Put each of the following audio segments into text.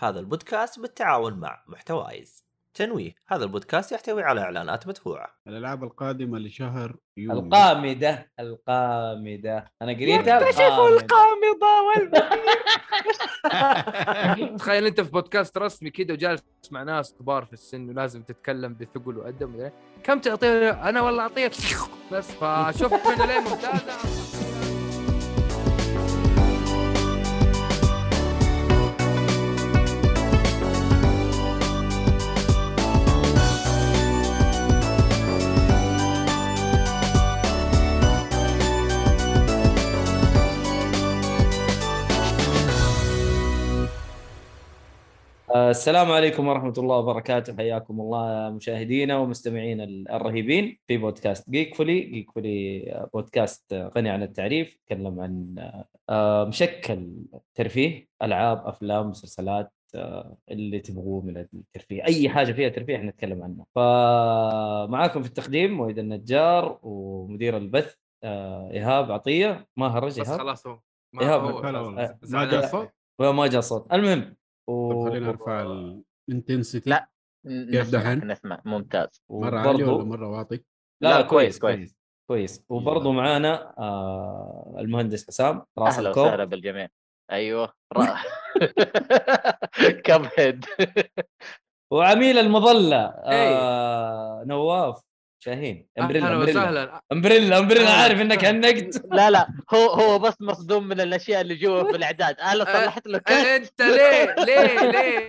هذا البودكاست بالتعاون مع محتوايز. تنويه: هذا البودكاست يحتوي على إعلانات مدفوعة. الألعاب القادمة لشهر يونيو. القامدة أنا قريتها. يكتشفوا القامضة والبثير. تخيل أنت في بودكاست رسمي كده وجالس مع ناس كبار في السن ولازم تتكلم بثقل وأدب. كم تعطيه؟ أنا والله أعطيه بس. فشوف منه ليه ممتازة. السلام عليكم ورحمة الله وبركاته. حياكم الله مشاهدينا ومستمعينا الرهيبين في بودكاست جيكفولي بودكاست غني عن التعريف. نتكلم عن مشكل ترفيه، ألعاب، أفلام، مسلسلات، اللي تبغوه من الترفيه، أي حاجة فيها ترفيه احنا نتكلم عنها. فمعاكم في التقديم مويد النجار، ومدير البث إيهاب عطية. ما هرج بس إيهاب؟ خلاص هو ما جاء صوت. ما جاء صوت. المهم طب خلينا نرفع الانتنسيتي. لا كيف دحين؟ نسمع ممتاز. مرة عالي ولا مرة واطي؟ لا كويس. وبرضه معانا المهندس حسام. أهلا وسهلا بالجميع. أيوه كم هيد. وعميل المظلة نواف شاهين. امبريلا عارف انك هنقت. لا هو بس مصدوم من الاشياء اللي جوا في الاعداد. انا صلحت له انت ليه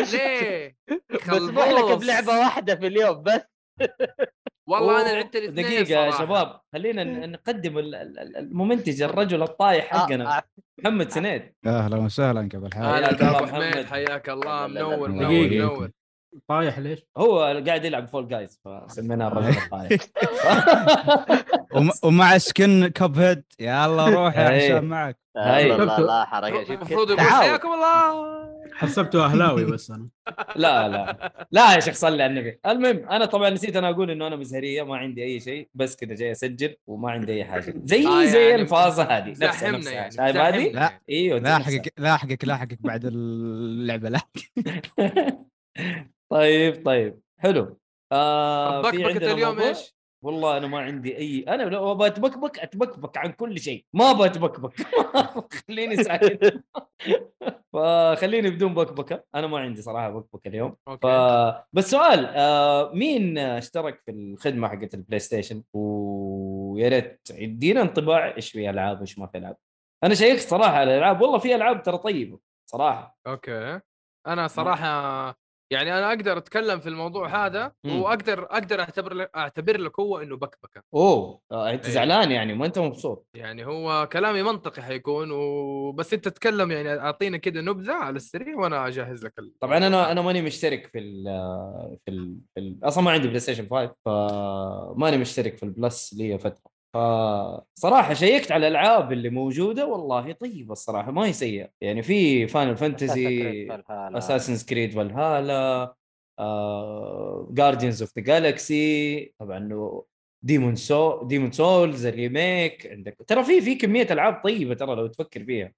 بسمح لك بلعبه واحده في اليوم بس. والله انا لعبت الاثنين. دقيقه يا شباب، خلينا نقدم الممنتج الرجل الطايح حقنا محمد سنيد. اهلا وسهلا. قبل حياك الله منور. طايح ليش؟ هو قاعد يلعب فول جايز فسميناه الرجل الطايح. ومع سكن كاب هيد. يلا روح يا حسام معك. لا حركه. المفروض يقول حياكم الله. حسبته اهلاوي بس انا. لا يا شيخ صلي على النبي. المهم انا طبعا نسيت انا اقول انه انا مزهريه، ما عندي اي شيء، بس كذا جاي اسجل وما عندي اي حاجه زي يعني الفازه هذه نفسها يعني شايف هذه. لا ايوه لاحقك بعد اللعبه. لا طيب حلو. في عندنا اليوم موضوع. ايش؟ والله انا ما عندي اي، انا لو اتبكبك عن كل شيء ما بتبكبك. خليني ساكت. فخليني بدون بكبكه. انا ما عندي صراحه بكبكه اليوم. بس سؤال، مين اشترك في الخدمه حقت البلاي ستيشن؟ ويا ريت يدينا انطباع ايش في العاب وايش ما في العاب. انا شيكت صراحه على الالعاب، والله في العاب ترى طيبه صراحه. اوكي انا صراحه يعني انا اقدر اتكلم في الموضوع هذا واقدر اعتبر لك هو انه بكبكه. انت زعلان يعني ما انت مبسوط يعني؟ هو كلامي منطقي حيكون وبس انت تتكلم يعني اعطينا كده نبذه على السريع وانا اجهز لك طبعا انا ماني مشترك في اصلا ما عندي بلاي ستيشن 5، فماني مشترك في البلس لي فتره. فصراحه شيكت على الالعاب اللي موجوده، والله طيبه الصراحه، ما هي سيئه يعني. في فاينل فانتزي، اساسنز كريد فالهالا، جارديانز اوف ذا جالاكسي، طبعا ديمون سولز الريميك عندك. ترى في كميه العاب طيبه ترى لو تفكر فيها.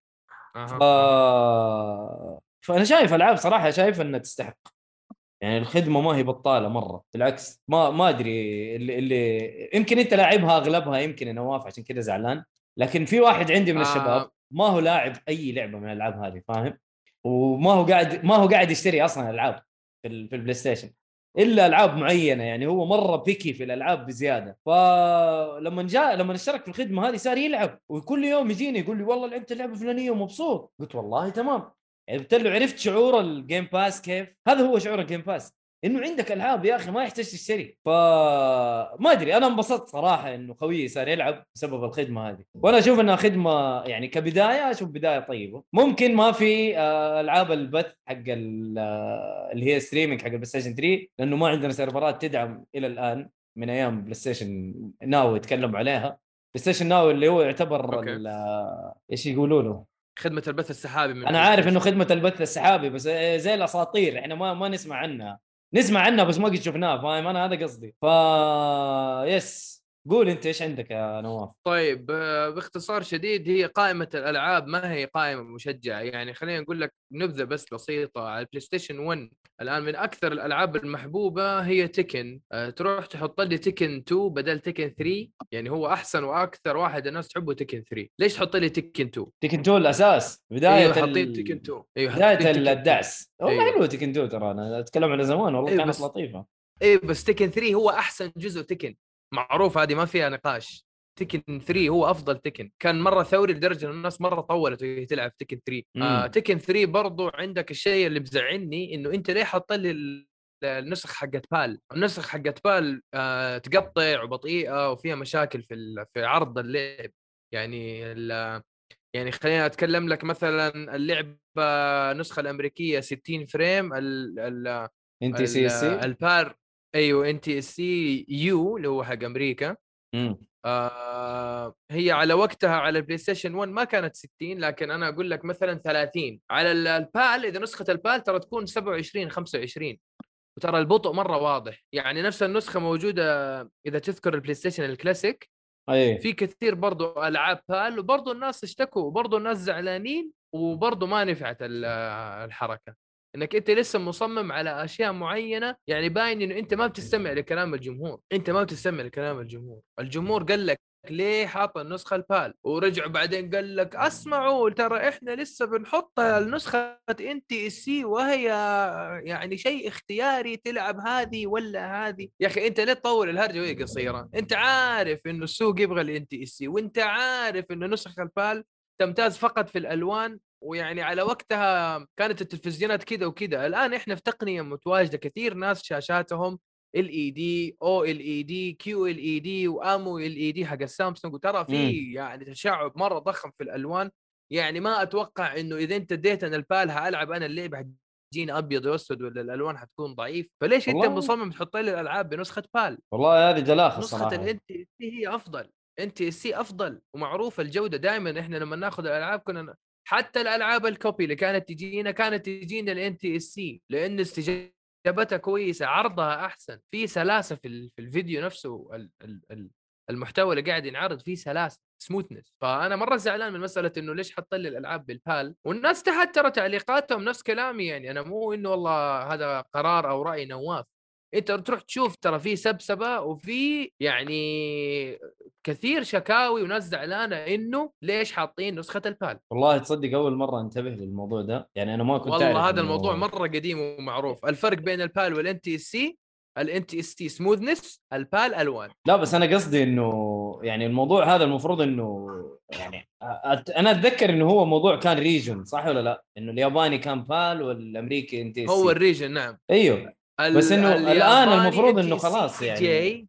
فانا شايف العاب صراحه، شايف انها تستحق يعني. الخدمه ما هي بطاله مره، بالعكس. ما ادري اللي يمكن انت لاعبها اغلبها، يمكن انا نواف عشان كذا زعلان. لكن في واحد عندي من الشباب ما هو لاعب اي لعبه من الالعاب هذه، فاهم؟ وما هو قاعد يشتري اصلا العاب في البلاي ستيشن الا العاب معينه يعني. هو مره بيكي في الالعاب بزياده. لما اشترك في الخدمه هذه صار يلعب، وكل يوم يجيني يقول لي والله لعبت اللعبه الفلانيه ومبسوط. قلت والله تمام. يعني قلت له عرفت شعور الجيم باس كيف؟ هذا هو شعور الجيم باس، انه عندك العاب يا اخي ما يحتاج تشتري. فما ادري، انا انبسطت صراحه انه خويي صار يلعب بسبب الخدمه هذه. وانا اشوف انها خدمه يعني كبدايه، اشوف بدايه طيبه. ممكن ما في العاب البث حق اللي هي ستريمينج حق البلاي ستيشن 3، لانه ما عندنا سيرفرات تدعم الى الان من ايام بلاي ستيشن ناو يتكلم عليها. بلاي ستيشن ناو اللي هو يعتبر ايش يقولوا له، خدمه البث السحابي. انا عارف انه خدمه البث السحابي، بس زي الاساطير احنا ما نسمع عنها بس ما قد شفناها، فاهم؟ انا هذا قصدي. يس قول انت ايش عندك يا نواف. طيب باختصار شديد هي قائمة الألعاب ما هي قائمة مشجعة، يعني خلينا نقول لك نبذة بس بسيطة. على البلاي ستيشن 1 الآن من أكثر الألعاب المحبوبة هي تيكن. تروح تحط لي تيكن 2 بدل تيكن 3، يعني هو أحسن وأكثر واحد الناس تحبه تيكن 3. ليش تحط لي تيكن 2؟ تيكن 2 الاساس، بدايه أيوه حاطين تيكن 2. أيوه بدايه حاطين تيكن 2. الدعس. والله أيوه. حلوه تيكن 2 ترى، انا اتكلم عن زمان والله أيوه كانت بس لطيفه. ايه بس تيكن 3 هو احسن جزء تيكن، معروف هذه ما فيها نقاش. تيكن 3 هو افضل تيكن، كان مره ثوري لدرجه ان الناس مره طولت وهي تلعب تيكن 3. تيكن 3 برضو عندك الشيء اللي بزعلني انه انت ليه حاط لي النسخ حقت بال. النسخ حقت بال تقطع وبطيئه وفيها مشاكل في عرض اللعب. يعني يعني خلينا اتكلم لك مثلا اللعبه النسخه الامريكيه 60 فريم، انت سي سي. البار ايوه انت اس سي يو اللي هو حق امريكا. هي على وقتها على البلاي ستيشن 1 ما كانت 60، لكن انا اقول لك مثلا 30 على البال. اذا نسخه البال ترى تكون 27 25، وترى البطء مره واضح. يعني نفس النسخه موجوده اذا تذكر البلاي ستيشن الكلاسيك، اي في كثير برضو العاب بال وبرضو الناس اشتكوا وبرضو الناس زعلانين وبرضو ما نفعت الحركه، انك انت لسه مصمم على اشياء معينه. يعني باين انه انت ما بتستمع لكلام الجمهور، انت ما بتستمع لكلام الجمهور. الجمهور قال لك ليه حاط النسخه البال، ورجعوا بعدين قال لك اسمعوا ترى احنا لسه بنحط النسخه ان تي اس سي وهي يعني شيء اختياري تلعب هذه ولا هذه. يا اخي انت ليه تطول الهرجه وهي قصيره؟ انت عارف انه السوق يبغى الان تي اس سي، وانت عارف انه نسخ البال تمتاز فقط في الالوان. ويعني على وقتها كانت التلفزيونات كذا وكذا. الان احنا في تقنيه متواجده، كثير ناس شاشاتهم ال اي دي او ال اي دي كيو ال اي دي وامو ال اي دي حق السامسونج، وترى في يعني تشعب مره ضخم في الالوان. يعني ما اتوقع انه اذا انت اديتنا البال هالعب انا اللعبه حتجيني ابيض واسود ولا الالوان حتكون ضعيف. فليش انت والله مصمم تحط لي الالعاب بنسخه بال؟ والله هذه دلاخه نسخه الصراحه. الان تي سي هي افضل. ان تي سي افضل ومعروف الجوده. دائما احنا لما ناخذ الالعاب كنا حتى الالعاب الكوبي اللي كانت تجينا الان تي اس سي، لان استجابتها كويسه، عرضها احسن، في سلاسه في الفيديو نفسه. المحتوى اللي قاعد ينعرض فيه سلاسه سموثنس. فانا مره زعلان من مساله انه ليش حط لي الالعاب بالبال. والناس تحت ترى تعليقاتهم نفس كلامي، يعني انا مو انه والله هذا قرار او راي نواف. انت تروح تشوف ترى في سبسبه وفي يعني كثير شكاوي وناس زعلانه انه ليش حاطين نسخه البال. والله تصدق اول مره انتبه للموضوع ده، يعني انا ما كنت والله اعرف هذا إنه... الموضوع مره قديم ومعروف. الفرق بين البال والان تي اس سي، الان تي اس سي سموثنس، البال الوان. لا بس انا قصدي انه يعني الموضوع هذا المفروض انه يعني انا اتذكر انه هو موضوع كان ريجن، صح ولا لا؟ انه الياباني كان بال والامريكي ان تي هو سي. الريجن نعم. ايوه بس انه الان الياباني المفروض ان انه تي خلاص سي يعني جي،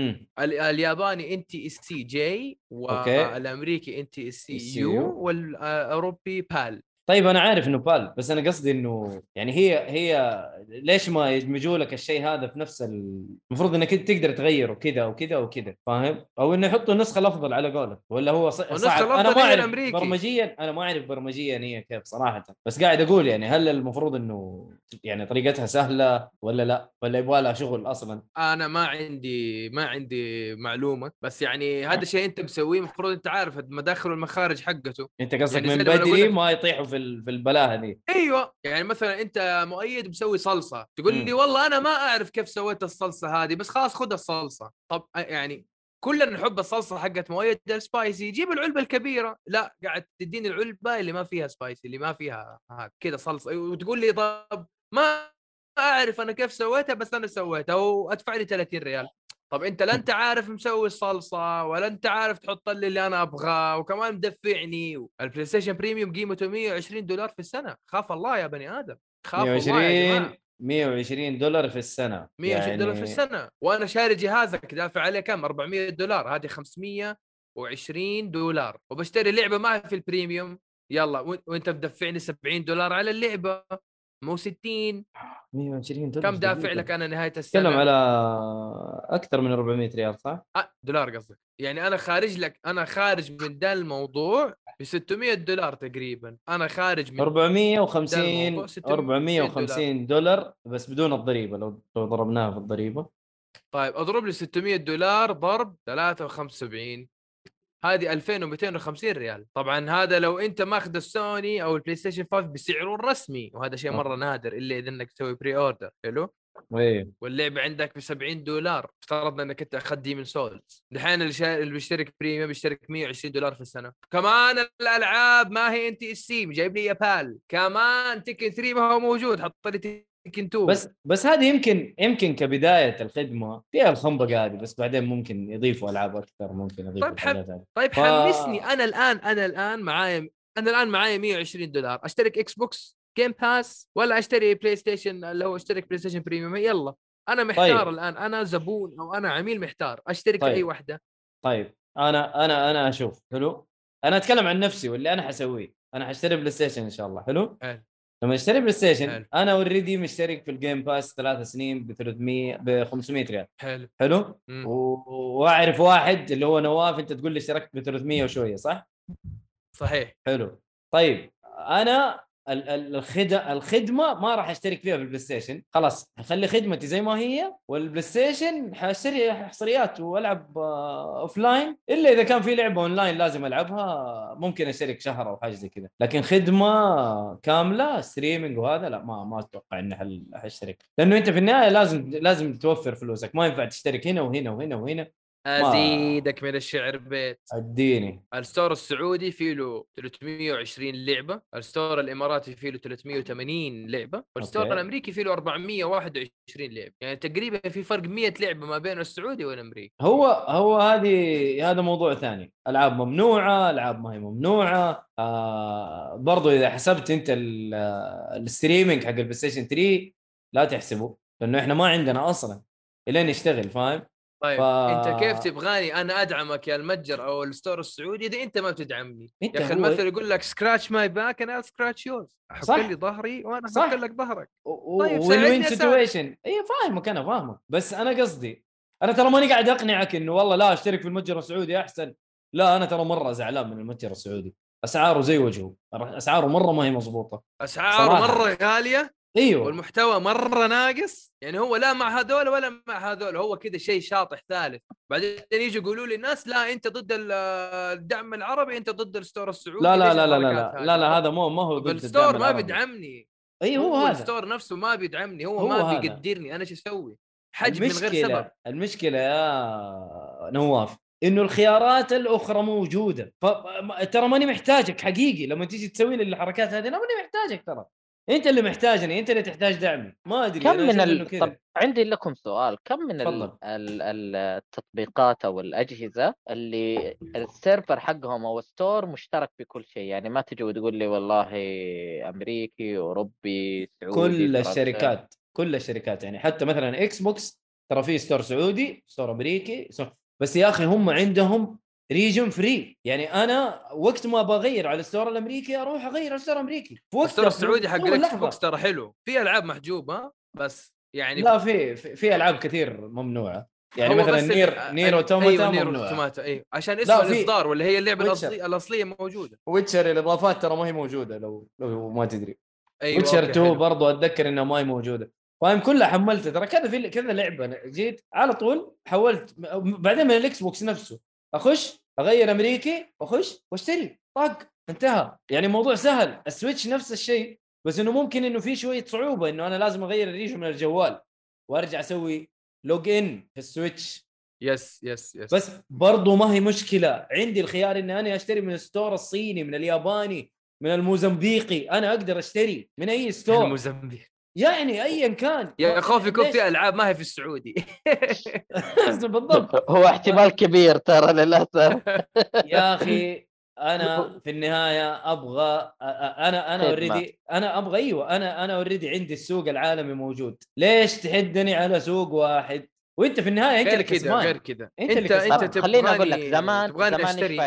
الياباني ان تي اس سي جي، اوكي والامريكي ان تي اس سي سي يو، يو. والاوروبي بال. طيب انا عارف انه بال، بس انا قصدي انه يعني هي ليش ما يدمجوا لك الشيء هذا في نفس المفروض انك انت تقدر تغيره كذا وكذا وكذا، فاهم؟ او انه يحطوا النسخه الافضل على قولك، ولا هو والنسخه صعب؟ انا الافضل ما هي اعرف الامريكي. برمجيا، انا ما اعرف برمجيا هي كيف صراحه، بس قاعد اقول يعني هل المفروض انه يعني طريقتها سهله ولا لا، ولا يبغى لها شغل اصلا؟ انا ما عندي معلومه، بس يعني هذا الشيء انت مسويه المفروض انت عارف المداخل والمخارج حقته. انت قصدك يعني زي من لما اقول بدري لك ما يطيحوا في البلاهه دي؟ ايوه، يعني مثلا انت مؤيد مسوي صلصه، تقول لي والله انا ما اعرف كيف سويت الصلصه هذه، بس خلاص خذ الصلصه. طب يعني كلنا نحب الصلصه حقت مؤيد السبايسي، جيب العلبه الكبيره. لا، قاعد تديني العلبه اللي ما فيها سبايسي، اللي ما فيها كذا صلصه، وتقول لي طب ما اعرف انا كيف سويتها، بس انا سويتها وادفع لي 30 ريال. طب انت لا انت عارف مسوي الصلصه ولا انت عارف تحط لي اللي انا ابغاه، وكمان مدفعني. البلاي ستيشن بريميوم قيمته $120 في السنه. خاف الله يا بني ادم، خاف الله يا جماعه. 120 دولار في السنه $120 في يعني. السنه، وانا شاري جهازك دافع عليه كم؟ $400. هذه $520، وبشتري لعبه معها في البريميوم. يلا وانت مدفعني $70 على اللعبه، مو 60. 120 دولار كم دافع دقيقة. لك انا نهايه تكلم السنه؟ على اكثر من 400 ريال صح؟ دولار قصدك. يعني انا خارج من ده الموضوع ب $600 تقريبا. انا خارج من ده 450 الموضوع $600. $450 بس بدون الضريبه، لو ضربناها في الضريبه طيب اضرب لي $600 ضرب 3.75 هذه 2250 ريال. طبعا هذا لو انت ماخذ السوني او البلاي ستيشن 5 بسعره الرسمي، وهذا شيء مره نادر الا اذا انك تسوي بري اوردر. حلو. ايه واللعبه عندك ب $70. افترضنا انك انت اخذت ديمن سولز. دحين اللي بيشترك بريميوم بيشترك $120 في السنه. كمان الالعاب ما هي انت ستيم جايب لي يابال كمان. تيكن 3 ما هو موجود، حط لي تيكن 2. بس هذه يمكن كبدايه الخدمه فيها الخنبقه هذه، بس بعدين ممكن يضيفوا العاب اكثر، ممكن يضيفوا حاجات ثانيه. طيب حمسني. انا الان معايا $120 اشترك اكس بوكس جيم باس ولا اشتري بلاي ستيشن اللي هو اشترك بلاي ستيشن بريميوم. يلا انا محتار. طيب. الان انا زبون او انا عميل محتار اشترك طيب. اي واحده. طيب انا اشوف حلو. انا اتكلم عن نفسي واللي انا حسويه. انا حاشتري بلاي ستيشن ان شاء الله. حلو. لما اشتري بلاي ستيشن انا اوريدي مشترك في الجيم باس 3 سنين ب 500 ريال. حلو. واعرف واحد اللي هو نواف، انت تقول لي اشتركت ب 300 وشويه صح؟ صحيح. حلو. طيب انا الخدمه ما راح اشترك فيها بالبلاي ستيشن، خلاص هخلي خدمتي زي ما هي، والبلاي ستيشن حاشتري حصريات والعب اوفلاين، الا اذا كان في لعبه اونلاين لازم العبها ممكن اشترك شهر او حاجه زي كذا. لكن خدمه كامله ستريمينج وهذا لا، ما اتوقع اني حاشترك، لانه انت في النهايه لازم توفر فلوسك، ما ينفع تشترك هنا وهنا وهنا وهنا. ازيدك من الشعر بيت. اديني. الستور السعودي فيه له 320 لعبه، الستور الاماراتي فيه له 380 لعبه، والستور الامريكي فيه له 421 لعبه. يعني تقريبا في فرق 100 لعبه ما بين السعودي والامريكي. هو هذا موضوع ثاني. العاب ممنوعه، العاب ما هي ممنوعه. برضو اذا حسبت انت الستريمينج حق البلاي ستيشن 3 لا تحسبه، لانه احنا ما عندنا اصلا الين يشتغل، فاهم؟ طيب انت كيف تبغاني انا ادعمك يا المتجر او الستور السعودي اذا انت ما بتدعمني؟ يا اخي المثل يقول لك سكراتش ماي باك انا سكراتش يورز. احك لي ظهري وانا احك لك ظهرك. طيب وين سيتويشن. اي فاهمك، انا فاهمك، بس انا قصدي انا ترى ماني قاعد اقنعك انه والله لا اشترك في المتجر السعودي احسن. لا انا ترى مره زعلان من المتجر السعودي، اسعاره زي وجهه، اسعاره مره ما هي مضبوطه، اسعاره مره غاليه. ايوه. والمحتوى مره ناقص. يعني هو لا مع هذول ولا مع هذول، هو كذا شيء شاطح ثالث. بعدين يجي يقولوا لي الناس لا انت ضد الدعم العربي، انت ضد الستور السعودي. لا لا لا لا لا, لا, لا هذا ما هو ضد الستور ما بيدعمني. ايوه هو هذا الستور نفسه ما بيدعمني، هو ما بيقدرني. انا ايش اسوي؟ حجم من غير سبب. المشكله يا نواف انه الخيارات الاخرى موجوده، ترى ماني محتاجك حقيقي. لما تيجي تسوي لي الحركات هذه انا ماني محتاجك، ترى انت اللي محتاجني، انت اللي تحتاج دعمي. ما ادري كم من طب عندي لكم سؤال، كم من التطبيقات او الاجهزه اللي السيرفر حقهم او ستور مشترك بكل شيء؟ يعني ما تجي وتقول لي والله امريكي اوروبي سعودي. كل الشركات يعني حتى مثلا اكس بوكس ترى فيه ستور سعودي، ستور امريكي، بس يا اخي هم عندهم ريجن فري. يعني انا وقت ما بغير على الستور الامريكي اروح اغير على الستور الامريكي. في الستور السعودي حق الاكس بوكس ترى حلو، في العاب محجوبه بس يعني لا في العاب كثير ممنوعه. يعني مثلا نير اوتوماتا ممنوعه. ايوه عشان اسم الاصدار ولا هي اللعبه الاصليه موجوده. ويتشر الاضافات ترى ما هي موجوده لو ما تدري. أيوة ويتشر 2 برضو اتذكر انها ما هي موجوده، فاهم؟ كلها حملتها ترى كذا لعبه جيت على طول حولت. بعدين من الاكس بوكس نفسه اخش اغير امريكي واخش واشتري طق انتهى. يعني موضوع سهل. السويتش نفس الشيء، بس انه ممكن انه في شويه صعوبه انه انا لازم اغير الريجن من الجوال وارجع اسوي لوج ان في السويتش. يس بس برضو ما هي مشكله، عندي الخيار اني انا اشتري من الستور الصيني، من الياباني، من الموزمبيقي. انا اقدر اشتري من اي ستور الموزمبيق يعني ايا كان. يا خوف يكون في العاب ما هي في السعودي. بالضبط. هو احتمال كبير ترى للاسف. يا اخي انا في النهايه ابغى انا اوريدي انا ابغى ايوه انا اوريدي عندي السوق العالمي موجود. ليش تحدني على سوق واحد وانت في النهايه انت اللي كسبان؟ غير كذا انت خليني اقول لك زمان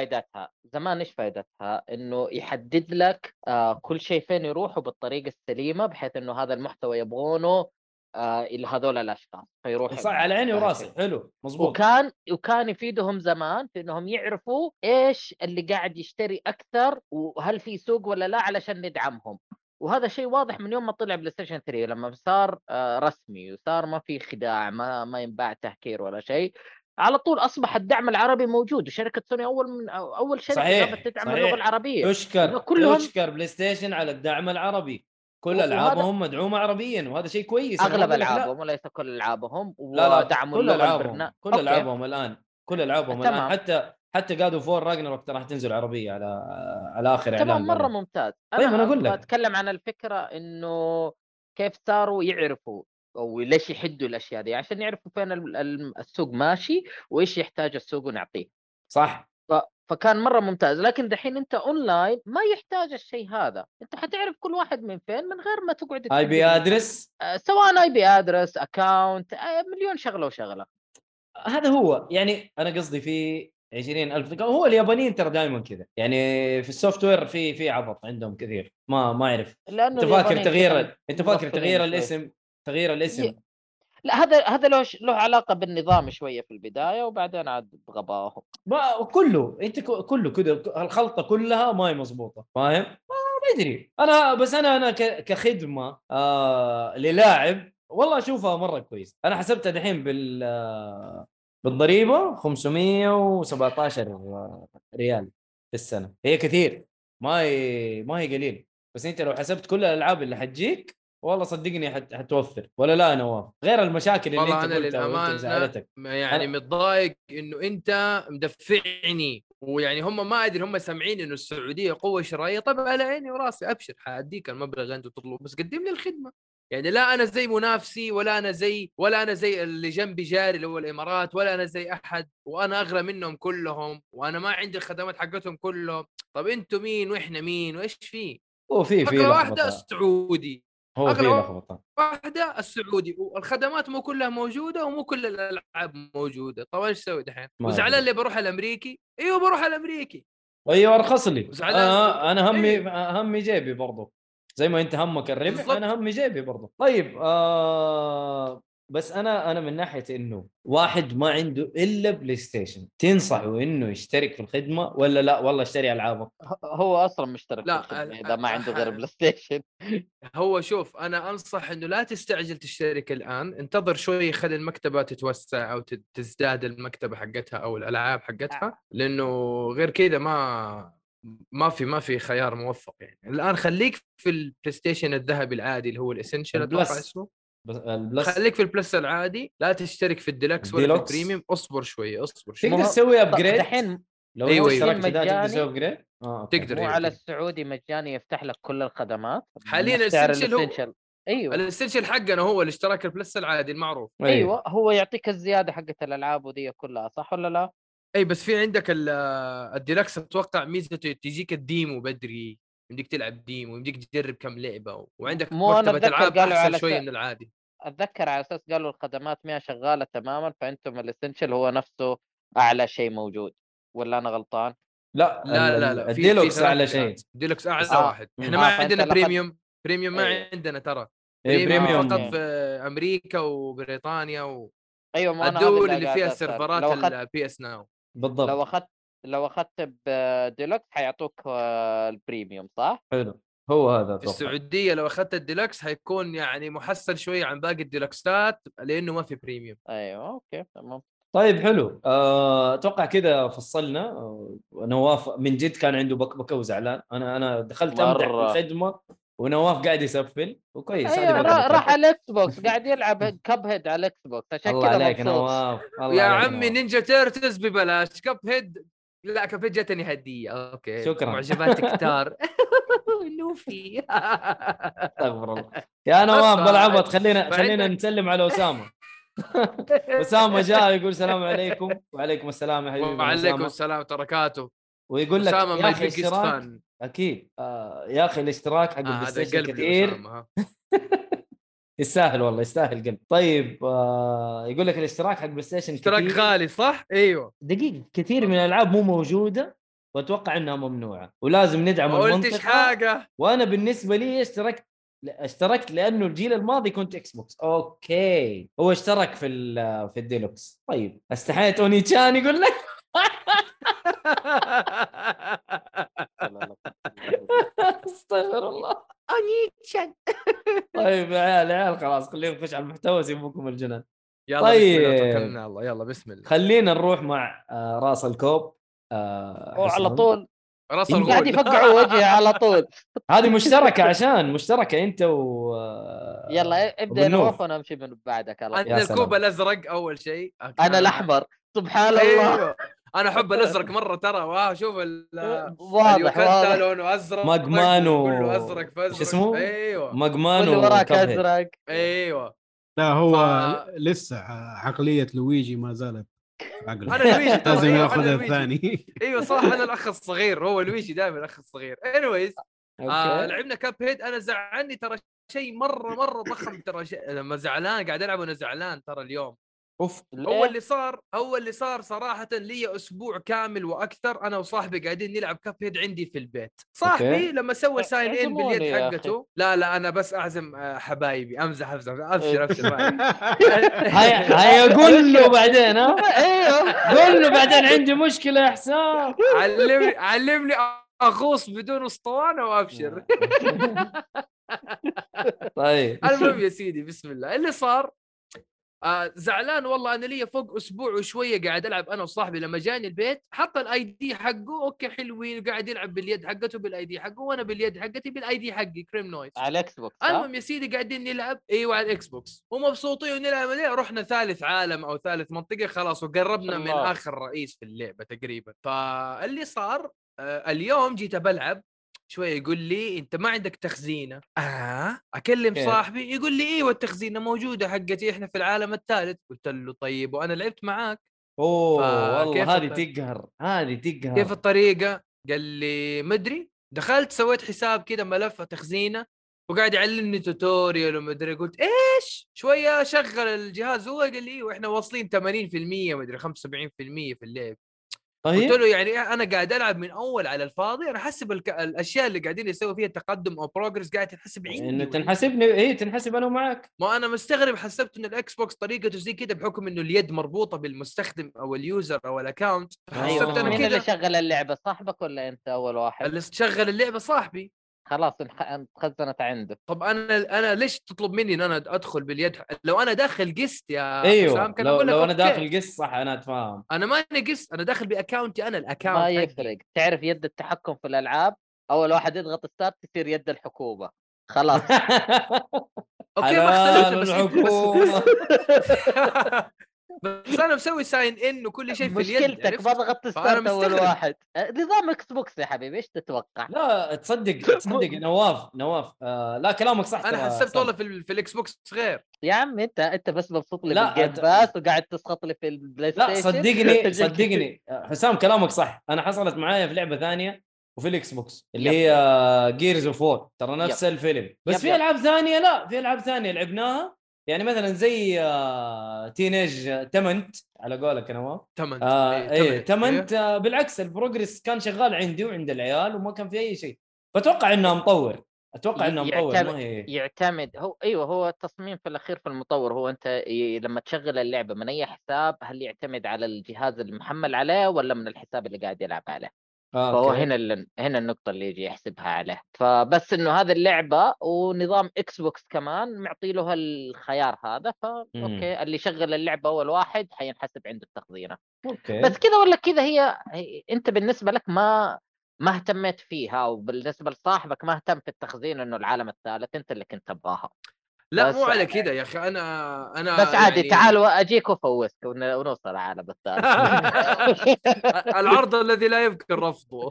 ايش فائدتها انه يحدد لك كل شيء فين يروحوا بالطريقه السليمه، بحيث انه هذا المحتوى يبغونه الى هذول الاشخاص فيروح صح على عيني وراسي. حلو مزبوط. وكان يفيدهم زمان في انهم يعرفوا ايش اللي قاعد يشتري اكثر وهل في سوق ولا لا علشان ندعمهم. وهذا شيء واضح من يوم ما طلع بلاي ستيشن 3 لما صار رسمي وصار ما في خداع، ما ينباع تهكير ولا شيء، على طول اصبح الدعم العربي موجود. وشركه سوني اول شركه قامت تدعم اللغه العربيه. يشكر بلاي ستيشن على الدعم العربي، كل العابهم مدعومه عربيا، وهذا شيء كويس. اغلب العابهم وليس كل العابهم، ودعموا اللغه كل العابهم الان، كل العابهم الان، حتى قالوا فور راجنروك راح تنزل عربيه على اخر اعلان. تمام، مره ممتاز. انا اقول لك اتكلم عن الفكره انه كيف صاروا يعرفوا او ليش يحدوا الاشياء دي، عشان يعرفوا فين السوق ماشي وايش يحتاج السوق ونعطيه. صح. فكان مره ممتاز. لكن دحين انت اونلاين ما يحتاج الشيء هذا، انت حتعرف كل واحد من فين من غير ما تقعد اي بي ادرس، سواء اي بي ادرس، اكاونت، مليون شغله وشغله. هذا هو يعني انا قصدي في 20,000. هو اليابانيين ترى دائما كذا يعني، في السوفت وير في عبط عندهم كثير، ما اعرف. انت فاكر تغيير الاسم، لا، هذا له علاقه بالنظام شويه في البدايه، وبعدين عاد بغباهم كله. انت كله كذا، الخلطه كلها ما هي مضبوطه، فاهم؟ ما ادري انا، بس انا كخدمه للاعب والله اشوفها مره كويس. انا حسبتها دحين بالضريبه 517 ريال في السنه. هي كثير، ما هي قليل، بس انت لو حسبت كل الالعاب اللي حتجيك والله صدقني حتوفر. ولا لا نواف؟ غير المشاكل اللي انت قلتها وانت زعلتك يعني متضايق انه انت مدفعني، ويعني هم ما ادري هم سامعين انه السعوديه قوه شرائيه. طب على عيني وراسي، ابشر حاديك المبلغ انت تطلب، بس قدم لي الخدمه. يعني لا انا زي منافسي، ولا انا زي اللي جنبي جاري اللي هو الامارات، ولا انا زي احد، وانا اغلى منهم كلهم، وانا ما عندي الخدمات حقتهم كلهم. طب انتم مين واحنا مين وايش فيه؟ في واحده السعودي، هو في لخبطه واحده السعودي، والخدمات مو كلها موجوده ومو كل الالعاب موجوده. طب ايش اسوي دحين؟ وزعلان اللي بروح الامريكي. ايوه بروح الامريكي، ايوه ارخص لي. انا همي همي جيبي برضو، زي ما انت همك الربح بالضبط. انا همي جيبي برضو. طيب بس انا من ناحيه انه واحد ما عنده الا بلاي ستيشن، تنصحه انه يشترك في الخدمه ولا لا والله اشتري العابه؟ هو اصلا مشترك لا في الخدمه اذا ما عنده غير بلاي ستيشن. هو شوف، انا انصح انه لا تستعجل تشترك الان، انتظر شوي، خلي المكتبه تتوسع او تزداد المكتبه حقتها او الالعاب حقتها، لانه غير كذا ما في خيار موفق. يعني الان خليك في البلاي ستيشن الذهبي العادي اللي هو الاسنشال اتوقع اسمه. خليك في البلس العادي، لا تشترك في الديلكس ولا في البريميوم. اصبر شوي تقدر تسوي ابجريد الحين لو اشتركت تقدر تسوي ابجريد. تقدر مو على السعودي مجاني يفتح لك كل الخدمات حاليا. الاسنشال ايوه الاسنشال حقنا هو الاشتراك البلس العادي المعروف. ايوه هو يعطيك الزياده حقت الالعاب ودي كلها، صح ولا لا؟ اي بس في عندك الديلكس اتوقع ميزته تجيك الديمو بدري، يمديك تلعب ديمو، يمديك تجرب كم لعبه، وعندك مكتبه العاب احسن شويه من العادي. اتذكر على اساس قالوا الخدمات 100 شغاله تماما، فانتم الاسنشال هو نفسه اعلى شيء موجود، ولا انا غلطان؟ لا الديلوكس اعلى شيء، ديلوكس اعلى واحد. احنا ما عندنا بريميوم ما عندنا ترى. بريميوم فقط في امريكا وبريطانيا ايوه الدول اللي فيها سيرفرات البي اس ناو. بالضبط. لو اخذت بديلوكس حيعطوك البريميوم، صح؟ حلو، هو هذا في السعوديه لو اخذت الديلكس هيكون يعني محسن شويه عن باقي الديلكسات لانه ما في بريميوم. ايوه اوكي تمام. طيب حلو. اتوقع كذا فصلنا. نواف من جد كان عنده بكبكه وزعلان. انا دخلت امدح الخدمه ونواف قاعد يسفل وكويس. أيوة راح على الاكس بوكس قاعد يلعب كاب هيد على الاكس بوكس عشان كذا عليك نواف. يا عمي نينجا تيرتلز ببلاش. كاب هيد لا، كاب هيد جاتني هديه. اوكي شكرا، معجباتك كتار. نوفي استغفر الله يا نواف بالعبط. خلينا نسلم على اسامه. اسامه جاء يقول السلام عليكم. وعليكم السلام يا حبيبي. وعليكم السلام وبركاته. ويقول لك يا اخي اشتراك اكيد. يا اخي الاشتراك حق البلاي ستيشن كثير. يستاهل والله، يستاهل قلب. طيب يقول لك الاشتراك حق بلاي ستيشن اشتراك غالي صح؟ ايوه دقيقه، كثير من الالعاب مو موجوده واتوقع انها ممنوعه ولازم ندعم المنطقه. قلتش حاجه. وانا بالنسبه لي اشتركت لانه الجيل الماضي كنت اكس بوكس. اوكي هو اشترك في الديلوكس. طيب استحيت اونيتشان يقول لك. استغفر الله. انيتشن. طيب يا عيال خلاص خلينا نخش على المحتوى سيبوكم الجنان. يلا طيب. بسم الله توكلنا على الله. يلا بسم الله. خلينا نروح مع راس الكوب. على طول راس قاعد الغول. يفقعوا وجهي على طول. هذه مشتركة عشان مشتركة انت و يلا ابدا نواف وانا امشي من بعدك. انا الكوب الازرق اول شيء. انا الاحمر سبحان الله. ايوه انا احب الازرق مره ترى. واو شوف واضح واضح لونه ازرق ماجمانو كله ازرق فازرق. شو اسمه؟ ايوه ماجمانو واللي وراك ازرق. ايوه لا هو لسه عقلية لويجي ما زالت عقله. انا لويجي لازم ياخذ الثاني. ايوه صح انا الاخ الصغير. هو لويجي دائما الاخ الصغير. انيويز لعبنا كاب هيد. انا زعلني ترى شيء مره ضخم ترى لما زعلان قاعد العب وانا زعلان ترى اليوم. اوف هو اللي صار صراحه لي اسبوع كامل واكثر انا وصاحبي قاعدين نلعب كاب هيد عندي في البيت. صاحبي لما سوى ساين ان باليد حقته. لا انا بس اعزم حبايبي. امزح ابشر هيا قول له بعدين. ايوه قول له بعدين عندي مشكله يا حسام. علمني اغوص بدون اسطوانه وابشر. طيب المهم يا سيدي بسم الله. اللي صار زعلان والله. انا لي فوق اسبوع وشويه قاعد العب انا وصاحبي. لما جاني البيت حط الاي دي حقه اوكي حلوين وقاعد يلعب باليد حقته بالاي دي حقه وانا باليد حقتي بالاي دي حقي كريم نويز على الاكس بوكس. المهم يا سيدي قاعدين نلعب ايوه على الاكس بوكس ومبسوطين ونلعب. رحنا ثالث عالم او ثالث منطقه خلاص وقربنا من اخر رئيس في اللعبه تقريبا. فاللي صار اليوم جيت بلعب شويه يقول لي انت ما عندك تخزينه. اكلم صاحبي يقول لي ايوه التخزينه موجوده حقتي احنا في العالم الثالث. قلت له طيب وانا لعبت معاك. والله هذه تقهر كيف الطريقه؟ قال لي مدري. دخلت سويت حساب كذا ملف تخزينه وقاعد يعلمني توتوريال ومدري. قلت ايش شويه شغل الجهاز. هو قال لي ايوه احنا واصلين 80% مدري 75% في اللعب. طيب. قلت له يعني انا قاعد العب من اول على الفاضي. انا حسب الاشياء اللي قاعدين يسوي فيها تقدم او بروجرس قاعد تنحسب عندي انه تنحسبني. تنحسب انا ومعك. ما انا مستغرب. حسبت انه الاكس بوكس طريقته زي كده بحكم انه اليد مربوطه بالمستخدم او اليوزر او الاكاونت. حسبت انا كده. مين اللي شغل اللعبه صاحبك ولا انت اول واحد؟ اللي شغل اللعبه صاحبي. خلاص تخزنت عنده. طب انا ليش تطلب مني ان انا ادخل باليد؟ لو انا داخل قست يا حسام كان اقول لك لو انا داخل قست صح انا اتفاهم. انا ماني قست انا داخل باكاونتي انا الاكاونت ما يفرق. تعرف يد التحكم في الالعاب اول واحد يضغط ستارت تصير يد الحكومه خلاص. اوكي ما اختلفت بس انا مسوي ساين ان وكل شيء في اليد. مشكلتك ما ضغطت ستارت اول واحد. نظام اكس بوكس يا حبيبي ايش تتوقع؟ لا تصدق نواف لا كلامك صح. انا حسبت والله في الاكس بوكس غير يا عم انت بس مبسوط لي بالجيم باس وقاعد تسخط لي في البلاي ستيشن. لا صدقني حسام كلامك صح. انا حصلت معايا في لعبه ثانيه وفي الاكس بوكس اللي هي جيرز اوف وور ترى نفس الفيلم بس في العاب ثانيه. لا في العاب ثانيه لعبناها يعني مثلا زي تينيج تمنت على قولك نواف. تمنت بالعكس البروجرس كان شغال عندي وعند العيال وما كان في اي شيء. بتوقع انه مطور. ما هي يعتمد هو. ايوه هو التصميم في الاخير في المطور. هو انت لما تشغل اللعبه من اي حساب هل يعتمد على الجهاز المحمل عليه ولا من الحساب اللي قاعد يلعب عليه؟ فهو هنا النقطة اللي يجي يحسبها عليه. فبس إنه هذه اللعبة ونظام إكس بوكس كمان معطي له الخيار هذا. أوكي اللي شغل اللعبة أول واحد حينحسب عنده التخزينة. بس كذا ولا كذا هي أنت بالنسبة لك ما اهتميت فيها وبالنسبة لصاحبك ما اهتم في التخزين إنه العالم الثالث أنت اللي كنت تبغاها. لا مو على كده يا اخي. انا بس عادي يعني... تعالوا اجيك وفوزك ونوصل العالم الثالث. العرض الذي لا يمكن رفضه.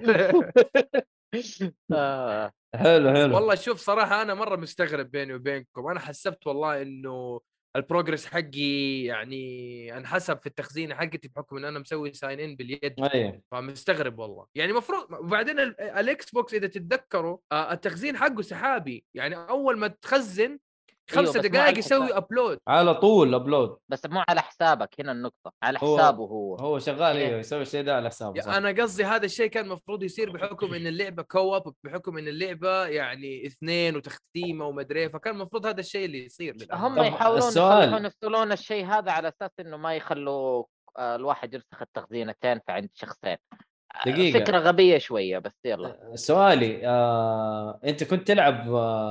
حلو والله شوف صراحه انا مره مستغرب بيني وبينكم. انا حسبت والله انه البروجرس حقي يعني انحسب في التخزين حقتي بحكم ان انا مسوي ساين ان باليد. فمستغرب والله يعني مفروض. وبعدين الاكس بوكس اذا تتذكروا التخزين حقه سحابي. يعني اول ما تخزن 5 دقائق يسوي ابلود على طول ابلود. بس مو على حسابك. هنا النقطة على حسابه هو شغال يسوي الشيء ده على حسابه. انا قصدي هذا الشيء كان مفروض يصير بحكم ان اللعبة كواب بحكم ان اللعبة يعني 2 وتختيمة ومدري. فكان مفروض هذا الشيء اللي يصير. هم يحاولون يفصلون الشيء هذا على اساس انه ما يخلوا الواحد يرسخ التخزينتين فعند شخصين. دقيقة. فكره غبيه شويه بس يلا. سؤالي انت كنت تلعب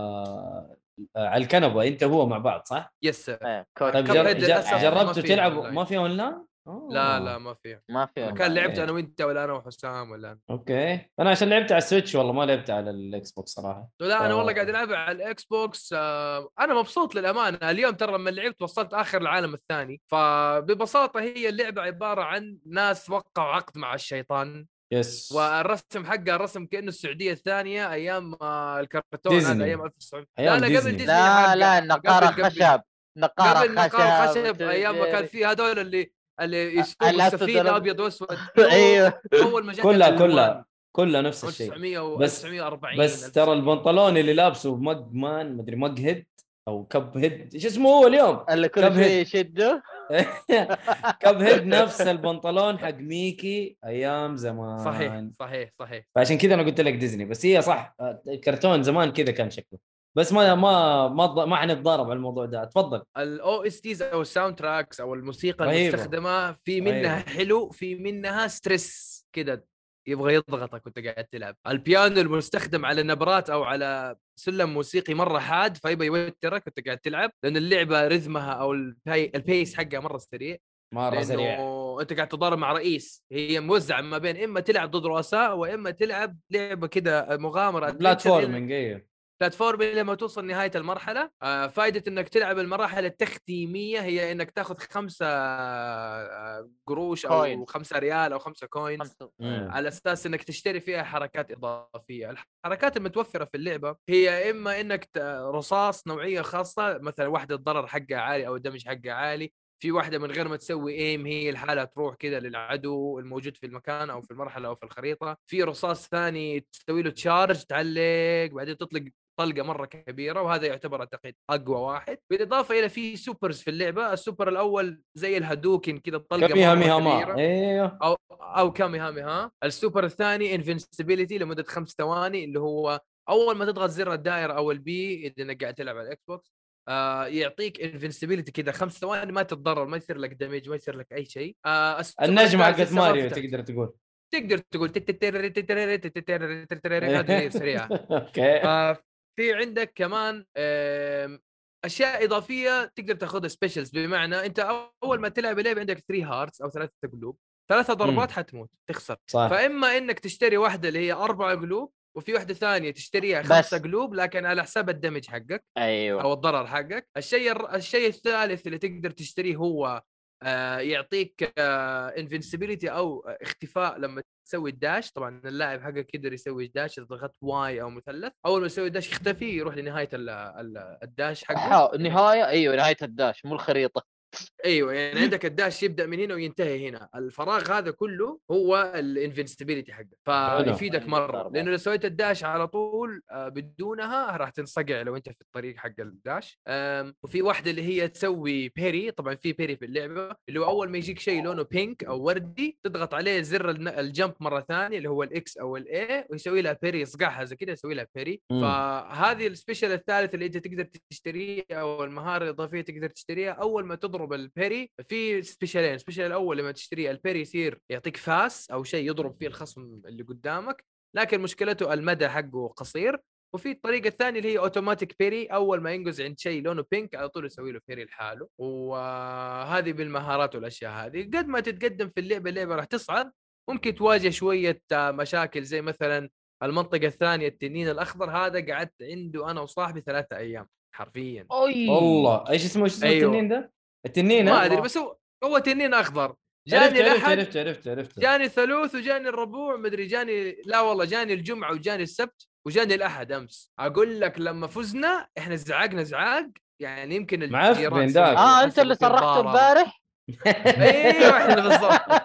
على الكنبه انت هو مع بعض صح؟ يس. طيب جربتوا تلعبوا ما في اونلاين؟ لا ما في. ما في. كان لعبت انا وانت ولا انا وحسام ولا أنا. اوكي انا عشان لعبت على السويتش والله ما لعبت على الاكس بوكس صراحه. لا انا والله قاعد العب على الاكس بوكس. انا مبسوط للامانه. اليوم ترى لما لعبت وصلت اخر العالم الثاني. فببساطه هي اللعبه عباره عن ناس وقعوا عقد مع الشيطان. يس. والرسم حقها رسم كانه السعوديه الثانيه ايام الكرتون هذا ايام 1900. لا ديزني. قبل ديزني. لا نقاره خشب. قبل نقار خشب ايام ما كان في هذول اللي يسوقوا السفينه ابيض واسود. ايوه اول ما جت كلها نفس الشيء 1900 بس 1940. بس ترى البنطلون اللي لابسه مقمان مدري مق هيد او كب هيد ايش اسمه هو اليوم اللي كل شيء يشده كب هيد نفس البنطلون حق ميكي ايام زمان. صحيح. فعشان كذا انا قلت لك ديزني. بس هي صح الكرتون زمان كذا كان شكله. بس ما حنتضارب على الموضوع ده. اتفضل. الاو اس تيز او الساوند تراكس او الموسيقى رهيبة. المستخدمه في منها حلو في منها ستريس كده يبغى يضغطك وانت قاعد تلعب. البيانو المستخدم على نبرات او على سلم موسيقي مره حاد فيبغى يوترك وانت قاعد تلعب لان اللعبه رذمها او البيس حقها مره سريع. مره سريع. انت قاعد تضارب مع رئيس. هي موزعه ما بين اما تلعب ضد رؤساء واما تلعب لعبه كده مغامره بلاتفورم لما توصل نهاية المرحلة. فائدة انك تلعب المراحل التختيمية هي انك تاخذ 5 قروش او 5 ريال او 5 كوينز على اساس انك تشتري فيها حركات اضافية. الحركات المتوفرة في اللعبة هي اما انك رصاص نوعية خاصة مثلا واحدة الضرر حقها عالي او الدمج حقها عالي. في واحدة من غير ما تسوي ايم هي الحالة تروح كده للعدو الموجود في المكان او في المرحلة او في الخريطة. في رصاص ثاني تسوي له تشارج تعلق بعدين تطلق طلقه مره كبيره وهذا يعتبر اعتقد اقوى واحد. بالاضافه الى في سوبرز في اللعبه. السوبر الاول زي الهادوكن كذا الطلقه كبيره ايوه او كاميهاميها. السوبر الثاني انفنسبيليتي لمده 5 ثواني اللي هو اول ما تضغط زر الدائره او البي اذا انك قاعد تلعب على الاكس بوكس يعطيك انفنسبيليتي كذا 5 ثواني ما تتضرر ما يصير لك دامج ما يصير لك اي شيء. النجمه حقت ماريو تقدر تقول هذه سريعه. اوكي. في عندك كمان اشياء اضافيه تقدر تاخذها سبيشلز. بمعنى انت اول ما تلعب اللعبه عندك 3 هارتس او 3 قلوب 3 ضربات حتموت تخسر. فاما انك تشتري واحده اللي هي 4 قلوب وفي واحده ثانيه تشتريها 5 قلوب لكن على حساب الدمج حقك. ايوه او الضرر حقك. الشيء الثالث اللي تقدر تشتريه هو يعطيك انفنسبيليتي او اختفاء لما تسوي الداش. طبعا اللاعب حقك يقدر يسوي الداش اذا ضغط واي او مثلث. اول ما يسوي الداش يختفي يروح لنهايه الداش حقه. النهايه ايوه نهايه الداش مو الخريطه. ايوه يعني عندك الداش يبدا من هنا وينتهي هنا. الفراغ هذا كله هو الانفنسبيليتي حقك فيفيدك مره لانه لو سويت الداش على طول بدونها راح تنصقع لو انت في الطريق حق الداش. وفي واحده اللي هي تسوي بيري. طبعا في بيري في اللعبه اللي هو اول ما يجيك شيء لونه بينك او وردي تضغط عليه زر الجمب مره ثانيه اللي هو الاكس او الاي ويسوي لها بيري يصقعها زي كده يسوي لها بيري. فهذه السبيشال الثالث اللي انت تقدر تشتريه او المهاره الاضافيه تقدر تشتريها اول ما تضرب البيري. في سبيشالين. السبيشال الاول لما تشتري البيري يصير يعطيك فاس او شيء يضرب فيه الخصم اللي قدامك لكن مشكلته المدى حقه قصير. وفي الطريقه الثانيه اللي هي اوتوماتيك بيري اول ما ينقز عند شيء لونه بينك على طول يسوي له بيري لحاله. وهذه بالمهارات والاشياء هذه. قد ما تتقدم في اللعبه راح تصعد ممكن تواجه شويه مشاكل زي مثلا المنطقه الثانيه التنين الاخضر هذا قعدت عنده انا وصاحبي 3 أيام حرفيا. والله ايش اسمه أيوه. التنين ده التنين ما ادري بس هو تنين اخضر. جاني الاحد عرفت. جاني الثلاث وجاني الربوع مدري جاني لا والله جاني الجمعه وجاني السبت وجاني الاحد امس. اقول لك لما فزنا احنا زعقنا زعاق يعني يمكن الجيران انت اللي صرحته امبارح. ايوه احنا بالضبط.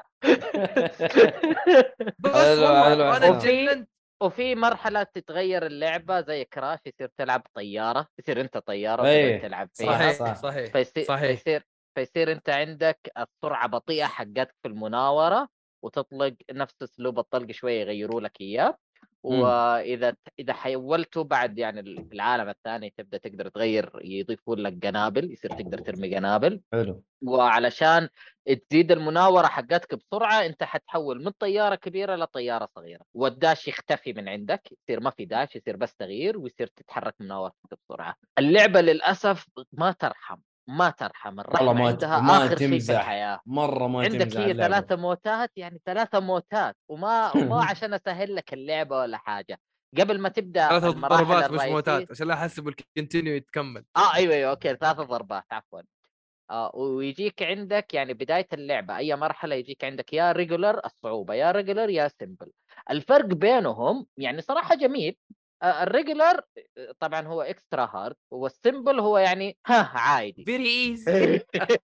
بس والله انا اتجننت. وفي مرحلة تتغير اللعبة زي كراش يصير تلعب طيارة يصير انت طيارة تلعب فيها. صحيح. فيصير انت عندك السرعة بطيئة حقتك في المناورة وتطلق نفس اسلوب الطلق شوية يغيروا لك اياه. واذا حولته بعد يعني العالم الثاني تبدا تقدر تغير، يضيفون لك قنابل، يصير تقدر ترمي قنابل. حلو. وعلشان تزيد المناوره حقتك بسرعه انت حتحول من طياره كبيره لطياره صغيره، والداش يختفي من عندك، يصير ما في داش، يصير بس تغيير، ويصير تتحرك مناورتك بسرعه. اللعبه للاسف ما ترحم الرحمه عندها اخر شيء في الحياه مره ما عندك تمزح هي اللعبة. 3 موتات، يعني 3 موتات وما عشان اسهل لك اللعبه ولا حاجه. قبل ما تبدا 3 المراحل ضربات مش الرئيسيه موتات عشان لا احسب الكونتينيو يتكمل. ايوه اوكي 3 ضربات عفوا. ويجيك عندك يعني بدايه اللعبه اي مرحله يجيك عندك يا ريجولر الصعوبه، يا ريجولر يا سيمبل. الفرق بينهم يعني صراحه جميل. الريجولر طبعا هو اكسترا هارد، والسيمبل هو يعني عادي فيري ايزي.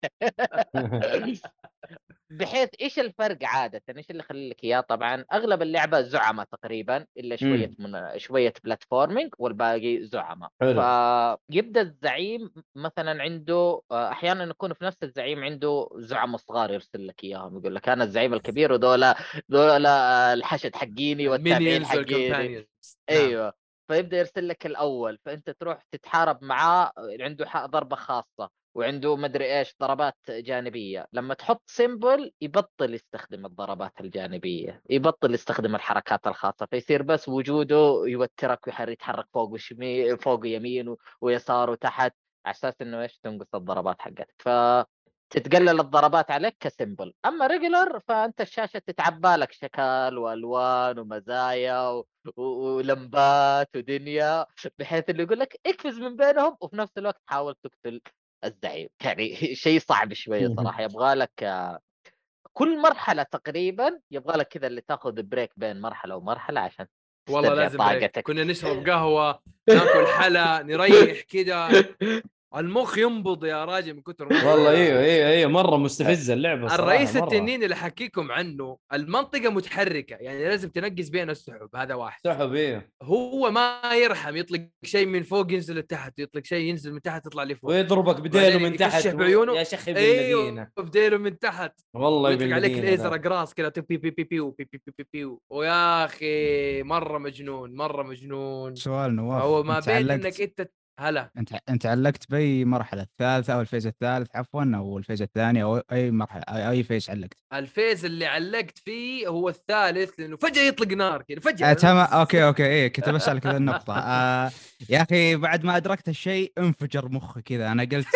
بحيث ايش الفرق عاده، ايش اللي يخلي لك اياه؟ طبعا اغلب اللعبه زعمه تقريبا، الا شويه بلاتفورمينج والباقي زعمه. فيبدا الزعيم مثلا عنده احيانا يكون في نفس الزعيم عنده زعم صغار يرسل لك اياهم، يقول لك انا الزعيم الكبير ودول الحشد حقيني والتابعين حقيني. ايوه فيبدا يرسل لك الاول، فانت تروح تتحارب معاه، عنده ضربه خاصه وعنده مدري ايش ضربات جانبيه. لما تحط سيمبل يبطل يستخدم الضربات الجانبيه، يبطل يستخدم الحركات الخاصه، فيصير بس وجوده يوترك يتحرك فوق وشمال فوق يمين ويسار وتحت، على اساس انه ايش تنقص الضربات حقتك، فتتقلل الضربات عليك كسيمبل. اما ريجولر فانت الشاشه تتعبى لك شكل والوان ومزايا ولمبات ودنيا، بحيث اللي يقول لك اقفز من بينهم وفي نفس الوقت حاول تقتل الزعيم. يعني شيء صعب شويه صراحه، يبغى لك كل مرحله تقريبا يبغى لك كذا اللي تاخذ بريك بين مرحله ومرحله عشان والله لازم طاقتك. بريك. كنا نشرب قهوه ناكل حلا نريح كده، المخ ينبض يا راجل من كثر والله ايوه مره مستفزه اللعبه صراحه. الرئيس التنين اللي حكيكم عنه المنطقه متحركه، يعني لازم تنقز بين السحب، هذا واحد سحب. ايه هو ما يرحم، يطلق شيء من فوق ينزل لتحت، يطلق شيء ينزل من تحت يطلع لفوق، ويضربك بديله من تحت بعيونه. يا شيخ بالمدينه بديله من تحت والله يطلق عليك الازرق راس كذا بي بي بي بي بي بي بي بي. ويا اخي مره مجنون. سؤال نواف، هو ما بين انك انت هلا انت علقت باي مرحله؟ الثالثه او الفيز الثالث عفوا، او الفيز الثاني، او اي مرحله اي فيز علقت؟ الفيز اللي علقت فيه هو الثالث، لانه فجاه يطلق نار كذا فجاه. اوكي ايه كنت بسالك ذا النقطه. يا اخي بعد ما ادركت الشيء انفجر مخي كذا. انا قلت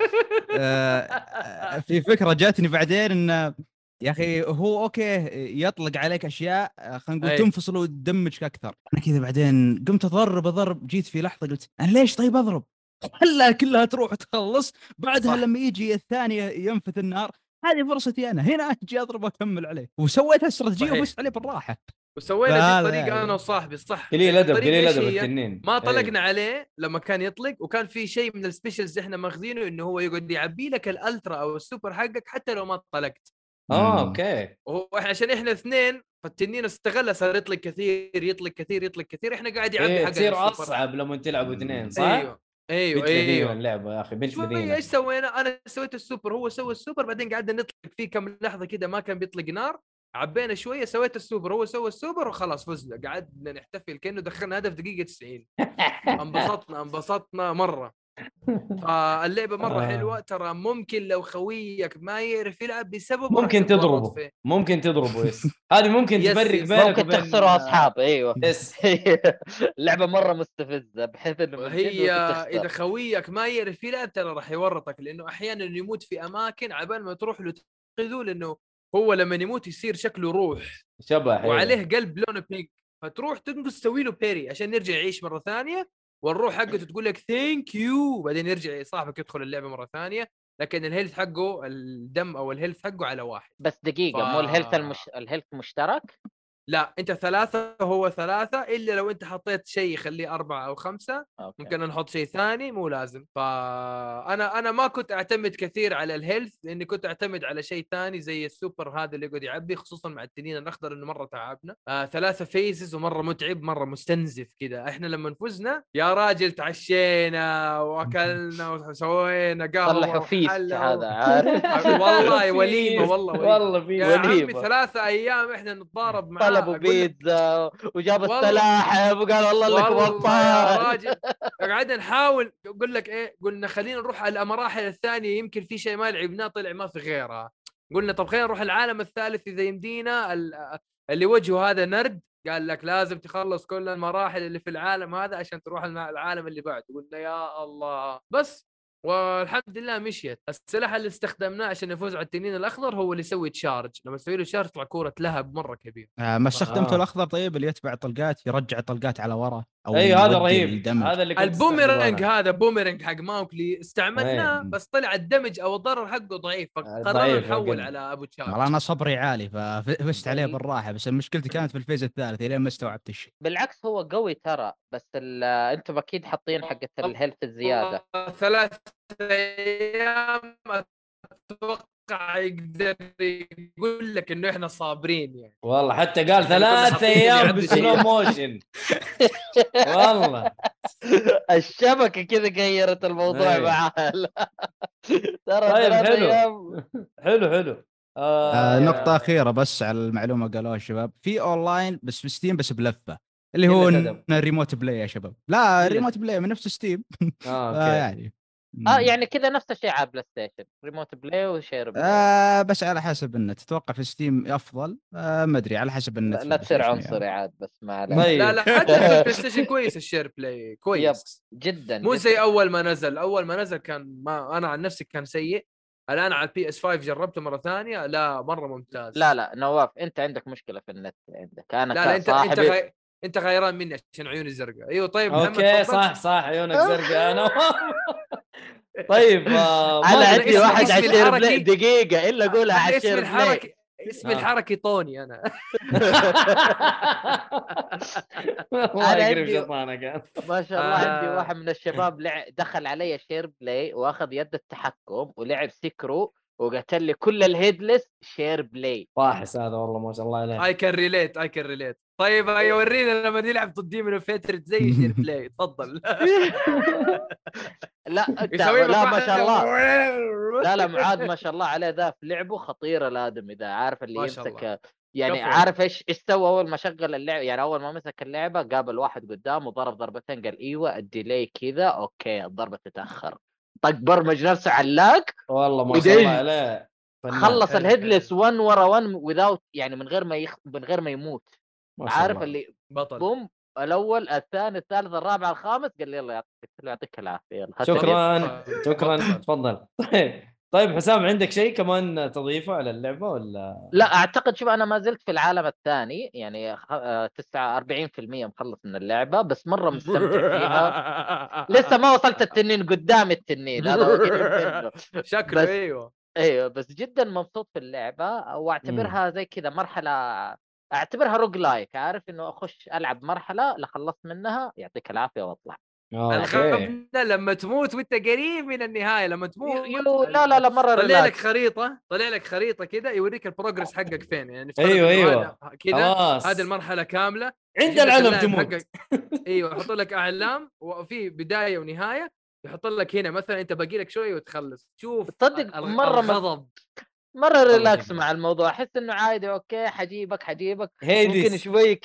في فكره جاتني بعدين ان يا اخي هو اوكي يطلق عليك اشياء خلينا نقول تنفصل وتدمجك اكثر. انا كذا بعدين قمت اضرب، جيت في لحظه قلت انا ليش طيب اضرب؟ خلها كلها تروح وتخلص، بعدها لما يجي الثاني ينفث النار هذه فرصتي انا هنا اجي اضرب واكمل عليه. وسويت استراتيجيه وفزت عليه بالراحه. وسوينا دي الطريقه انا وصاحبي الصح. قليل ادب التنين ما طلقنا عليه لما كان يطلق، وكان في شيء من السبيشلز احنا ماخذينه انه هو يقعد يعبي لك الالترا او السوبر حقك حتى لو ما طلقت. اوكي. عشان احنا اثنين فالتنين استغل، صار يطلق كثير احنا قاعد يعبي حاجه تصير اصعب لما تلعبوا اثنين صح؟ ايوه اللعبه يا اخي بنت لذينه. ايش سوينا؟ انا سويت السوبر هو سوى السوبر، بعدين قعدنا نطلق فيه كم لحظه كده ما كان بيطلق نار، عبينا شويه سويت السوبر هو سوى السوبر وخلاص فزنا. قعدنا نحتفل كأنه دخلنا هدف دقيقه 90. انبسطنا مره. فاللعبه مره حلوه ترى. ممكن لو خويك ما يعرف يلعب بسبب ممكن تضربه يس. هذه ممكن تفرق بينك ممكن تخسروا اصحاب. ايوه يس. لعبه مره مستفزه بحيث انه هي اذا خويك ما يعرف يلعب ترى راح يورطك، لانه احيانا يموت في اماكن عبال ما تروح له تنقذه، لانه هو لما يموت يصير شكله روح شبح وعليه قلب لونه بينك، فتروح تنقذ تسوي له بيري عشان يرجع يعيش مره ثانيه، والروح حقته تقول لك ثانك يو، بعدين يرجع صاحبك يدخل اللعبه مره ثانيه. لكن الهيلث حقه الدم او الهيلث حقه على واحد بس. دقيقه مو الهيلث مشترك؟ لا انت 3 هو 3، الا لو انت حطيت شيء يخليه 4 أو 5. ممكن نحط شيء ثاني مو لازم. فانا ما كنت اعتمد كثير على الهيلث، لاني كنت اعتمد على شيء ثاني زي السوبر هذا اللي يقعد يعبي، خصوصا مع التنين الاخضر انه مره تعبنا. 3 فيزز ومره متعب مره مستنزف كذا. احنا لما فزنا يا راجل تعشينا واكلنا وسوينا قهوه طلعوا فيست هذا عارف. والله وليمه والله في يا عمي 3 ايام احنا نتضارب مع طلبوا بيتزا وجاب السلاحف وقال والله لكم يا راجل قعدنا نحاول اقول لك ايه قلنا خلينا نروح على المراحل الثانيه يمكن في شيء ما لعبناه طلع ما في غيرها قلنا طب خلينا نروح العالم الثالث اذا يمدينا اللي وجهه هذا نرد قال لك لازم تخلص كل المراحل اللي في العالم هذا عشان تروح العالم اللي بعده قلنا يا الله بس والحمد لله مشيت. السلاح اللي استخدمناه عشان نفوز على التنين الاخضر هو اللي يسوي تشارج لما تسوي له تشارج تطلع كوره لهب مره كبير. ما استخدمته الاخضر طيب اللي يتبع طلقات يرجع الطلقات على ورا او ايوه هذا رهيب هذا اللي البوميرانج هذا بوميرانج حق ماوكلي استعملناه بس طلع الدمج او الضرر حقه ضعيف فقررنا نحول على ابو تشارج. والله انا صبري عالي ففزت عليه بالراحه بس مشكلتي كانت في الفيز الثالث لين ما استوعبت الشيء. بالعكس هو قوي ترى بس انتم اكيد حاطين حقه الهيلث الزياده 3 ايام اتوقع يقدر يقول لك انه احنا صابرين يعني والله حتى قال 3 ايام بسلو موشن والله الشبكه كذا غيرت الموضوع معاه ترى 3 ايام حلو نقطة أخيرة بس على المعلومة قالوها الشباب في أونلاين بس في ستيم بس بلفة اللي هو الريموت بلاي يا شباب. لا الريموت بلاي من نفس ستيم يعني يعني كذا نفس الشيء على بلاي ستيشن ريموت بلاي وشير بلاي بس على حسب النت تتوقع في ستيم أفضل ما أدري على حسب النت لا تصير عنصري عاد بس ما عليك. لا حتى في البلاي ستيشن كويس الشير بلاي كويس جدا مو زي أول ما نزل كان ما أنا عن نفسي كان سيء. الآن على البي اس 5 جربته مرة ثانية لا مرة ممتاز. لا نواف أنت عندك مشكلة في النت عندك أنا لا أنت غيران مني عشان عيوني زرقاء. أيوه طيب أوكي صح عيونك زرقاء أنا طيب أنا عندي واحد عشر دقيقة إلا قولها عشر اسمي الحركي طوني أنا والله يقرب شيطانك ما شاء الله عندي واحد من الشباب دخل علي شير بلاي واخذ يد التحكم ولعب سكرو وقتل لي كل الهيدلس شير بلاي فاحس هذا والله ما شاء الله عليه. اي كان ريليت طيب ورينا لما نلعب ضد ديمون فيترت زي شير بلاي تفضل لا ما شاء الله لا معاذ ما شاء الله عليه ذا في لعبه خطير الادمي ذا عارف اللي يمسك يعني عارف ايش سوى اول ما شغل اللعبه يعني اول ما مسك اللعبه قابل واحد قدامه ضرب ضربتين قال ايوه الديلي كذا اوكي الضربه تتاخر طق برمج نفسه علاق والله ما شاء الله عليه خلص الهيدلس 1 ورا 1 without يعني من غير ما يموت عارف اللي بطل بوم الاول الثاني الثالث الرابع الخامس قال لي يلا يعطيك العافيه يلا شكرا تفضل. طيب حسام عندك شيء كمان تضيفه على اللعبه ولا لا اعتقد شوف انا ما زلت في العالم الثاني يعني 49% مخلص من اللعبه بس مره مستمتع فيها لسه ما وصلت التنين قدام التنين هذا شكله ايوه بس جدا مبسوط في اللعبه واعتبرها زي كذا مرحله اعتبرها روج لايك عارف انه اخش العب مرحله لخلصت منها يعطيك العافيه واطلع الخبنة لما تموت وانت قريب من النهايه لما تموت لا مره طلع لك خريطه كده يوريك البروجرس حقك فين يعني ايوه كذا هذه المرحله كامله عند العلم تموت ايوه يحط لك اعلام وفي بدايه ونهايه يحط لك هنا مثلا انت باقي لك شويه وتخلص شوف تصدق مره غضب مره ريلاكس مع الموضوع احس انه عادي اوكي حجيبك ممكن شوي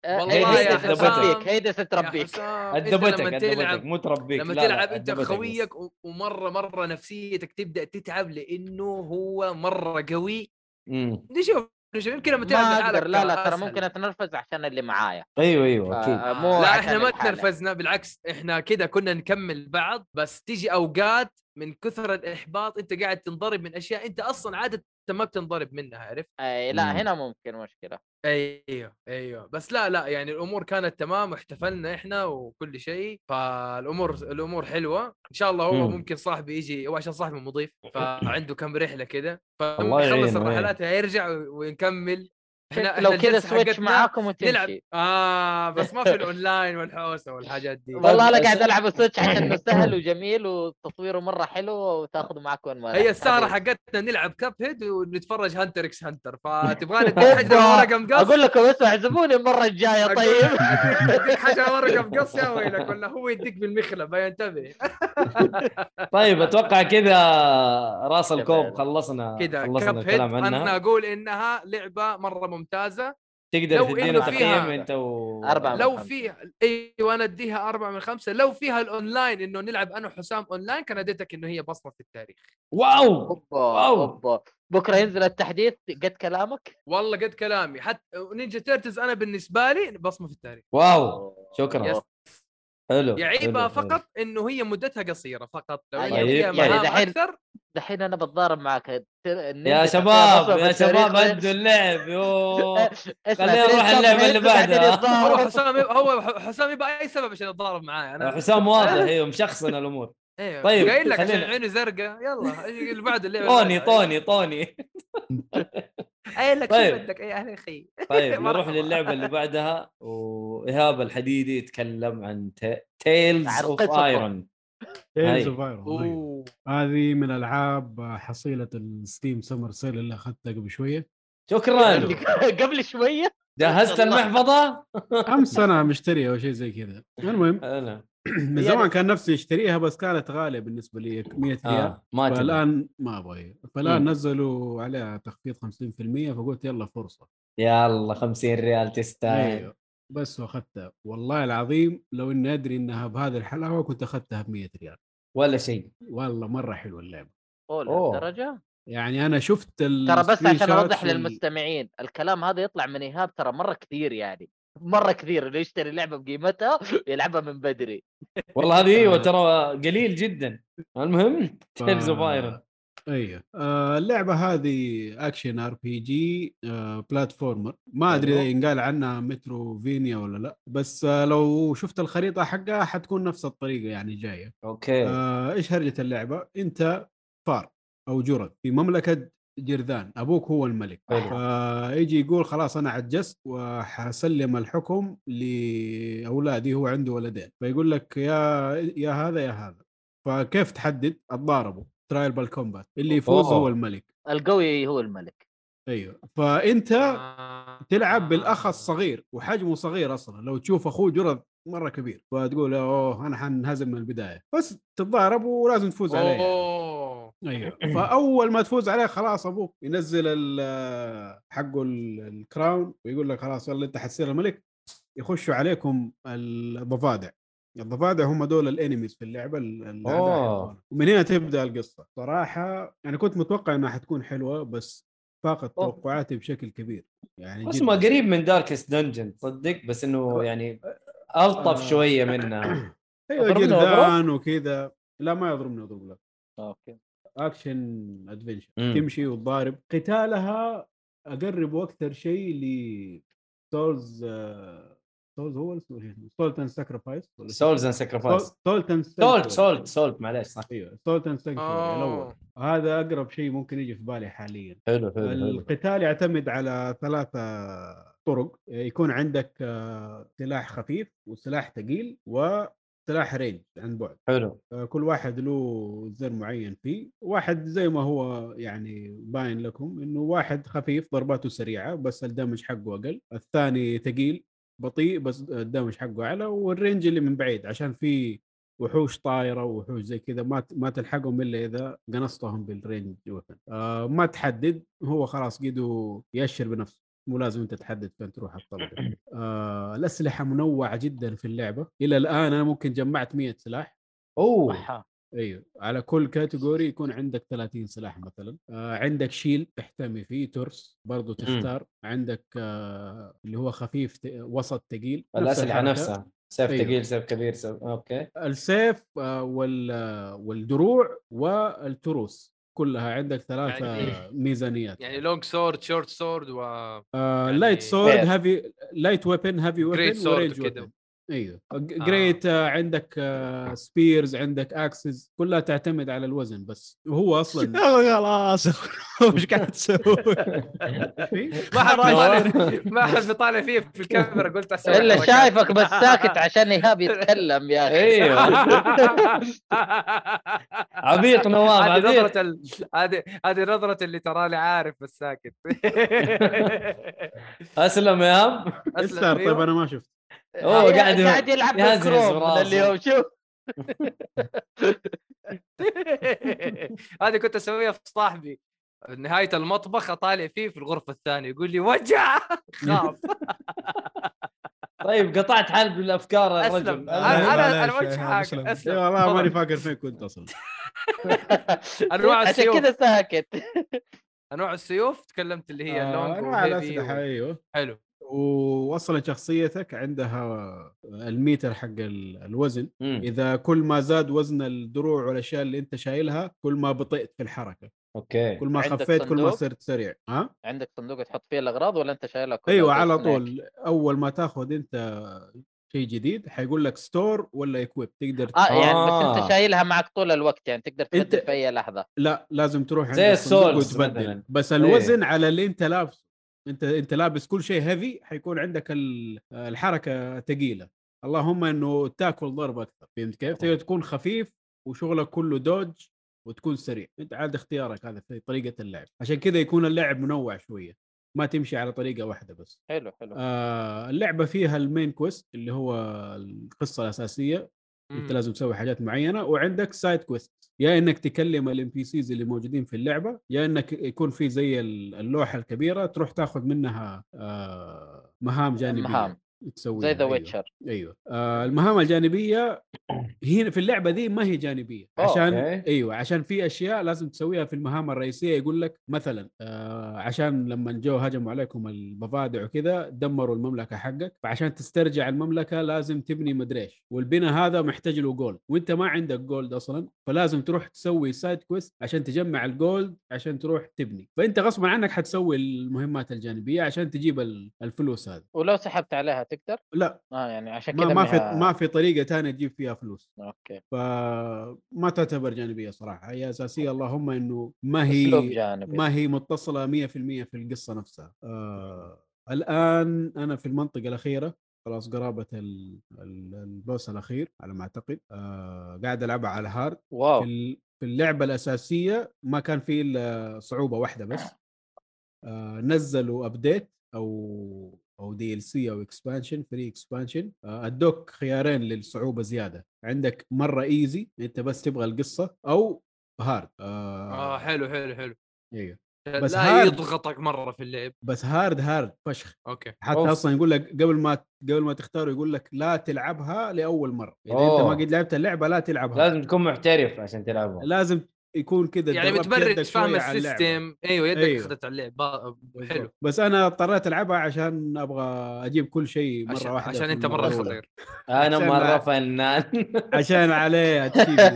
هيدس تربيك أدبتك مو تربيك لما تلعب انت خويك ومره نفسيتك تبدا تتعب لانه هو مره قوي نشوف يمكن لما تلعب لا ترى ممكن اتنرفز عشان اللي معايا ايوه اكيد لا احنا ما تنرفزنا بالعكس احنا كده كنا نكمل بعض بس تيجي اوقات من كثر الاحباط انت قاعد تنضرب من اشياء انت اصلا عاده ما بتنضرب منها عرفت لا هنا ممكن مشكله ايوه بس لا يعني الامور كانت تمام واحتفلنا احنا وكل شيء فالامور حلوه ان شاء الله هو ممكن صاحبي يجي هو عشان صاحبي مضيف فعنده كم رحله كده فيخلص الرحلات هيرجع ونكمل احنا لو كذا سويتش معاكم وتمشي بس ما في الاونلاين والحوسه والحاجات دي والله انا قاعد العب السويتش عشان سهل وجميل وتصويره مره حلو وتاخذه معك وين ما هي السهره حقتنا نلعب كاب هيد ونتفرج هانتر اكس هانتر فتبغاني اديك حاجه مقص اقول لكم اسمع اعزموني المره الجايه طيب اديك حاجه ورقه مقص يا ويلك ولا هو يديك بالمخلب ينتبه طيب اتوقع كذا راس الكوب خلصنا الكلام عنها انا اقول انها لعبه مره ممتازه تقدر لو تدينا إنه تقييم فيها انت 4 لو فيها ايوه انا اديها 4 من 5. لو فيها الاونلاين انه نلعب انا وحسام اونلاين كان اديتك انه هي بصمه في التاريخ. واو اوبا اوبا بكره ينزل التحديث قد كلامك. والله قد كلامي. حتى نينجا تيرتلز انا بالنسبه لي بصمه في التاريخ. واو شكرا. يس. حلو يعيبها حلو. فقط انه هي مدتها قصيره فقط. لو طيب، إنه فيها يعني مهام اكثر. دحين انا بتضارب معك. يا شباب يا شباب ادوا اللعب يوه. خلينا نروح اللعبه اللي بعدها. هو حسام يبقى اي سبب عشان يتضارب معاي انا. حسام واضح ايوه مشخصن الامور. ايوه طيب قايل لك عشان خلينا عينه زرقاء. يلا اللي بعد اللعبه طوني قايل لك طيب. شو بدك يا اخي. طيب نروح للعبه اللي بعدها. وإيهاب الحديدي يتكلم عن تيلز اوف ايرون. تيلز اوف ايرون هذه من العاب حصيله الستيم سمر سيل اللي اخذتها قبل شويه. شكرا. قبل شويه جهزت المحفظه. 5 سنه مشتريها او شيء زي كذا. المهم من زمان كان نفسي اشتريها بس كانت غاليه بالنسبه لي 100 ريال. فالان ما ابغى. فالان نزلوا عليها تخفيض 50% فقلت يلا فرصه يلا 50 ريال تستاهل. أيوه. بس واخذتها والله العظيم لو اني ادري انها بهذه الحلاوه كنت اخذتها ب 100 ريال ولا شيء. والله مره حلوه اللعبه. درجه يعني انا شفت ترى بس عشان اوضح للمستمعين الكلام هذا يطلع من إيهاب ترى مره كثير. يعني مره كثير اللي يشتري لعبه بقيمتها يلعبها من بدري. والله هذه ترى قليل جدا. المهم تيلز اوف ايرون. ايوه اللعبه هذه اكشن ار بي جي بلاتفورمر. ما ادري اذا ينقال عنها متروفينيا ولا لا. بس لو شفت الخريطه حقها حتكون نفس الطريقه يعني جايه. اوكي. ايش هرجه اللعبه؟ انت فار او جرد في مملكه جرذان. ابوك هو الملك. فيجي يقول خلاص انا عجزت وحسلم الحكم لاولادي. هو عنده ولدين. فيقول لك يا هذا يا هذا. فكيف تحدد؟ تضاربوا ترايل بالكومبات. اللي يفوز هو الملك. القوي هو الملك. ايوه. فانت تلعب بالاخ الصغير وحجمه صغير اصلا. لو تشوف اخوه جرد مره كبير فتقول اوه انا حنهزم من البدايه. بس تتضارب ولازم تفوز عليه يعني. ايوه. فاول ما تفوز عليه خلاص ابوك ينزل حقه الكراون ويقول لك خلاص يلا انت حتصير الملك. يخشوا عليكم الضفادع. الضفادع هم دول الانيميز في اللعبه الاعداء. ومن هنا تبدا القصه. صراحه يعني كنت متوقع انها حتكون حلوه بس فاقت توقعاتي بشكل كبير يعني. اسمه قريب من داركست دنجن تصدق بس انه يعني الطف شويه منها. ايوه جردان وكذا. لا ما يضربني اضرب لك. اوكي. اكشن ادفنشر تمشي وتضارب. قتالها اقرب اكثر شيء ل سولز هو سولت اند ساكرفايس. سولز اند ساكرفايس. سولت معلش صح. ايوه سولت اند ساكرفايس الاول. هذا اقرب شيء ممكن يجي في بالي حاليا. حلو. القتال يعتمد على 3 طرق. يكون عندك سلاح خفيف وسلاح ثقيل وسلاح رينج عن بعد. حلو. كل واحد له زر معين فيه. واحد زي ما هو يعني باين لكم انه واحد خفيف ضرباته سريعه بس الدمج حقه اقل. الثاني ثقيل بطيء بس الدمج حقه اعلى. والرينج اللي من بعيد عشان في وحوش طايره ووحوش زي كذا ما تلحقهم الا اذا قنصتهم بالرينج وفن. ما تحدد. هو خلاص قيده يأشر بنفسه. مو لازم انت تحدد فين تروح الطلق. الاسلحه منوعه جدا في اللعبه. الى الان انا ممكن جمعت 100 سلاح. ايوه. على كل كاتيجوري يكون عندك 30 سلاح مثلا. عندك شيل تحتمي فيه. ترس برضو تختار. عندك اللي هو خفيف وسط ثقيل. الاسلحه نفسها سيف ثقيل سيف كبير اوكي. السيف والدروع والتروس كلها عندك 3 يعني ميزانيات. يعني لونج سورد شورت سورد يعني لايت سورد هافي لايت ويبن هافي ويبن ورينج ويبن. ايوه. جريت عندك سبيرز عندك اكسس. كلها تعتمد على الوزن بس. وهو اصلا خلاص وش قاعد تسوي؟ ما حد بيطالع فيه في الكاميرا. قلت اسوي الا شايفك بس ساكت عشان ايهاب يتكلم يا اخي. ايوه عبيط نواف. هذه نظرة اللي تراني عارف بس ساكت. اسلم يا هاب. اسلم. طيب انا ما شفت. قاعد يلعب بالكروم من اليوم. شوف هذه كنت اسويها في صاحبي نهايه المطبخ اطالع فيه في الغرفه الثانيه يقول لي وجع خاف. طيب قطعت حال بالافكار الرجل. أسلم. انا معليش، وش حاجه اسلم والله تفضل. ماني فاكر فين كنت اصلا. انواع عشان السيوف كذا ساكت. انواع السيوف تكلمت اللي هي اللونج انواع وهيفي الاسلحه ايوه. حلو. ووصلت شخصيتك عندها الميتر حق الوزن. مم. اذا كل ما زاد وزن الدروع والاشياء اللي انت شايلها كل ما بطئت في الحركه، اوكي. كل ما عندك خفيت كل ما صندوق؟ صرت سريع. ها عندك صندوق تحط فيه الاغراض ولا انت شايلها كلها ايوه زي على سناك؟ طول. اول ما تاخذ انت شيء جديد حيقول لك ستور ولا ايكويب، تقدر يعني بس انت شايلها معك طول الوقت، يعني تقدر تبدل أنت- في اي لحظه. لا لازم تروح عند زي الصندوق السولز وتبدل مثلاً. بس الوزن على اللي انت لابسه. انت لابس كل شيء هيفي، حيكون عندك الحركه ثقيله، اللهم انه تاكل ضرب اكثر. فهمت كيف؟ تقدر تكون خفيف وشغلك كله دوج وتكون سريع. انت عاد اختيارك، هذا في طريقه اللعب. عشان كذا يكون اللعب منوع شويه، ما تمشي على طريقه واحده بس. حلو. اللعبه فيها المين كويست اللي هو القصه الاساسيه، انت لازم تسوي حاجات معينه، وعندك سايد كويست، يا انك تكلم الام بي سيز اللي موجودين في اللعبه، يا انك يكون في زي اللوحه الكبيره تروح تاخذ منها مهام جانبيه مهام تسويها. زي ذا أيوه. ويتشر. ايوه المهام الجانبيه هنا في اللعبه دي ما هي جانبيه، عشان ايوه عشان في اشياء لازم تسويها في المهام الرئيسيه. يقول لك مثلا عشان لما جو هجموا عليكم الضفادع وكذا دمروا المملكه حقك، فعشان تسترجع المملكه لازم تبني مدريش، والبناء هذا محتاج له جولد وانت ما عندك جولد اصلا، فلازم تروح تسوي سايد كويست عشان تجمع الجولد عشان تروح تبني. فانت غصبا عنك حتسوي المهمات الجانبيه عشان تجيب الفلوس هذه. ولو سحبت عليها تقدر؟ لا يعني عشان كذا ما في طريقه ثانيه تجيب فيها فلوس. اوكي. فما تعتبر جانبيه صراحه، هي اساسيه، اللهم انه ما هي متصله 100% في القصه نفسها. الان انا في المنطقه الاخيره، خلاص قرابه البوس الاخير على ما اعتقد. قاعد العبها على هارد. في اللعبه الاساسيه ما كان في الا صعوبه واحده بس. نزلوا ابديت او دي ال سي او اكسبانشن، فري اكسبانشن، ادوك خيارين للصعوبه زياده. عندك مره ايزي انت بس تبغى القصه، او هارد. حلو ايوه بس لا يضغطك مره في اللعب، بس هارد فشخ. اوكي. حتى اصلا يقول لك قبل ما تختار يقول لك لا تلعبها لاول مره. اذا انت ما قد لعبت اللعبه لا تلعبها، لازم تكون محترف عشان تلعبها، لازم يكون كذا يعني متبرد فاهم السيستم. ايوه يدك اخذت على اللعب. حلو. بس انا اضطريت العبها عشان ابغى اجيب كل شيء مره واحده، عشان انت مره خطير. انا مره فنان عشان عليه اتشيفمنت.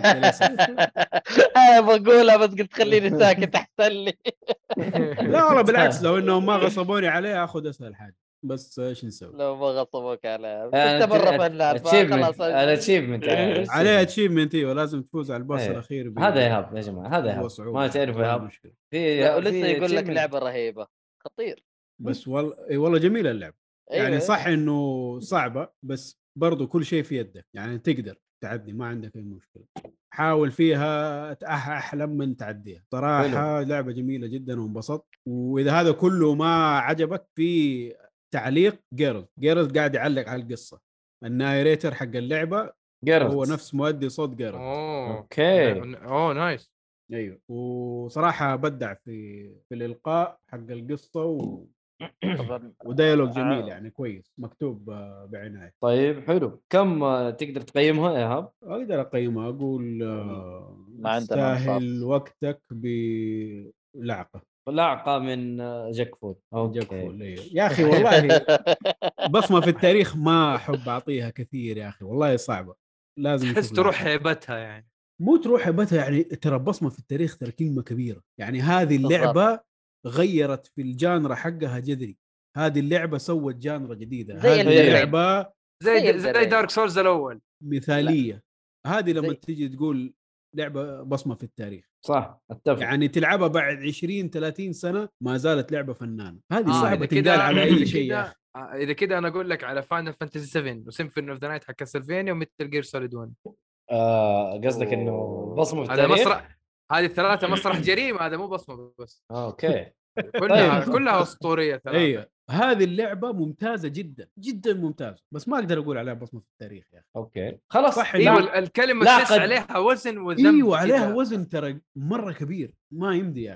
انا بقولها بس قلت خليني ساكت احسن لي. لا والله بالعكس، لو انهم ما غصبوني عليه اخذ اسهل حاجه، بس ايش نسوي؟ لو ما غصبوك عليه انت مره فنان خلاص. الاتشيفمنت عليه اتشيفمنت. ايوه لازم تفوز على البوس الاخير. هذا يهاب يا جماعه، هذا يهاب ما تعرفوا يهاب. ولسه يقول لك لعبه رهيبه خطير. بس والله جميله اللعبه. يعني صح انه صعبه، بس برضو كل شيء في يدك، يعني تقدر تعدي، ما عندك اي مشكله. حاول فيها احلم من تعديها صراحه. لعبه جميله جدا وانبسطت. واذا هذا كله ما عجبك، في تعليق جيرلد قاعد يعلق على القصه. النايريتر حق اللعبه هو نفس مؤدي صوت جيرلد. اوكي نايس. ايوه وصراحه بدع في الالقاء حق القصه وديالوج جميل، يعني كويس مكتوب بعنايه. طيب حلو. كم تقدر تقيمها يا هاب؟ اقدر اقيمها، اقول ما عندنا تستاهل وقتك بلعقه من جاك فول. يا اخي والله بصمه في التاريخ ما احب اعطيها كثير يا اخي، والله صعبه. لازم تحس تروح هيبتها، يعني مو تروح هيبتها، يعني ترى بصمه في التاريخ ترى كلمه كبيره. يعني هذه اللعبه غيرت في الجانرا حقها جذري. هذه اللعبه سوت جانرا جديده. هذه اللعبه زي دارك سولز الاول مثاليه. هذه لما تيجي تقول لعبه بصمه في التاريخ، صح اتفق. يعني تلعبها بعد 20-30 سنه ما زالت لعبه فنانه. هذه صعبه تنقال على اي شيء يا اخي. اذا كده انا اقول لك على فاينل فانتسي 7 وسيمفوني اوف ذا نايت حق كاسلفينيا وميتل جير سوليد 1. قصدك انه بصمه في هذا التاريخ؟ مسرح، هذه الثلاثه مسرح جريمه، هذا مو بصمه بس. اوكي كلها اسطوريه ثلاثه. ايوه هذه اللعبه ممتازه جدا جدا ممتازه، بس ما اقدر اقول عليها بصمه في التاريخ يا اخي. اوكي خلاص. ايوه الكلمه تحس عليها وزن وذنب. ايوه عليها وزن ترى مره كبير، ما يمدي يا اخي.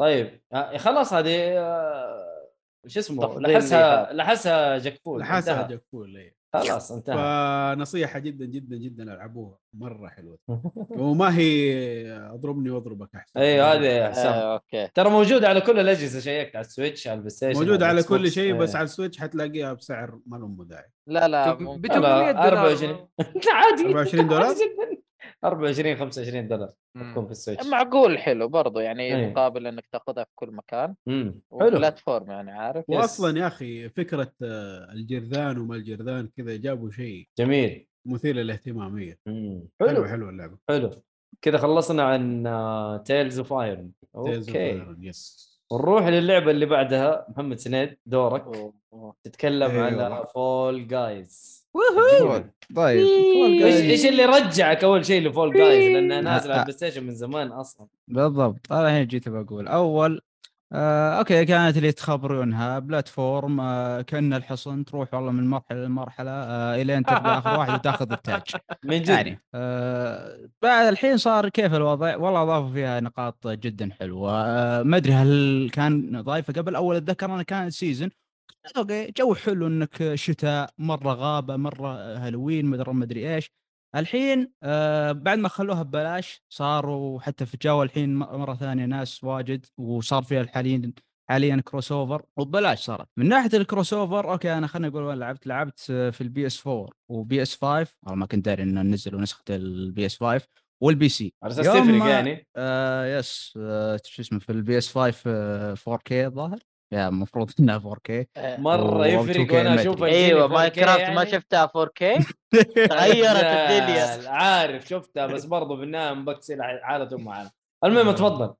طيب خلاص هذه شو اسمه تفضيل ليها. لحسها جكفول لحسها انتهى. جكفول إيه. خلاص انتهى. فنصيحه جدا جدا جدا العبوها مره حلوه وما هي اضربني واضربك احسن. ايوه هذه احسن. اوكي ترى موجود على كل الاجهزه، شيكت على السويتش على البلاي ستيشن موجود على كل الإكس شيء بوكس. بس على السويتش حتلاقيها بسعر ما له داعي. لا ب ممكن. 800 دولار 24 عادي 24 دولار؟ عادي جدا. 24 25 دولار تكون في السويتش. معقول حلو برضو يعني أيه. مقابل انك تاخذها في كل مكان حلو. وبلاتفورم يعني عارف. واصلا يا اخي فكره الجرذان وما الجرذان كذا جابوا شيء جميل مثير للاهتماميه. حلو حلو اللعبه. حلو كذا. خلصنا عن تيلز اوف ايرون. اوكي يس. ونروح للعبه اللي بعدها. محمد سنيد دورك تتكلم أيوة. على فول جايز. طيب ايش اللي رجعك اول شيء لفول جايز؟ لانها نازله على البلاي ستيشن من زمان اصلا. بالضبط انا الحين جيت بقول اول اوكي كانت اللي تخبرونها بلاتفورم كأن الحصن تروح والله من مرحله لمرحله الين تبدا اخر واحد وتاخذ التاج من جد يعني بعد الحين صار كيف الوضع والله اضافوا فيها نقاط جدا حلوه ما ادري هل كان ضايفه قبل اول اتذكر انا كان سيزون اوكي جو حلو انك شتاء مره غابه مره هالوين ما ادري ايش الحين بعد ما خلوها ببلاش صاروا حتى في جو الحين مره ثانيه ناس واجد وصار فيها حاليا كروس اوفر وببلاش صارت. من ناحيه الكروس اوفر اوكي انا خليني اقول وين لعبت في البي اس 4 وبي اس 5 ما كنت داري انه نزلوا نسخه البي اس 5 والبي سي على اساس تفرق يعني. يس شو اسمه في البي اس 5 4K الظاهر يا المفروض انها 4K مره يفرق وانا اشوف ايوه ماينكرافت يعني. ما شفتها 4K تغيرت الدنيا عارف شفتها بس برضو في النهايه مبكسل عاده معنا. المهم تفضل.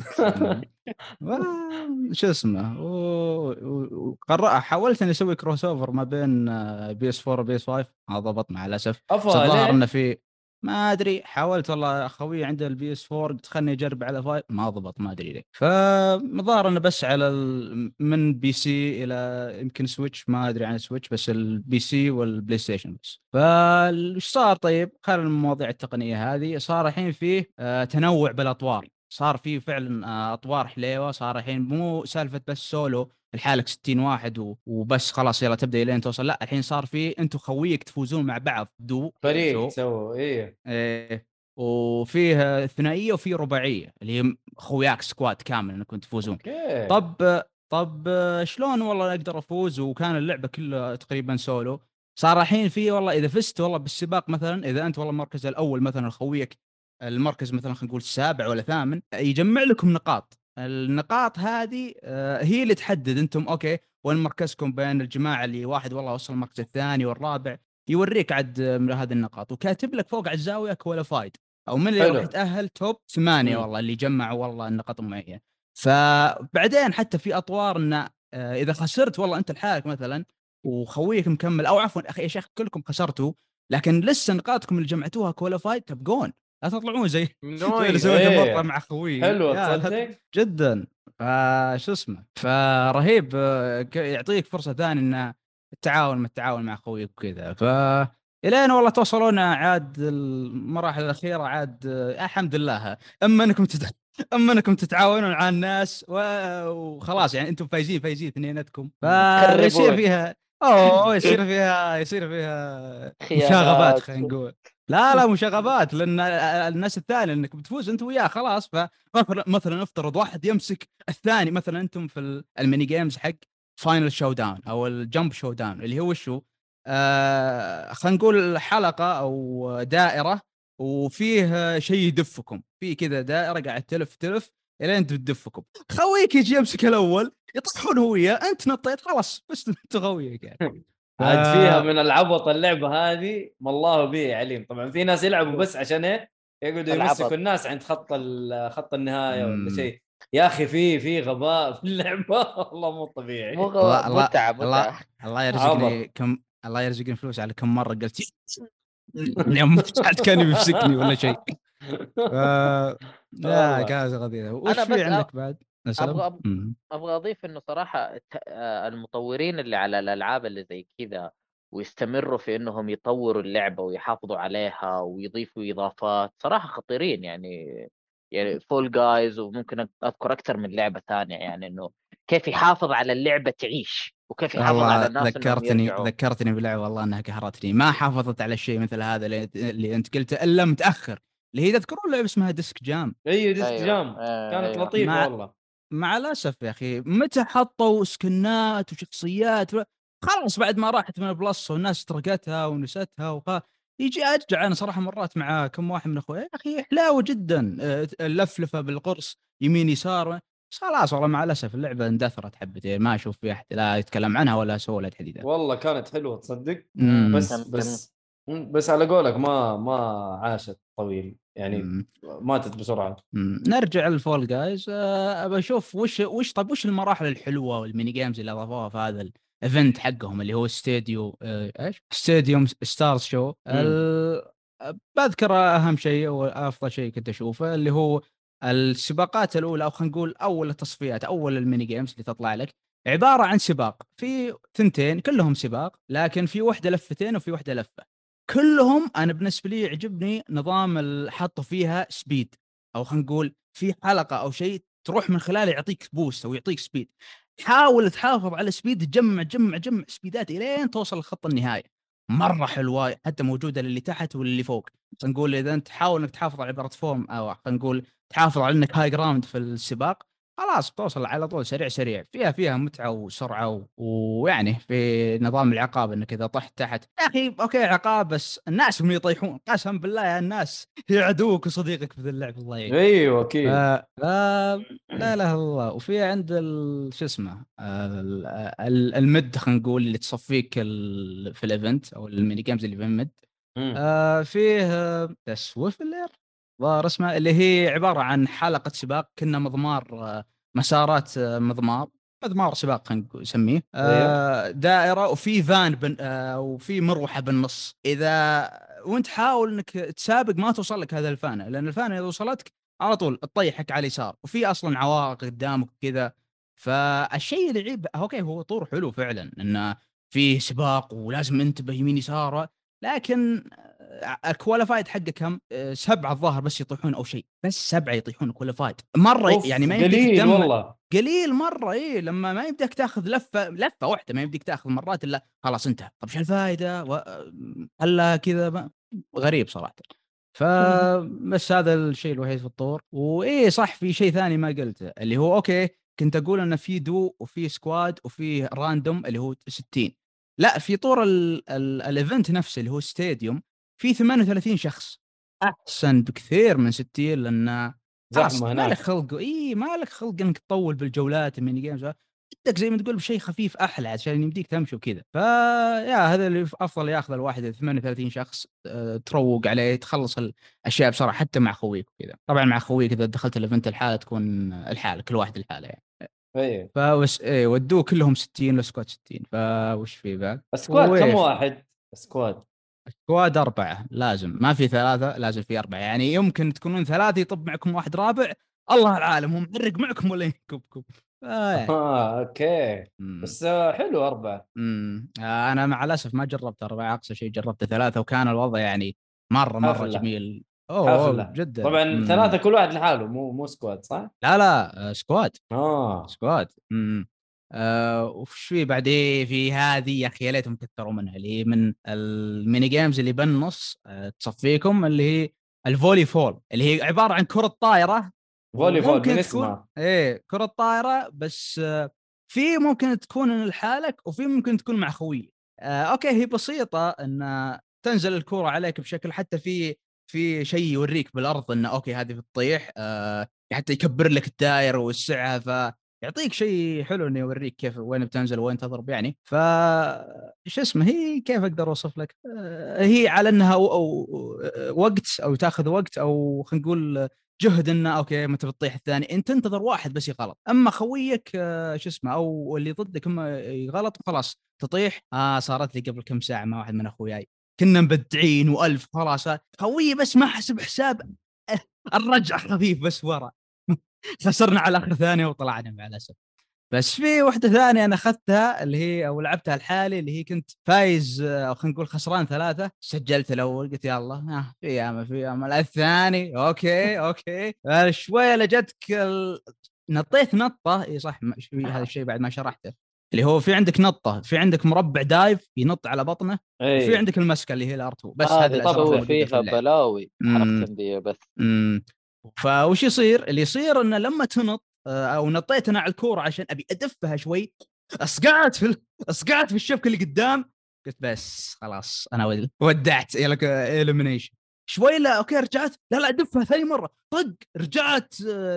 شو اسمه حاولت اني اسوي كروس اوفر ما بين بي اس 4 وبي اس 5 ما ضبط مع الاسف. الظاهر انه في ما ادري حاولت والله اخوي عنده البي اس 4 خلني اجرب على 5 ما ضبط ما ادري ليه. فمظهر انه بس على من بي سي الى يمكن سويتش ما ادري عن سويتش بس البي سي والبلاي ستيشن بس. فايش صار طيب خلينا من المواضيع التقنيه هذه صار الحين فيه تنوع بالاطوار. صار فيه فعلا اطوار حليوه صار الحين مو سالفه بس سولو الحالك 60 واحد وبس خلاص يلا تبدا الين توصل لا الحين صار فيه انتم خويك تفوزون مع بعض دو فريق تسووا ايه وفيه ثنائيه وفيه رباعيه اللي هي خوياك سكواد كامل انكم تفوزون. طب شلون والله اقدر افوز وكان اللعبه كلها تقريبا سولو. صار الحين فيه والله اذا فزت والله بالسباق مثلا اذا انت والله المركز الاول مثلا خويك المركز مثلا خلينا نقول 7 ولا 8 يجمع لكم نقاط. النقاط هذه هي اللي تحدد انتم اوكي وين مركزكم بين الجماعه اللي واحد والله وصل المركز الثاني والرابع يوريك عد من هذه النقاط وكاتب لك فوق على الزاويه كواليفايد او من اللي راح يتاهل توب 8 والله اللي جمعوا والله النقاط معينه. فبعدين حتى في اطوار ان اذا خسرت والله انت لحالك مثلا وخويك مكمل او عفوا اخي يا شيخ كلكم خسرتوا لكن لسه نقاطكم اللي جمعتوها كواليفايد تبقون لا تطلعون زي اللي سويته مره مع خوي حلوه تصدق جدا. فشو اسمه فرهيب يعطيك فرصه ثانيه ان التعاون مع خويك وكذا. الين والله توصلون عاد المراحل الاخيره عاد الحمد لله اما انكم تتعاونون على الناس وخلاص يعني انتم فايزين اثنيناتكم فيصير فيها يصير فيها مشاغبات خلينا نقول. لا مشاغبات لان الناس الثانيه انك بتفوز انت وياه خلاص. فمثلا افترض واحد يمسك الثاني مثلا انتم في الميني جيمز حق فاينل شو داون او الجمب شو داون اللي هو شو خلينا نقول حلقه او دائره وفيه شيء يدفكم في كذا دائره قاعد تلف الين تدفكم خويك يجي يمسك الاول يطحون هو وياه انت نطيت خلاص بس انت خويك يعني. عاد فيها من العبط اللعبه هذه ما الله به عليم. طبعا في ناس يلعبوا بس عشان ايه يقعدوا يمسكوا الناس عند خط النهايه ولا شيء. يا اخي في غباء في اللعبه والله مو طبيعي. الله يرزقني الله يرزقني فلوس على كم مره قلت اليوم حد كان يمسكني ولا شيء. لا كاس غديره. وش في عندك بعد؟ ابغى اضيف انه صراحه المطورين اللي على الالعاب اللي زي كذا ويستمروا في انهم يطوروا اللعبه ويحافظوا عليها ويضيفوا اضافات صراحه خطيرين يعني يعني فول جايز، وممكن اذكر اكثر من لعبه ثانيه، يعني انه كيف يحافظ على اللعبه تعيش، وكيف يحافظ على والله الناس انهم يرجعوا. ذكرتني بلعبه والله انها قهرتني، ما حافظت على الشيء مثل هذا اللي انت قلته الا متاخر، اللي هي تذكرون لعبه اسمها ديسك جام. ايوه ديسك ايوه جام كانت ايوه لطيفه مع والله. مع الاسف يا اخي، متى حطوا سكنات وشخصيات خلاص بعد ما راحت من البلس والناس ترقتها ونستها يجي ارجع انا صراحه مرات مع كم واحد من اخوي، يا اخي حلاوه جدا، اللفلفه بالقرص يمين يسار، بس خلاص والله مع الاسف اللعبه اندثرت حبتين، ما اشوف في احد لا يتكلم عنها ولا سوى لها تحديثات. والله كانت حلوه تصدق. امم بس على قولك ما عاشت طويل يعني، أمم. ماتت بسرعه. نرجع للفول جايز، ابى اشوف وش المراحل الحلوه والميني جيمز اللي اضافوها في هذا الايفنت حقهم اللي هو ايش ستاديوم ستارز شو. بذكر اهم شيء وافضل شيء كنت اشوفه اللي هو السباقات الاولى، او خلينا نقول اول التصفيات، اول الميني جيمز اللي تطلع لك عباره عن سباق في ثنتين كلهم سباق، لكن في وحده لفتين وفي وحده لفه. كلهم انا بالنسبه لي يعجبني نظام اللي حطوا فيها سبيد، او خلينا نقول في حلقه او شيء تروح من خلاله يعطيك بوست او يعطيك سبيد. حاول تحافظ على سبيد، تجمع سبيدات الين توصل لخط النهايه. مره حلوه، حتى موجوده للي تحت واللي فوق. خلينا نقول اذا انت تحاول انك تحافظ على بلاتفورم، او خلينا نقول تحافظ على انك هاي جراوند في السباق، خلاص بتوصل على طول سريع. فيها متعه وسرعه ويعني في نظام العقاب انك اذا طحت تحت يا اخي اوكي عقاب، بس الناس هم يطيحون قسم بالله، يا الناس هي عدوك وصديقك في ذا اللعب الله يعين. ايوه اكيد. لا اله الا الله. وفي عند شو اسمه المد، خلينا نقول اللي تصفيك في الايفنت او الميني جيمز اللي في المد. فيه تسويفلر ظاهر اسمه، اللي هي عباره عن حلقه سباق كنا مضمار، مسارات، مضمار سباق خلينا نسميه، دائره وفي فان وفي مروحه بالنص. اذا وانت حاول انك تسابق ما توصل لك هذا الفان، لان الفان اذا وصلتك على طول تطيحك على اليسار، وفي اصلا عوائق قدامك كذا. فالشيء اللي يعيب اوكي هو طور حلو فعلا انه فيه سباق ولازم انتبه يمين يسار، لكن الكواليفايد حقه كم؟ 7 الظاهر بس يطيحون او شيء، بس 7 يطيحون كواليفايد مره، يعني ما يمديك قليل والله، قليل مره. ايه لما ما يبدك تاخذ لفه واحده، ما يبديك تاخذ مرات الا خلاص انتهى. طب شو الفائده؟ هلا كذا غريب صراحه. فبس هذا الشيء الوحيد في الطور. وايه صح، في شيء ثاني ما قلته اللي هو اوكي كنت اقول انه في دو وفي سكواد وفي راندوم اللي هو 60. لا، في طور الايفنت نفسه اللي هو ستاديوم في 38 شخص، احسن بكثير من 60، لان زحمه هناك. ما لك خلق انك تطول بالجولات الميني جيمز، بدك زي ما تقول بشيء خفيف احلى عشان يمديك تمشي وكذا. فيا هذا اللي افضل ياخذ الواحد 38 شخص، تروق عليه تخلص الاشياء بسرعه حتى مع خويك وكذا. طبعا مع خويك اذا دخلت الايفنت الحالة تكون الحالة كل واحد الحالة يعني. ايه فوش ودوه كلهم 60 لسكواد 60. فوش في بعد سكواد كم واحد؟ سكواد 4 لازم، ما في 3 لازم في 4. يعني يمكن تكونون 3 يطب معكم واحد رابع، الله العالم هم معرق معكم ولا ينكبكم. يعني. اوكي بس حلو 4. انا مع الاسف ما جربت 4، اقصى شيء جربت 3 وكان الوضع يعني مره حفلة. جميل. حفلة جدا. طبعا 3 كل واحد لحاله، مو سكواد صح؟ لا سكواد. سكواد. وش في بعدين في هذه يا اخي، يا ليتهم كثروا منها، اللي هي من الميني جيمز اللي بالنص تصفيكم، اللي هي الفولي فول، اللي هي عباره عن كره طائره. فولي فول من اسمها كره طائره، بس في ممكن تكون لحالك وفي ممكن تكون مع خوي. اوكي هي بسيطه ان تنزل الكره عليك بشكل، حتى في شيء يوريك بالارض انه اوكي هذه بتطيح، حتى يكبر لك الدائره ويوسعها، فيعطيك شيء حلو انه يوريك كيف وين بتنزل وين تضرب يعني. ف ايش اسمه، هي كيف اقدر اوصف لك، هي على انها وقت او تاخذ وقت، او خلينا نقول جهد انه اوكي متى بتطيح الثاني، انت تنتظر واحد بس يغلط، اما خويك شو اسمه او اللي ضدك اما يغلط وخلاص تطيح. صارت لي قبل كم ساعه مع واحد من اخوياي، كنا مبدعين والف خلاص، خوي بس ما حسب حساب الرجع خفيف بس ورا خسرنا على اخر ثانيه وطلعنا مع الاسف. بس في واحده ثانيه انا اخذتها اللي هي او لعبتها الحالي اللي هي كنت فايز او خلينا نقول خسران 3 سجلت الاول قلت يلا في امل الثاني اوكي شويه لجتك نطيت نطه اي صح هذا الشيء بعد ما شرحته اللي هو في عندك نطه في عندك مربع دايف ينط على بطنه وفي عندك المسكه اللي هي الارتو بس هذه الازرار فيها بلاوي حركتين دي بس فوش يصير اللي يصير انه لما تنط او نطيت انا على الكوره عشان ابي ادفها شوي اصقعت في الشبكه اللي قدام قلت بس خلاص انا ودعت يلك إليمينيشن شوي لا اوكي رجعت لا ادفها ثاني مره طق رجعت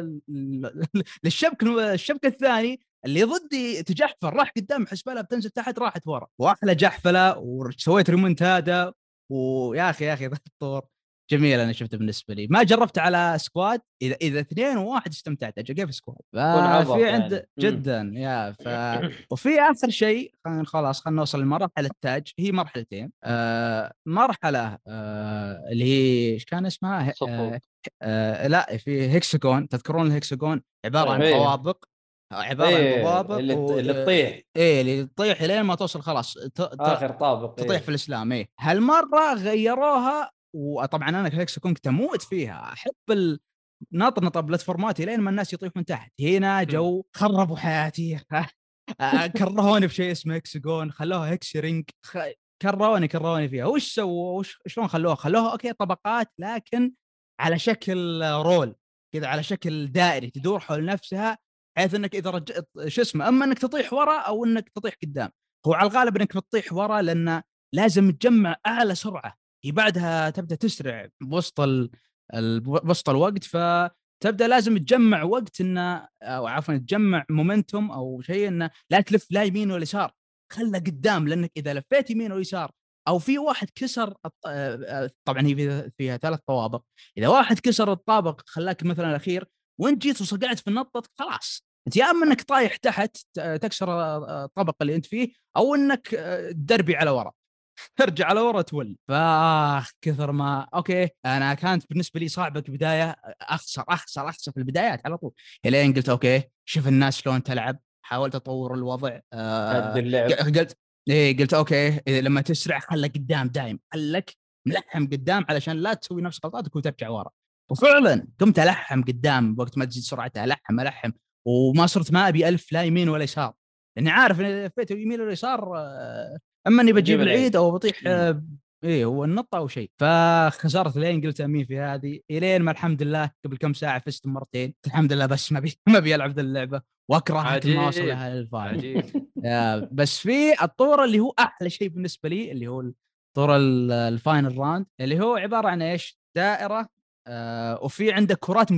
الشبكه الثاني اللي ضدي تجحفل راح قدام حسبالها بتنزل تحت راحت ورا واحلى جحفله وسويت ريمونتادا ويا اخي ذا الطور جميل انا شفته بالنسبه لي ما جربت على سكواد اذا 2 و1 استمتعت اجل كيف سكواد في عند يعني. جدا يا وفي اخر شيء خلاص خلينا نوصل لمرحله التاج هي مرحلتين مرحله اللي هي ايش كان اسمها لا في هيكساجون تذكرون الهيكساجون عباره عن طوابق عباره عن طوابق اللي تطيح اللي تطيح لين ما توصل خلاص اخر طابق تطيح في الاسلام هالمره غيروها وطبعا انا هيكساجون كنت اموت فيها احب نطنط بلاتفورمات لين ما الناس يطيحون تحت هنا جو خربوا حياتي كرهوني بشيء اسمه هيكساجون خلوها هيكسرينج كرهوني فيها وش سووا شلون خلوها اوكي طبقات لكن على شكل رول كذا على شكل دائري تدور حول نفسها حيث انك اذا رجعت اما انك تطيح ورا او انك تطيح قدام هو على الغالب انك بتطيح ورا لان لازم تجمع اعلى سرعه هي بعدها تبدا تسرع وسط الوقت فتبدا لازم تجمع وقت انه او عفوا تجمع مومنتوم او شيء انه لا تلف لا يمين ولا يسار خلى قدام لانك اذا لفيت يمين ولا يسار او في واحد كسر طبعا هي فيها 3 طوابق اذا واحد كسر الطابق خلاك مثلا الاخير وانت جيت وصقعت في النطه خلاص انت يا اما انك طايح تحت تكسر الطبق اللي انت فيه او انك تدربي على ورا ترجع على ورا تولي كثر ما اوكي انا كانت بالنسبه لي صعبه كبدايه اخسر في البدايات على طول الين قلت اوكي شوف الناس شلون تلعب حاولت اطور الوضع قلت اوكي لما تسرع خلك قدام دايم خلك ملحم قدام علشان لا تسوي نفس غلطاتك وترجع ورا وفعلا قمت الحم قدام وقت ما تزيد سرعتها الحم وما صرت ما ابي الف لا يمين ولا يسار لاني عارف ان لفيت يمين ولا يسار اما اني بجيب العيد او بطيح هو النطه او شيء فخسرت لين قلت امين في هذه الين ما الحمد لله قبل كم ساعه فزت مرتين الحمد لله بس ما بي العب ذا اللعبه واكره ما اوصل لها للفاينل بس في الطور اللي هو احلى شيء بالنسبه لي اللي هو طور الفاينل راوند اللي هو عباره عن ايش دائره وفي عندك كرات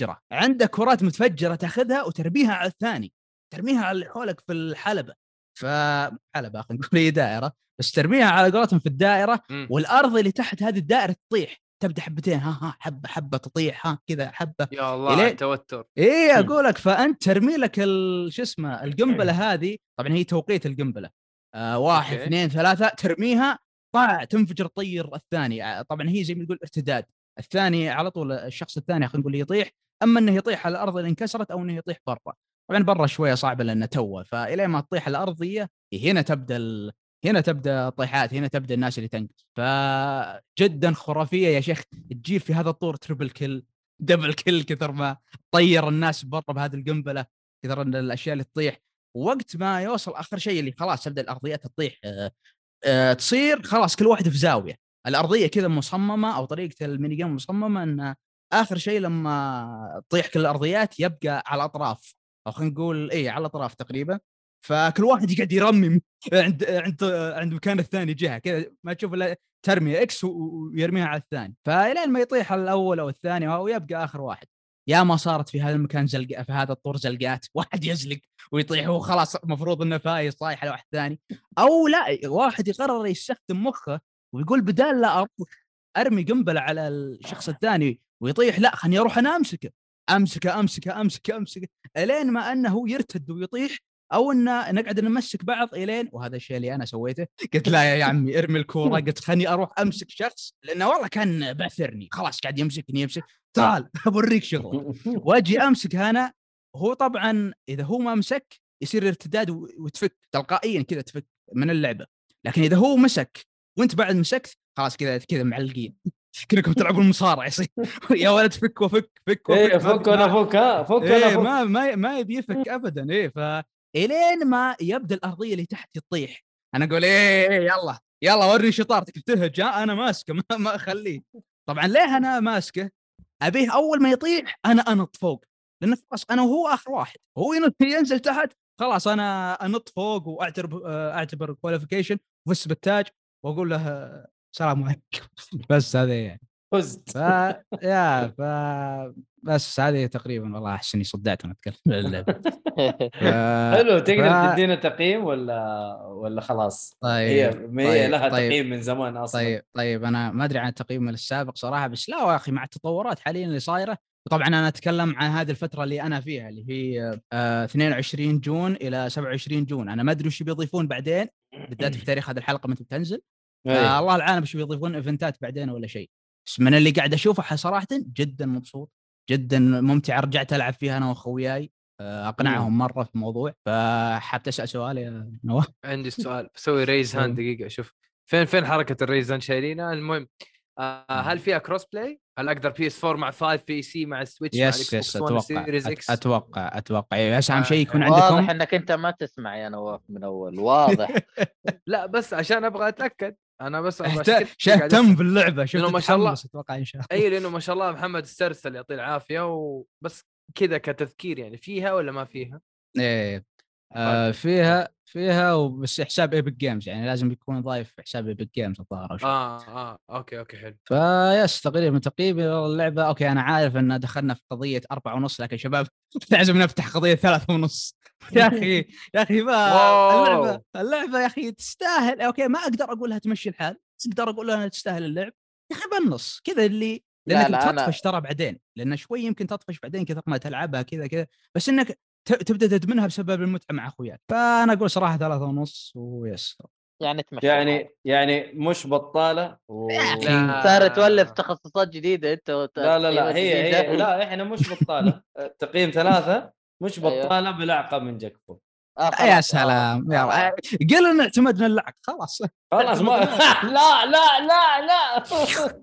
متفجره تاخذها وترميها على الثاني ترميها على اللي حولك في الحلبه فحلبة خلينا نقول هي دائرة بس ترميها على قولتهم في الدائرة والأرض اللي تحت هذه الدائرة تطيح تبدأ حبتين حبة تطيح كذا حبة يا الله التوتر أقولك فأنت ترمي لك شو اسمه القنبلة هذه طبعا هي توقيت القنبلة 1 2 3 ترميها تنفجر طير الثاني طبعا هي زي ما تقول ارتداد الثاني على طول الشخص الثاني خلينا نقول يطيح أما أنه يطيح على الأرض اللي انكسرت أو أنه يطيح برا طبعا برا شويه صعبه لانه توه فالى ما تطيح الارضيه هنا تبدا الطيحات هنا تبدا الناس اللي تنقص فجدا خرافيه يا شيخ تجيب في هذا الطور تربل كيل دبل كيل كثر ما طير الناس برا بهذه القنبله كثر الاشياء اللي تطيح وقت ما يوصل اخر شيء اللي خلاص تبدا الارضيات تطيح تصير خلاص كل واحد في زاويه الارضيه كذا مصممه او طريقه الميني جيم مصممه ان اخر شيء لما تطيح كل الارضيات يبقى على الاطراف او خلينا نقول على الاطراف تقريبا فكل واحد يقعد يرمي عند مكان الثاني جهه كذا ما تشوف الا ترمي اكس ويرميها على الثاني فالين ما يطيح الاول او الثاني ويبقى اخر واحد يا ما صارت في هذا المكان في هذا الطور زلقات واحد يزلق ويطيح وخلاص المفروض انه فايز طايح على واحد ثاني او لا واحد يقرر يستخدم مخه ويقول بدال لا اروح ارمي قنبله على الشخص الثاني ويطيح لا خلني اروح انا امسكه الين ما انه يرتد ويطيح او انه نقعد نمسك بعض الين وهذا الشيء اللي انا سويته قلت لا يا عمي ارمي الكوره قلت خلني اروح امسك شخص لانه والله كان بعثرني خلاص قاعد يمسك تعال اوريك شغل واجي امسك انا هو طبعا اذا هو ما مسك يصير ارتداد وتفك تلقائيا كذا، تفك من اللعبه. لكن اذا هو مسك وانت بعد مسكت خلاص كذا معلقين كأنكم تلعبون مصارعه يصير يا ولد فك وفك فك ايه وفك فك وانا فك ها فك إيه وانا فك. ما يبي يفك ابدا. ايه فإلين ما يبدا الارضيه اللي تحت تطيح انا اقول ايه يلا ورني شطارتك بتهج. انا ماسكه ما اخليه. طبعا ليه انا ماسكه؟ ابيه اول ما يطيح انا انط فوق، لانه خلاص انا وهو اخر واحد، هو ينزل تحت خلاص انا انط فوق واعتبر كواليفيكيشن وفز بالتاج واقول له سلام عليكم. بس هذا يعني فزت. بس هذه تقريبا. والله احس اني صدعت وانا اتكلم عن اللعبه. حلو. تقدر تدينا تقييم ولا خلاص؟ هي لها تقييم من زمان اصلا. طيب انا ما ادري عن التقييم السابق صراحه، بس لا يا اخي مع التطورات حاليا اللي صايره. طبعا انا اتكلم عن هذه الفتره اللي انا فيها اللي هي 22 جون الى 27 جون. انا ما ادري وش بيضيفون بعدين بالذات في تاريخ هذه الحلقه متى بتنزل. الله العالم وش بيضيفون ايفنتات بعدين ولا شيء. بس من اللي قاعد اشوفه صراحه جدا مبسوط، جدا ممتع. رجعت العب فيها انا واخوياي، اقنعهم مره في الموضوع. فحاب تسال سؤال يا نواف؟ عندي سؤال بسوي ريز هاند دقيقه. شوف فين حركه الريز هاند شايلينها. المهم هل فيها كروس بلاي؟ هل اقدر بي اس 4 مع 5 في سي مع السويتش مع الاكس بوكس 1 سيريز اكس؟ اتوقع بس اهم شيء يكون عندكم. واضح انك انت ما تسمع يا نواف من اول، واضح. لا بس عشان ابغى اتاكد انا بس اهتم باللعبه. شفت ما شاء الله اتوقع ان شاء الله. اي لانه ما شاء الله محمد استرسل يعطيه العافيه. وبس كذا كتذكير يعني فيها ولا ما فيها؟ ايه فيها وبس حساب ايبك جيمز، يعني لازم يكون ضايف حساب ايبك جيمز الظاهر او شيء. اوكي حلو. فيس تقريبا تقييمي اللعبه. اوكي انا عارف ان دخلنا في قضيه 4.5، لكن شباب لازم نفتح قضيه 3.5. يا اخي اللعبه يا اخي تستاهل. اوكي ما اقدر اقولها تمشي الحال، بس اقدر اقول لها تستاهل اللعب يا اخي بالنص كذا اللي لانك تطفش ترى بعدين، لان شوي يمكن تطفش بعدين كثر ما تلعبها كذا بس انك تبدا تدمنها بسبب المتعه مع اخوياك. فانا اقول صراحه 3.5 ويس يعني تمشي يعني مش بطاله صارت تولف تخصصات جديده انت لا هي لا احنا مش بطاله. تقييم 3 مش بطاله بلعقه من جاكفو. يا سلام يا قل اعتمدنا اللعق خلاص ما لا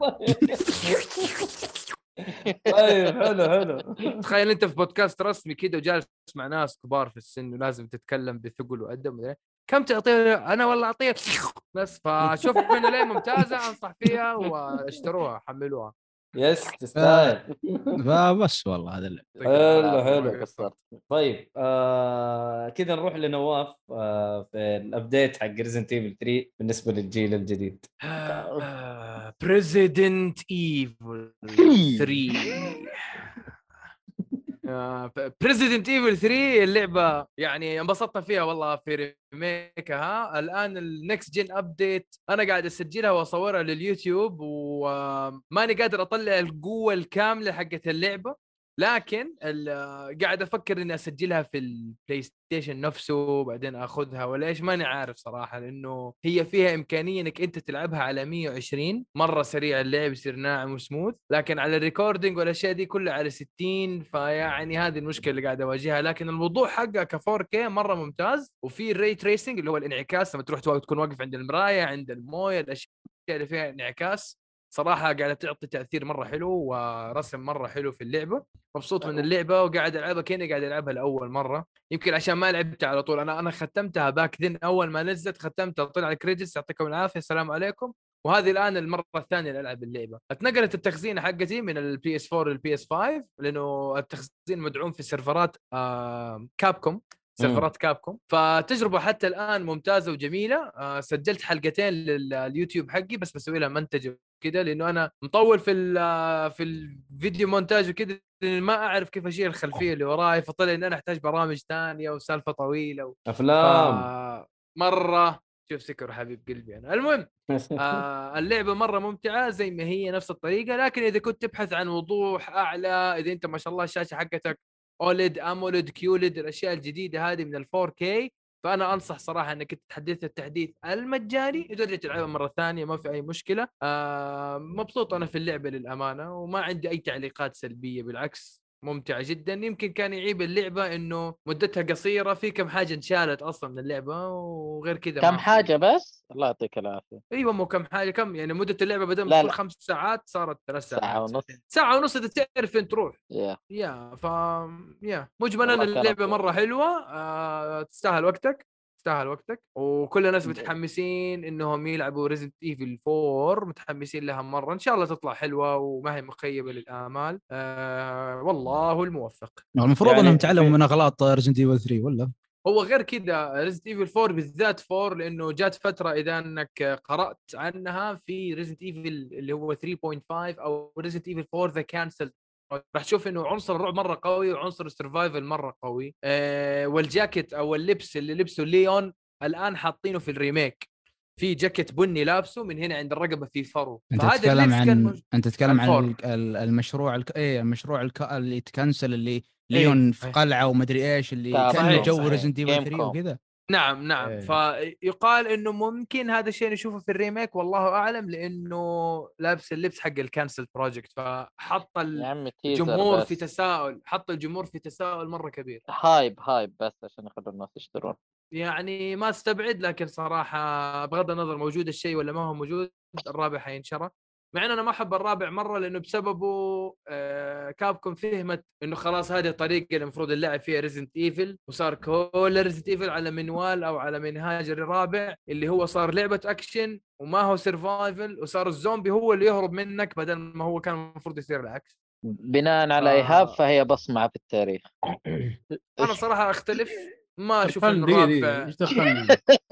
طيب حلو. تخيل انت في بودكاست رسمي كده وجالس مع ناس كبار في السن ولازم تتكلم بثقل وادب. كم تعطيه؟ انا والله اعطيه بس. فشوف من ليه ممتازه انصح فيها واشتروها حملوها. يس تستاهل. بس والله هذا حلو. طيب كذا نروح لنواف في الابديت حق ريزنت ايفل 3 بالنسبه للجيل الجديد. بريزيدنت ايفل 3 بريزيدنت ايفل 3 اللعبه يعني انبسطنا فيها والله في ريميكها. الان النكست جن ابديت انا قاعد اسجلها واصورها لليوتيوب وماني قادر اطلع القوه الكامله حقت اللعبه، لكن قاعد افكر اني اسجلها في البلاي ستيشن نفسه بعدين اخذها ولا ايش ماني عارف صراحه، لانه هي فيها امكانيه انك انت تلعبها على 120 مره سريع اللعب يصير ناعم وسموث، لكن على الريكوردينج والاشياء دي كلها على 60. فيعني هذه المشكله اللي قاعد اواجهها. لكن الوضوح حقها ك 4K مره ممتاز، وفي الري تريسنج اللي هو الانعكاس لما تروح تكون واقف عند المرايه عند المويه الاشياء اللي فيها انعكاس صراحه قاعده تعطي تاثير مره حلو ورسم مره حلو في اللعبه. مبسوط من اللعبه وقاعد العبها كاني قاعد العبها لاول مره، يمكن عشان ما لعبتها على طول. انا ختمتها باك ذن اول ما نزلت ختمتها طلع الكريدتس يعطيكم العافيه السلام عليكم، وهذه الان المره الثانيه اللي العب اللعبه. اتنقلت التخزين حقتي من البي اس 4 للبي اس 5 لانه التخزين مدعوم في سيرفرات كابكوم، سيرفرات كابكوم. فتجربه حتى الان ممتازه وجميله. سجلت حلقتين لليوتيوب حقي بس بسوي لها منتج كده لانه انا مطول في الفيديو مونتاج وكده ما اعرف كيف اشيل الخلفيه اللي وراي، فطلع ان انا احتاج برامج ثانيه وسالفه طويله افلام مره. شوف سكر حبيب قلبي انا. المهم اللعبه مره ممتعه زي ما هي نفس الطريقه، لكن اذا كنت تبحث عن وضوح اعلى، اذا انت ما شاء الله الشاشه حقتك اوليد اموليد كيوليد الاشياء الجديده هذه من ال 4K، فانا انصح صراحه انك تحدث التحديث المجاني ترجع تلعبها مره ثانيه ما في اي مشكله. مبسوط انا في اللعبه للامانه وما عندي اي تعليقات سلبيه، بالعكس ممتعه جدا. يمكن كان يعيب اللعبه انه مدتها قصيره، في كم حاجه انشالت اصلا من اللعبه، وغير كذا كم حاجه بس. الله يعطيك العافيه. ايوه مو كم حاجه، كم يعني مده اللعبه بدل ما لا تكون لا 5 ساعات صارت 3 ساعات، ساعه ونص. ساعه ونص تعرف فين تروح. يا يا مجملا والله كانت اللعبه مره حلوه، تستاهل وقتك، تستاهل وقتك. وكل الناس متحمسين انهم يلعبوا ريزنت ايفل 4، متحمسين لها مره، ان شاء الله تطلع حلوه وما هي مخيبه للامال. والله الموفق. المفروض يعني انهم تعلموا من اغلاط ريزنت ايفل 3 ولا؟ هو غير كذا ريزنت ايفل 4 بالذات 4، لانه جات فتره اذا انك قرات عنها في ريزنت ايفل اللي هو 3.5 او ريزنت ايفل 4 ذا كانسل، راح تشوف انه عنصر الرعب مره قوي وعنصر السرفايفل مره قوي. والجاكيت او اللبس اللي لبسه ليون الان حاطينه في الريميك، في جاكيت بني لابسه من هنا عند الرقبه في فرو. انت فهذا تتكلم اللبس عن كان انت تتكلم عن الفور. المشروع المشروع اللي يتكنسل، اللي إيه. ليون في قلعه ومدري ايش، اللي صحيح، كانه صحيح، جو صحيح. ريزنت ايفل جيم 3 كوم. وكذا. نعم إيه. فيقال انه ممكن هذا الشيء نشوفه في الريميك، والله اعلم، لانه لابس اللبس حق الكانسل بروجكت، فحط يا عمي تيزر الجمهور بس. في تساؤل، حط الجمهور في تساؤل مره كبير. هايب بس عشان يخلوا الناس يشترون. يعني ما استبعد، لكن صراحه بغض النظر موجود الشيء ولا ما هو موجود، الرابع حينشره. مع ان انا ما احب الرابع مره، لانه بسببه كابكوم فهمت انه خلاص هذه الطريقه اللي المفروض اللعب فيها ريزنت ايفل، وصار كل ريزنت ايفل على منوال او على منهاج الرابع، اللي هو صار لعبه اكشن وما هو سرفايفل، وصار الزومبي هو اللي يهرب منك بدل ما هو كان المفروض يصير العكس. بناء على ايهاب فهي بصمه في التاريخ. انا صراحه اختلف، ما اشوف انه دقيقة الرابع ايش دخلنا؟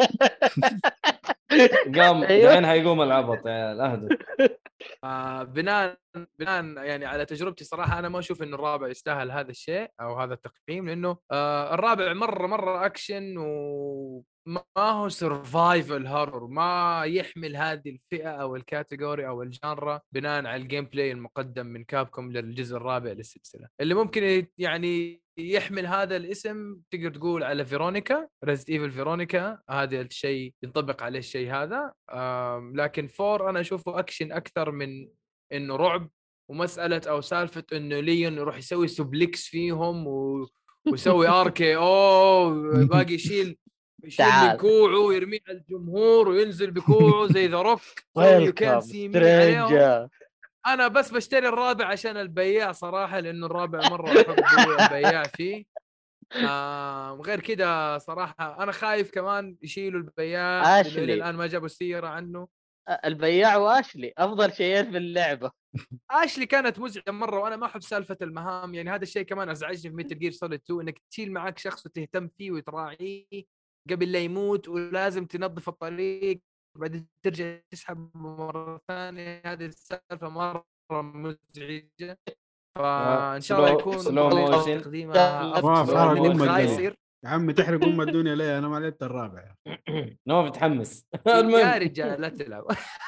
قام أيوه. دحين حيقوم العبط يا الاهدى. بناء يعني على تجربتي صراحه انا ما اشوف انه الرابع يستاهل هذا الشيء او هذا التقييم، لانه الرابع مره اكشن وما هو سرفايفل هورر، ما يحمل هذه الفئه او الكاتيجوري او الجانرا بناء على الجيم بلاي المقدم من كابكوم للجزء الرابع للسلسله. اللي ممكن يعني يحمل هذا الاسم تقدر تقول على فيرونيكا، ريزد ايفل فيرونيكا، هذا الشيء ينطبق عليه الشيء هذا. لكن فور انا اشوفه اكشن اكثر من انه رعب، ومساله او سالفه انه ليون يروح يسوي سوبليكس فيهم ويسوي اركي باقي يشيل من كوعه ويرميه على الجمهور وينزل بكوعه زي ذا روك يو كان سي مي عليهم. انا بس بشتري الرابع عشان البياع صراحه، لانه الرابع مره احب البياع فيه. غير كده صراحه انا خايف كمان يشيلوا البياع، لانه الى الان ما جابوا السيره عنه. البياع واشلي افضل شيئين في اللعبه. اشلي كانت مزعجه مره، وانا ما احب سالفه المهام، يعني هذا الشيء كمان ازعجني في ميتل جير سوليد 2، انك تشيل معك شخص وتهتم فيه وتراعيه قبل لا يموت، ولازم تنظف الطريق بعدين ترجع تسحب مره ثانيه. هذه السالفه مره مزعجه، فان شاء الله يكون تقديمها افضل من الخايسر. يا عمي تحرق الدنيا ليه؟ انا ما لعبت الرابع. نواف متحمس. يا رجال لا تلعب.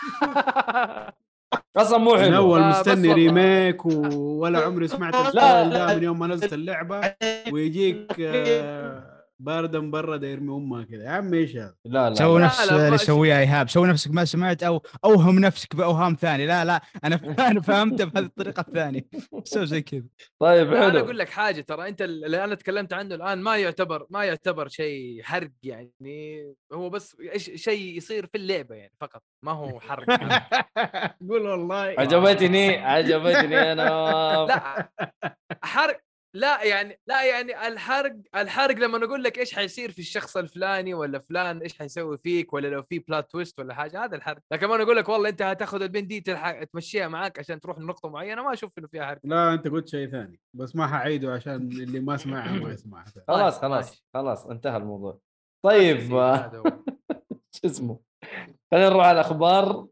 اصلا مو حلو. من اول مستني ريميك ولا عمري سمعت الستايل ده من يوم ما نزلت اللعبه، ويجيك باردا مبرد يرمي امها كذا. يا عم ايش هذا؟ لا سوي نفس اللي يسويه ايهاب، سوي نفسك ما سمعت او اوهم نفسك باوهام ثاني. لا انا فهمته بهذه الطريقه الثانيه، سوي زي كذا. طيب حلو. انا اقول لك حاجه، ترى انت اللي انا تكلمت عنه الان ما يعتبر شيء حرق، يعني هو بس شيء يصير في اللعبه يعني فقط، ما هو حرق. قول والله عجبتني انا. لا حرق، لا يعني الحرق لما نقول لك ايش حيصير في الشخص الفلاني ولا فلان ايش حيسوي فيك، ولا لو في بلات تويست ولا حاجه، هذا الحرق. لكن ما نقول لك والله انت هتاخذ البنت دي تمشيها معاك عشان تروح لنقطه معينه، ما اشوف انه فيها حرق. لا انت قلت شيء ثاني، بس ما حعيده عشان اللي ما سمعها ما يسمعها. خلاص انتهى الموضوع. طيب شو اسمه، خلينا نروح على الاخبار.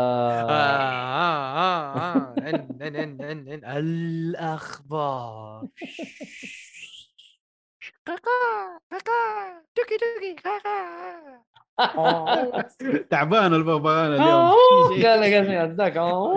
الاخبار. تعبان البغبغان اليوم. قال ذاك.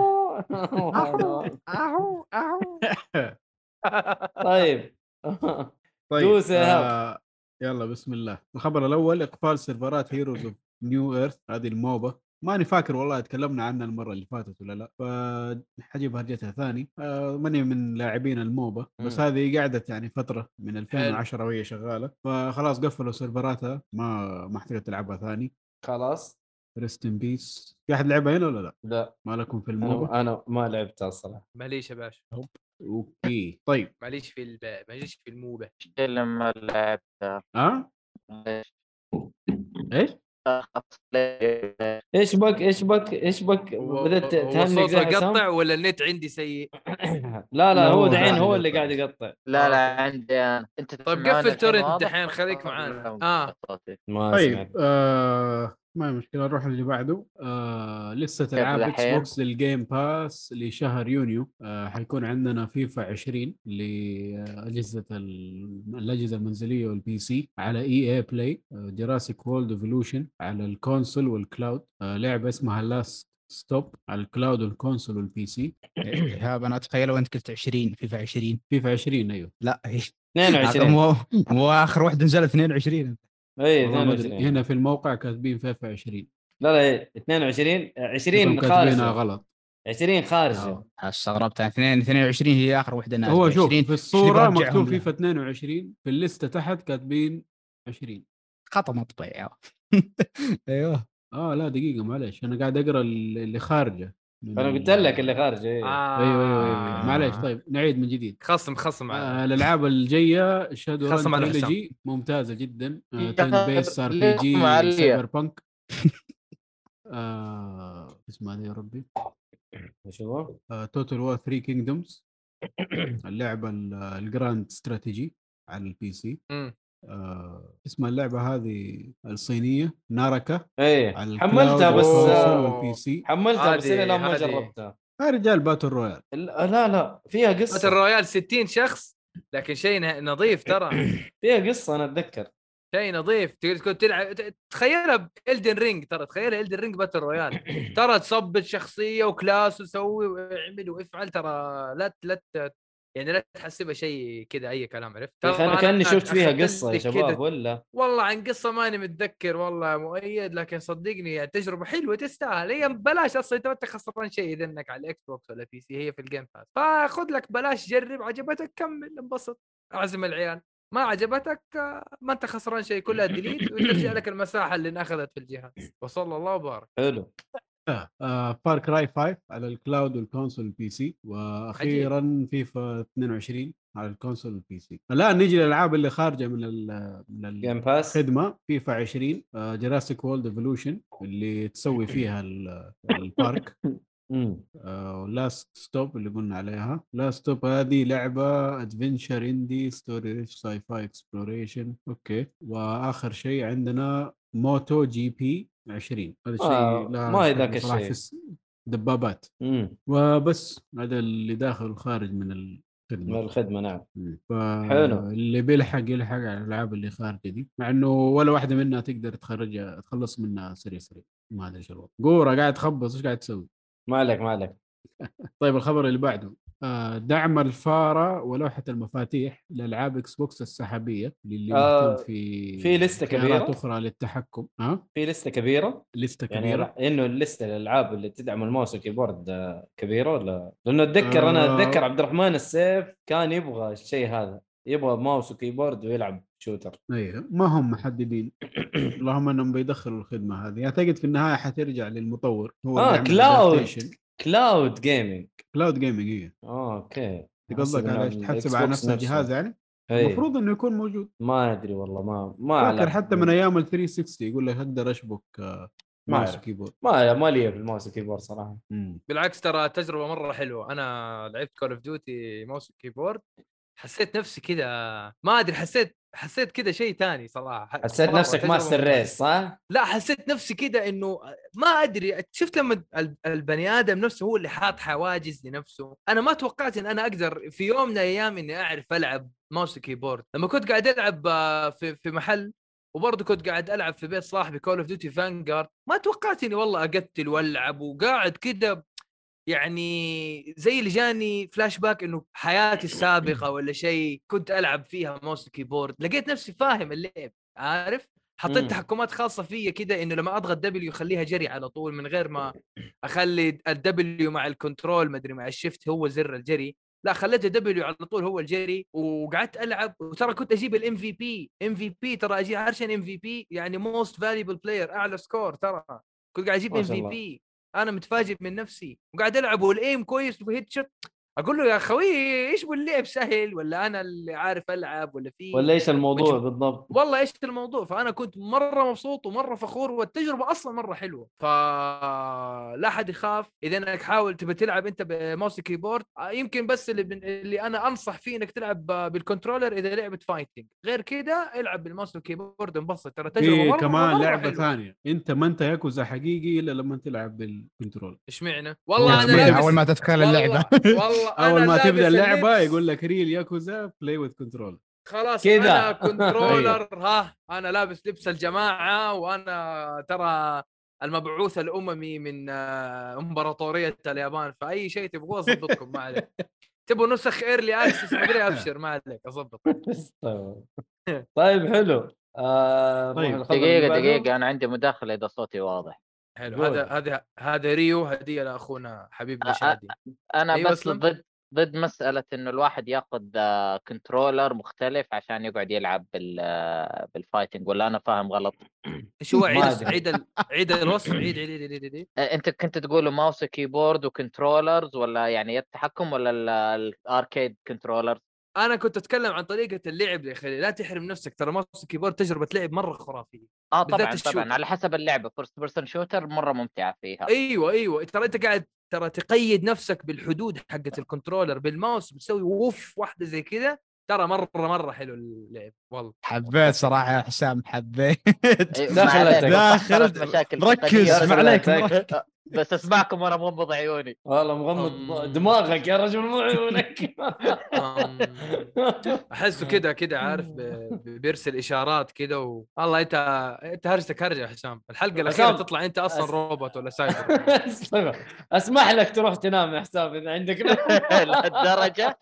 طيب دوس يلا بسم الله. الخبر الاول: اقفال سيرفرات هيروز اوف نيو ايرث، هذه الموبا ماني فاكر والله تكلمنا عنها المره اللي فاتت ولا لا، فحجيب هرجتها ثاني. ماني من لاعبين الموبا، بس هذه قعدت يعني فتره من 2010 وهي شغاله، فخلاص قفلوا سيرفراتها، ما احتاجت تلعبها ثاني خلاص. ريست ان بيس. في احد لعبها هنا ولا لا؟ لا ما لكم في الموبا؟ انا ما لعبتها الصراحه. ماليش يا باشا، اوكي طيب. ماليش في الموبة. لما لعبت ايش ايش بك بدأت تهنق زي حسام؟ قطع ولا النت عندي سيء؟ لا هو دحين هو اللي قاعد يقطع. لا عندي انت. طيب قفل تورنت دحين خليك معانا. طيب ما مشكلة، نروح اللي بعده. لسه العاب اكس بوكس للجيم باس لشهر يونيو. حيكون عندنا فيفا 20 لأجهزة الأجهزة المنزلية والبي سي على اي بلاي، جراسيك وورلد ايفولوشن على الكونسول والكلاود، لعبة اسمها لاست ستوب على الكلاود والكونسول والبي سي. انا اتخيل وانت قلت 20 فيفا 20 ايوه لا 22 مو اخر واحده نزلت 22. اي 22 هنا في الموقع كاتبين فيفا 20. لا 22 20 كاتبينها غلط. 20 خارجه. استغربت 22 هي اخر واحده نازله. هو شوف في الصوره مكتوب فيفا 22، في الليسته تحت كاتبين 20 خطا مطبعي. ايوه لا دقيقه معلش، انا قاعد اقرا اللي خارجه. انا قلت لك اللي خارجه. ايوه معلش. طيب نعيد من جديد. خصم الالعاب الجايه شادو ران تريلوجي ممتازه جدا. تن بيس ار بي جي سايبر بانك. اسمها يا ربي ايش هو؟ توتال وور 3 كينجدومز، اللعبه الجراند استراتيجي على البي سي. اسم اللعبه هذه الصينيه ناراكا. حملتها بس والبي سي حملتها بس انا ما جربتها. رجال باتل رويال. لا فيها قصه. باتل رويال 60 شخص لكن شيء نظيف ترى. فيها قصه انا اتذكر شيء نظيف. تقدر تلعب تخيلها إلدن رينج. ترى تخيلها إلدن رينج باتل رويال. ترى تصبت شخصيه وكلاس وسوي واعمل وافعل. ترى لا يعني لا تحسبها شيء كذا اي كلام. عرفت؟ انا كاني شفت فيها قصه يا شباب ولا والله عن قصه ماني متذكر والله مؤيد، لكن صدقني يعني تجربه حلوه تستاهل. هي بلاش اصلا انت خسران شيء اذا انك على الاكس بوكس ولا بي سي، هي في الجيم باس. فخذ لك بلاش جرب، عجبتك كمل انبسط اعزم العيال، ما عجبتك ما انت خسران شيء، كلها ديليت وترجع لك المساحه اللي انأخذت في الجهاز. وصلى الله وبارك. حلو. فار كراي 5 على الكلاود والكونسول والبي سي، واخيرا فيفا 22 على الكونسول والبي سي. الان نيجي للالعاب اللي خارجه من الجيم باس. خدمه فيفا 20 جراسيك وورلد ايفولوشن اللي تسوي فيها البارك. لاست ستوب اللي قلنا عليها. لاست ستوب هذه لعبه ادفنشر اندي ستوري ريتش ساي فاي اكسبلوريشن. اوكي. واخر شيء عندنا موتو جي بي 20. هذا الشيء ما هي ذاك الشيء في دبابات. وبس هذا اللي داخل وخارج من الخدمه. نعم. حلو. اللي بيلحق يلحق على الالعاب اللي خارجه دي، مع انه ولا واحده منها تقدر تخلص منها سريع. ما ادري ايش الوضع. قوره قاعد تخبص، ايش قاعد تسوي؟ ما عليك. طيب الخبر اللي بعده، دعم الفاره ولوحه المفاتيح لالعاب اكس بوكس السحابيه اللي مهتم في لسته كبيره اخرى للتحكم. في لسته كبيره يعني انه اللسته الالعاب اللي تدعم الماوس والكيبورد كبيره ولا؟ لانه انا اتذكر عبد الرحمن السيف كان يبغى الشيء هذا، يبغى ماوس وكيبورد ويلعب شوتر. ايوه ما هم محددين. اللهم انهم بيدخلوا الخدمه هذه. اعتقد في النهايه حترجع للمطور هو كلاود جيمنج هي. اوكي. قصدك على ايش؟ تحسب على نفس الجهاز يعني؟ المفروض انه يكون موجود. ما ادري والله ما فاكر حتى من ايام ال 360 يقول لك اقدر اشبك ماوس وكيبورد. ما لي في الماوس والكيبورد صراحه. بالعكس ترى تجربه مره حلوه. انا لعبت كول اوف ديوتي ماوس وكيبورد، حسيت نفسي كذا ما ادري، حسيت كذا شيء ثاني صراحه. حسيت نفسك ماستر ريس صح؟ لا حسيت نفسي كذا انه ما ادري. شفت لما البني ادم نفسه هو اللي حاط حواجز لنفسه. انا ما توقعت ان انا اقدر في يوم من الايام اني اعرف العب ماوس وكيبورد. لما كنت قاعد العب في محل، وبرضه كنت قاعد العب في بيت صاحبي كول اوف ديوتي فانجارد، ما توقعت اني والله اقتل والعب وقاعد كذا يعني زي اللي جاني فلاش باك انه حياتي السابقه ولا شيء كنت العب فيها ماوس وكيبورد. لقيت نفسي فاهم اللعب، عارف. حطيت تحكمات خاصه فيا كده، انه لما اضغط دبليو يخليها جري على طول من غير ما اخلي الدبليو مع الكنترول ما ادري مع الشيفت هو زر الجري، لا خليته دبليو على طول هو الجري. وقعدت العب، وترى كنت اجيب الام في بي ترى اجي عشان ام في بي يعني موست فاليبل بلاير، اعلى سكور ترى كنت قاعد اجيب ام في بي. انا متفاجئ من نفسي، وقاعد العب والايم كويس وهيد شوت. اقول له يا خوي ايش باللعب سهل، ولا انا اللي عارف العب، ولا في ولا ايش الموضوع بالضبط؟ والله ايش الموضوع. فانا كنت مره مبسوط ومره فخور، والتجربه اصلا مره حلوه. فلا حد يخاف اذا انك حاول تبي تلعب انت بماوس كيبورد. يمكن بس اللي انا انصح فيه انك تلعب بالكنترولر اذا لعبه فايتنج، غير كده العب بالماوس والكيبورد انبسط. ترى تجربه في مره كمان مرة لعبه حلوة. ثانيه، انت ما انت ياكوزا حقيقي الا لما تلعب بالكنترول. اشمعنى؟ والله انا اشمعنى؟ لابس اول ما تدخل اللعبه والله اول انا ما تبدا لابس اللعبه اللبس. يقول لك ريل ياكوزا بلاي وذ كنترول. خلاص كذا. انا كنترولر. ها انا لابس لبس الجماعه، وانا ترى المبعوث الاممي من امبراطوريه اليابان، فاي شيء تبغوه اضبطكم ما عليك. تبغوا نسخ ايرلي اكسس مدري ابشر ما عليك اضبط. طيب حلو. طيب دقيقة أنا عندي مداخلة إذا صوتي واضح. حلو. هذا ريو هدية لأخونا حبيبنا شادي. أنا أيوة بس ضد مسألة إنه الواحد ياخذ كنترولر مختلف عشان يقعد يلعب بالفايتنج، ولا أنا فاهم غلط؟ شو عيد الوصف. عيد. أنت كنت تقول ماوس كيبورد وكنترولرز، ولا يعني التحكم، ولا الاركيد كنترولرز؟ انا كنت اتكلم عن طريقه اللعب يا اخي، لا تحرم نفسك. ترى ماوس كيبورد تجربه لعب مره خرافيه. طبعا على حسب اللعبه. فيرست بيرسون شوتر مره ممتعه فيها. ايوه ترى انت قاعد تقيد نفسك بالحدود حقه الكنترولر. بالماوس بتسوي ووف واحده زي كذا. ترى مره حلو اللعب والله. حبيت صراحه يا حسام، حبيت. داخل مشاكل ركز ما عليك. بس اسمعكم وانا مغمض عيوني. والله مغمض دماغك يا رجل مو عيونك. احسه كده عارف بيرسل اشارات كده والله انت هرجتك هرجه يا حسام. الحلقه الاخيره تطلع انت اصلا روبوت ولا سايبر. اسمح لك تروح تنام يا حسام اذا عندك لهالدرجه.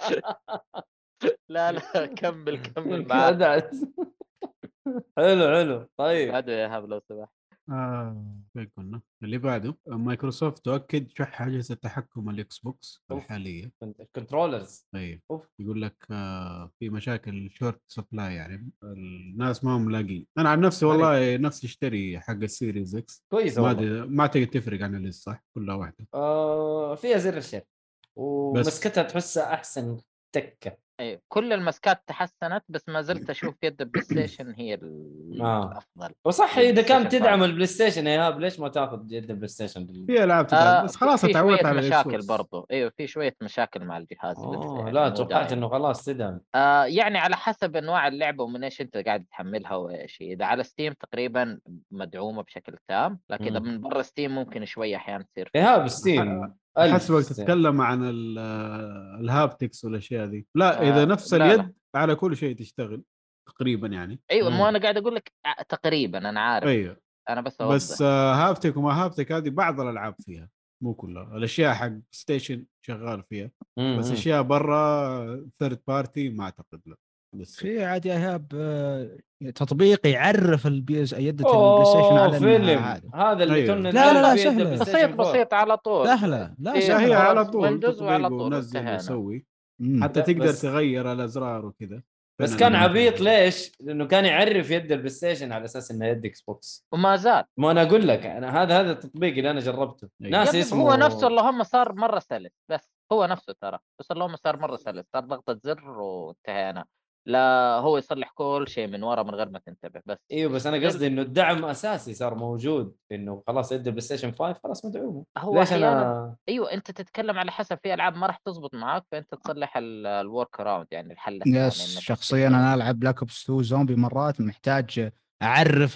لا كمل معاك. حلو طيب هذا يا هاب لو سمحت. قلنا اللي بعده مايكروسوفت تؤكد شح أجهزة التحكم الإكس بوكس الحالية كنترولرز. طيب يقول لك في مشاكل شورت سبلاي، يعني الناس ما هم لاقين. أنا عن نفسي والله نفسي اشتري حق السيريز إكس كويس ما تقدر تفرق عن اللي صح كلها واحدة. فيها زر الشير ومسكتها تحسها أحسن تكة. ايوه كل المسكات تحسنت، بس ما زلت اشوف يد البلاي ستيشن هي الافضل. وصح اذا كان تدعم البلاي ستيشن يا هاب ليش ما تاخذ يد البلاي ستيشن؟ في العاب تدعم بس خلاص تعودت على مشاكل برضو. ايوه في شويه مشاكل مع الجهاز. لا توقعت انه خلاص تدعم. يعني على حسب انواع اللعبه ومن ايش انت قاعد تحملها وايش. اذا على ستيم تقريبا مدعومه بشكل تام، لكن اذا من برا ستيم ممكن شويه احيانا تصير يا هاب ستيم حسبك تتكلم عن الهابتكس والاشياء ذي. لا اذا نفس اليد على كل شيء تشتغل تقريبا يعني. ايوه مو انا قاعد اقول لك تقريبا انا عارف. ايوه انا بس اوضح. بس هابتك وما هابتك هذه بعض الالعاب فيها مو كلها. الاشياء حق ستيشن شغال فيها بس اشياء برا ثيرد بارتي ما اعتقد. لا بس في عاد يا ايهاب تطبيق يعرف يدة البلاي ستيشن على فيلم هذا اللي كنا لا سهل بسيط على طول. سهله لا هي على طول ويندوز وعلى طول نزل وسوي حتى تقدر تغير الازرار وكذا. بس كان عبيط ليش؟ لانه كان يعرف يد البلاي ستيشن على اساس انه يد اكس بوكس وما زال. ما انا اقول لك انا هذا التطبيق اللي انا جربته ناس اسمه هو نفسه اللهم صار مره سلس. بس هو نفسه ترى بس اللهم صار مره سلس. صار ضغطه زر وانتهينا. لا هو يصلح كل شيء من ورا من غير ما تنتبه. بس ايوه بس انا قصدي انه الدعم اساسي صار موجود انه خلاص يد البلاي ستيشن 5 خلاص مدعومه. هو ليش انا ايوه انت تتكلم على حسب في العاب ما راح تزبط معك فانت تصلح الورك اراوند يعني الحل الثاني. شخصيا انا العب بلاك اوبس 2 زومبي مرات محتاج اعرف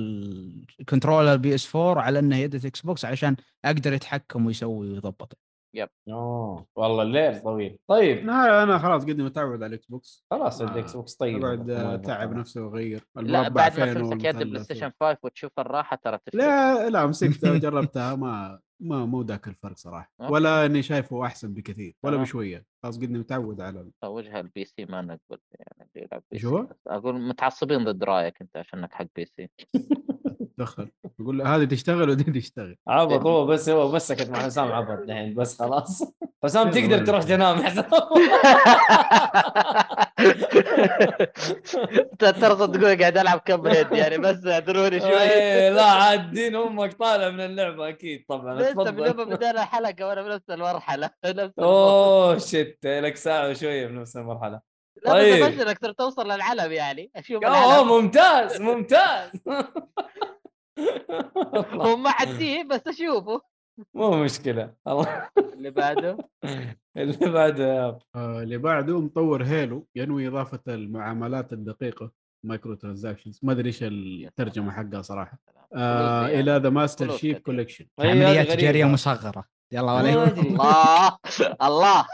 الكنترولر بي اس 4 على انه يد اكس بوكس عشان اقدر يتحكم ويسوي ويضبط. يب والله الليل طويل. طيب انا خلاص قد متعود على الاكس بوكس. خلاص الاكس بوكس طيب اقعد تعب نفسه وغير لا بعد ما تمسك يد بلاي ستيشن 5 وتشوف الراحه ترى لا مسكتها وجربتها مو ذاك الفرق صراحه، ولا اني شايفه احسن بكثير ولا تمام. بشويه، خلاص قدني متعود على وجه البي سي ما نقبل يعني اللي يلعب بي شو سي. هو؟ بس اقول متعصبين ضد رايك انت عشانك حق بي سي. دخل يقول له هذه تشتغل ودي تشتغل. عبط هو بس سكت مع حسام عبط الحين بس خلاص. حسام يلا تقدر ولا تروح شيء. تنام حسام. ترى تقول قاعد العب كم هيد يعني، بس اعذروني شوي. إيه، لا عاد دين امك طالع من اللعبه اكيد طبعا. لسه من يوم اتفضل. بدأنا الحلقه وانا بنفس المرحله نفس اوه شت لك ساعه وشويه بنفس المرحله. لا بس طيب ابشرك ترى توصل للعلم يعني، اشوف العلم. ممتاز. هو ما حديه بس اشوفه. مو مشكله الله. اللي بعده اللي بعده اللي بعده مطور هيلو ينوي اضافه المعاملات الدقيقه مايكرو ترانزاكشنز، ما ادري ايش الترجمه حقها صراحه، الى ذا ماستر فلوس شيف كثير. كوليكشن. عمليات تجاريه مصغره. يلا ما ولا ادري. الله الله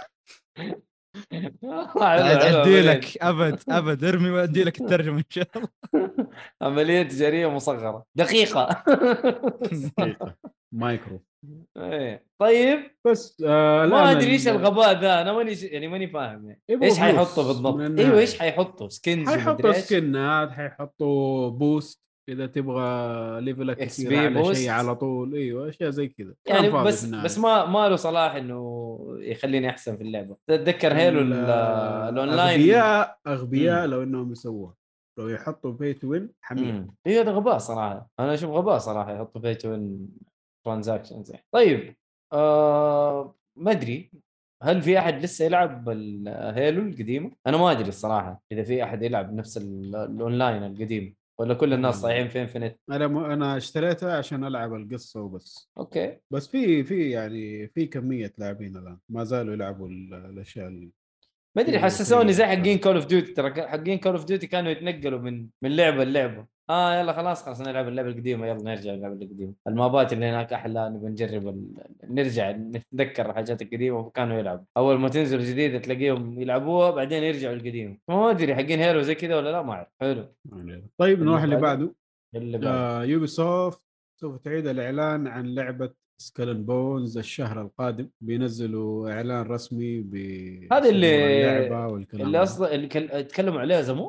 ادي لك ابد ارمي وادي لك الترجمه ان شاء الله. عمليه تجاريه مصغره دقيقه. دقيقه مايكرو. ايه طيب بس ما ادري ايش الغباء ذا، انا ماني فاهم يعني. ايش حيحطوا بالضبط؟ ايوه ايش حيحطوا؟ سكنز حيحطوا سكنات، حيحطوا بوست اذا تبغى ليفلك يصير على شيء على طول. ايوه اشياء زي كذا يعني. بس ما له صلاح انه يخليني احسن في اللعبه. تتذكر هيلو الاونلاين اغبياء لو انهم يسووها، لو يحطوا بي تو وين حمير. ايوه هذا غباء صراحه. انا اشوف غباء صراحه يحطوا بي تو وين ترانزاكشنز. طيب ما ادري هل في احد لسه يلعب الهيلو القديمه؟ انا ما ادري الصراحه اذا في احد يلعب نفس الاونلاين القديم ولا كل الناس صايحين في انفينيت. انا اشتريتها عشان العب القصه وبس. اوكي بس في يعني في كميه لاعبين الان ما زالوا يلعبوا الاشياء ما ادري حسسوني زي حقين كول اوف ديوتي. ترى حقين كول اوف ديوتي كانوا يتنقلوا من لعبه للعبه. يلا خلاص نلعب اللعبه القديمه، يلا نرجع نلعب القديمه. المابات اللي هناك احلى، نبي نجرب نرجع نتذكر الحاجات القديمه وكانوا يلعبوا. اول ما تنزل جديده تلاقيهم يلعبوها بعدين يرجعوا القديمه. ما ادري حقين هيرو زي كذا ولا لا، ما اعرف. حلو طيب نروح اللي بعده. اللي يوبي سوفت سوف تعيد الاعلان عن لعبه سكالن بونز الشهر القادم. بينزلوا اعلان رسمي هذا اللعبه والكلام اللي اصلا اللي تكلموا عليها زمان.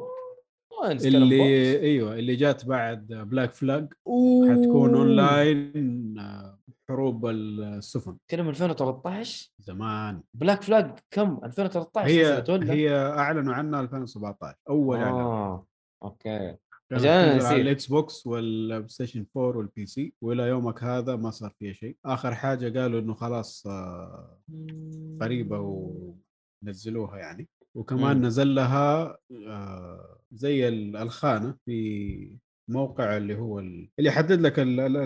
اللي جات بعد بلاك فلاج حتكون اونلاين، حروب السفن. كلام 2013 زمان. بلاك فلاج كم 2013 هي اعلنوا عنها 2017 اول اعلان. اوكي. كانت تنزل على الاكس بوكس والبلاي ستيشن 4 والبي سي، والى يومك هذا ما صار فيها شيء. اخر حاجه قالوا انه خلاص قريبه ونزلوها يعني. وكمان نزل لها زي الخانه في موقع اللي هو اللي يحدد لك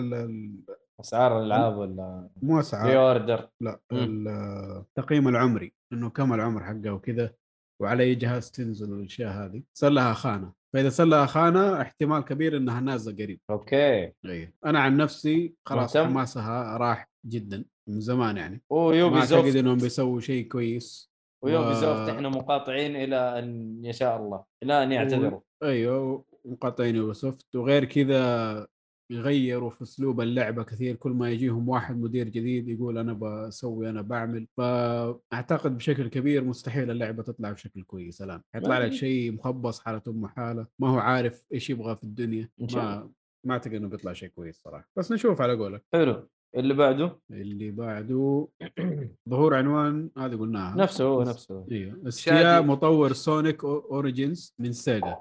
اسعار الالعاب ولا مو اسعار ري اوردر، لا التقييم العمري، انه كم العمر حقه وكذا وعلى اي جهاز تنزل الاشياء هذه. صار لها خانه، فاذا صار لها خانه احتمال كبير انها نازله قريب. اوكي. انا عن نفسي خلاص مهتم؟ حماسها راح جدا من زمان يعني. ويوبي ما اعتقد انهم بيسووا شيء كويس. ويوبي سوفت احنا مقاطعين الى ان يشاء الله، الى ان يعتذروا. ايوه مقاطعين يوبي سوفت. وغير كذا يغيروا في اسلوب اللعبه كثير. كل ما يجيهم واحد مدير جديد يقول انا بسوي انا بعمل. فاعتقد بشكل كبير مستحيل اللعبه تطلع بشكل كويس. الان يطلع لك شيء مخبص حاله حاله، ما هو عارف ايش يبغى في الدنيا. ما اعتقد انه بيطلع شيء كويس صراحه، بس نشوف على قولك. حلو. اللي بعده ظهور عنوان هذه قلناها نفسه ايوه استياء مطور سونيك اوريجينز من سيجا.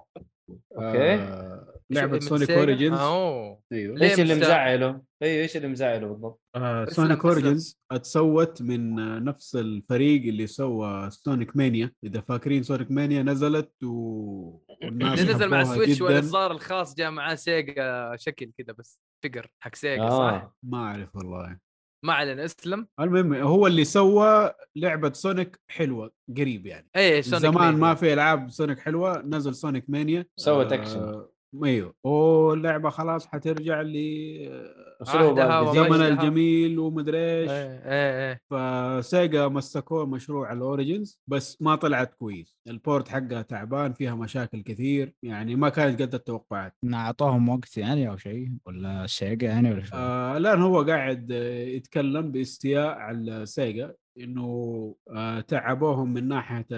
اوكي. لعبه سونيك اوريجينز. ايوه ايش اللي مزعله؟ ايش اللي مزعله بالضبط؟ سونيك اوريجينز اتسوت من نفس الفريق اللي سوى سونيك مانيا. اذا فاكرين سونيك مانيا نزلت والناس نزل مع سويتش جداً. والاصدار الخاص جاء معاه سيجا شكل كذا بس فقر حق سيجا صح؟ ما اعرف والله، ما علينا اسلم. المهم هو اللي سوى لعبه سونيك حلوه قريب يعني. زمان مانيا. ما في العاب سونيك حلوه، نزل سونيك مانيا سوت اكشن. ايوه واللعبه خلاص حترجع اسلوبها الزمن الجميل ومدري ايش. ايه فسيجا مسكوه مشروع الاوريجنز بس ما طلعت كويس، البورت حقها تعبان، فيها مشاكل كثير، يعني ما كانت قد التوقعات. اعطوهم وقت يعني او شيء ولا سيجا يعني ولا شو؟ الان هو قاعد يتكلم باستياء على سيجا انه تعبوهم من ناحيه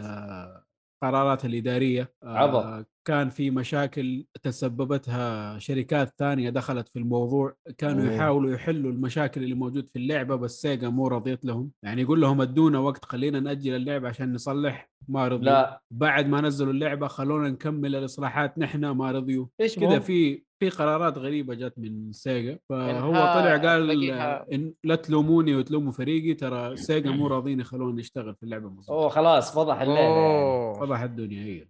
القرارات الاداريه. عبط. كان في مشاكل تسببتها شركات ثانيه دخلت في الموضوع، كانوا يحاولوا يحلوا المشاكل اللي موجود في اللعبه بس سيجا مو رضيت لهم، يعني يقول لهم ادونا وقت خلينا ناجل اللعبه عشان نصلح، ما رضيوا. لا بعد ما نزلوا اللعبه خلونا نكمل الاصلاحات نحن، ما رضيوا. ايش كذا في قرارات غريبه جت من سيجا، فهو إنها طلع قال بقيها إن لا تلوموني وتلوموا فريقي، ترى سيجا مو راضين يخلونا نشتغل في اللعبه مظبوط. خلاص فضح الليله يعني. فضح الدنيا هي.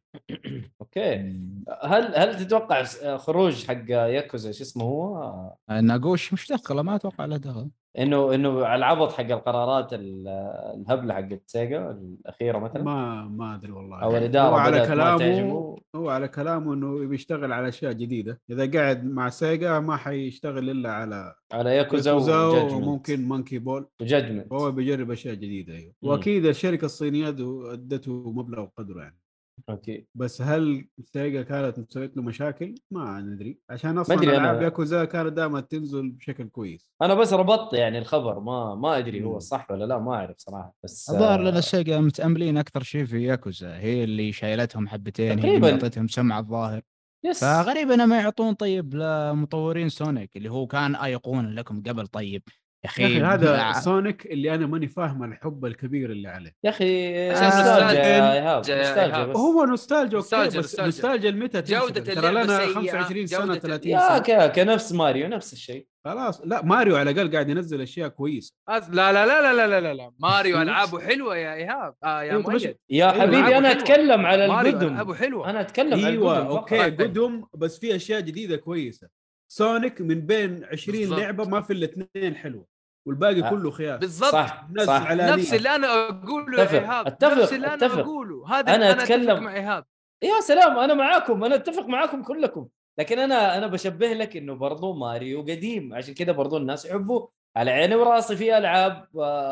اوكي. هل تتوقع خروج حق ياكوزا شو اسمه هو ناقوش مش دخله، ما اتوقع له دخل، انه على العبط حق القرارات الهبله حقت سيجا الاخيره مثلا؟ ما ادري والله. او الاداره هو على بدأت ما كلامه تعجبه. هو على كلامه انه بيشتغل على اشياء جديده، اذا قاعد مع سيجا ما حيشتغل الا على ياكوزا وممكن مونكي بول وجادجمنت. هو بيجرب اشياء جديده. ايوه واكيد الشركه الصينيه ادته مبلغ وقدره يعني. اوكي. بس هل سيجا كانت مسويت له مشاكل؟ ما ندري، عشان ما اصلا أدري العاب أنا- ياكوزا كانت دائما تنزل بشكل كويس. انا بس ربطت يعني الخبر، ما ادري هو صح ولا لا، ما اعرف صراحه. بس الظاهر لنا سيجا متأملين اكثر شيء في ياكوزا، هي اللي شايلتهم حبتين، هي اللي تقريباً. معطتهم سمعة الظاهر. يس. فغريب انه ما يعطون طيب لمطورين سونيك اللي هو كان ايقونه لكم قبل. طيب يا يا اخي اخي هذا سونيك اللي انا ماني فاهم الحب الكبير اللي عليه. يا اخي عشان نوستالجيا نوستالجيا يا ايهاب، نوستالجيا بس. هو نوستالجيا اوكي، نوستالجيا، بس نوستالجيا. نوستالجيا متى جودة تنشغل؟ ترى اللعبة لنا سيئة، 25 سنه جودة 30 يا سنه. كنفس ماريو نفس الشيء. خلاص لا، ماريو على الاقل قاعد ينزل اشياء كويسه. لا لا لا لا لا لا لا ماريو العابه حلوه يا ايهاب يا أيوة، مؤيد. يا أيوة، حبيبي ألعابه انا حلوة. اتكلم على ماريو القدم، العابه حلوه. انا اتكلم على ايوه القدم فقط. اوكي قدم، بس في اشياء جديده كويسه. سونيك من بين 20 بالضبط. لعبه ما في الاثنين حلوه، والباقي كله خيار. بالضبط صح ناس صح. علانية. نفس اللي انا اقوله يا ايهاب، اتفق نفس اللي انا اتفق. اقوله. هذا أنا انا أتكلم. اتفق مع ايهاب. يا سلام انا معاكم، انا اتفق معاكم كلكم، لكن انا بشبه لك انه برضو ماريو قديم، عشان كذا برضو الناس يحبوه. على عيني وراسي في العاب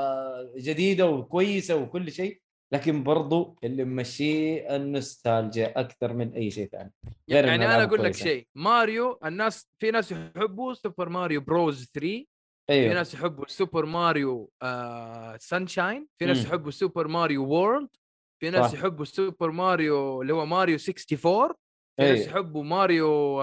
جديده وكويسه وكل شيء، لكن برضو اللي ممشيه النوستالجيا اكثر من اي شيء ثاني. يعني انا اقول لك شيء، ماريو الناس في ناس يحبوا سوبر ماريو بروز 3، أيوه. في ناس يحبوا سوبر ماريو سانشاين، في ناس يحبوا سوبر ماريو وورلد، في ناس يحبوا سوبر ماريو اللي هو ماريو 64، في ناس يحبوا ماريو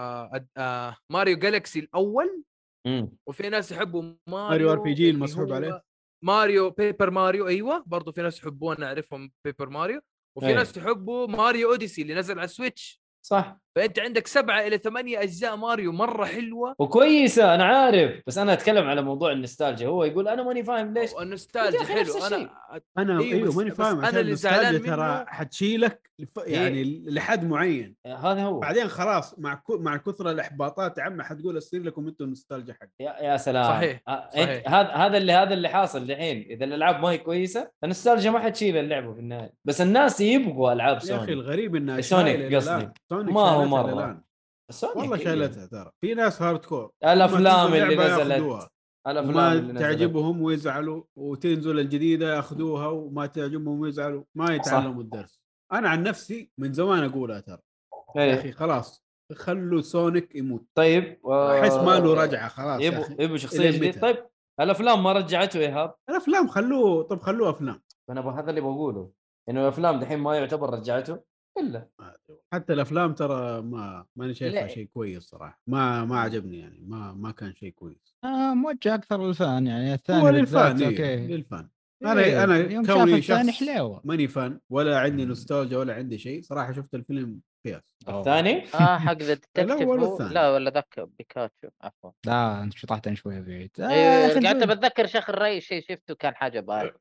ماريو جالكسي الاول، وفي ناس يحبوا ماريو ار بي جي المسحوب عليه، ماريو بيبر ماريو. ايوه برضو في ناس يحبون، نعرفهم بيبر ماريو. وفي ناس يحبوا ماريو اوديسي اللي نزل على السويتش. صح. فانت عندك 7 إلى 8 اجزاء ماريو مره حلوه وكويسه، انا عارف، بس انا اتكلم على موضوع النوستالجيا. هو يقول انا ماني فاهم ليش النوستالجيا حلو. انا ايوه ماني فاهم، عشان النوستالجيا ترى حتشيلك يعني لحد معين. هذا هو. بعدين خلاص مع كثر الاحباطات يا عم حتقول اصير لكم انتم النوستالجيا حق. يا سلام. صحيح. هذا اللي حاصل الحين. اذا الالعاب ما هي كويسه النوستالجيا ما حتشيل اللعبه في النهايه، بس الناس يبغوا العاب سوني. يا اخي الغريب انها سونيك قصدي ما هو مره والله شايلتها. ترى في ناس هارد كور الافلام اللي نزلت، الافلام اللي تعجبهم ويزعلوا، وتنزل الجديده ياخذوها وما تعجبهم ويزعلوا، ما يتعلموا الدرس. انا عن نفسي من زمان اقولها ترى يا اخي خلاص خلوا سونيك يموت. طيب احس ما له رجعه خلاص. يبغوا شخصيه جديده. طيب الافلام ما رجعته ايهاب؟ الافلام خلوه. طب خلوه افلام. انا هذا اللي بقوله، انه الافلام دحين ما يعتبر رجعته الا. حتى الافلام ترى ماني شايفها شيء كويس صراحه. ما عجبني يعني، ما كان شيء كويس. موجه اكثر للفان يعني. الثاني هو للفان. اوكي للفان. انا كوني شخص ماني فان ولا عندي نوستالجيا ولا عندي شيء صراحه. شفت الفيلم قياس. الثاني حق لا ولا ذاك بيكاتشو عفوا. لا انت شطحتني شويه بعيد. قعدت بتذكر شيخ الري شيء شفته كان حاجه بارد.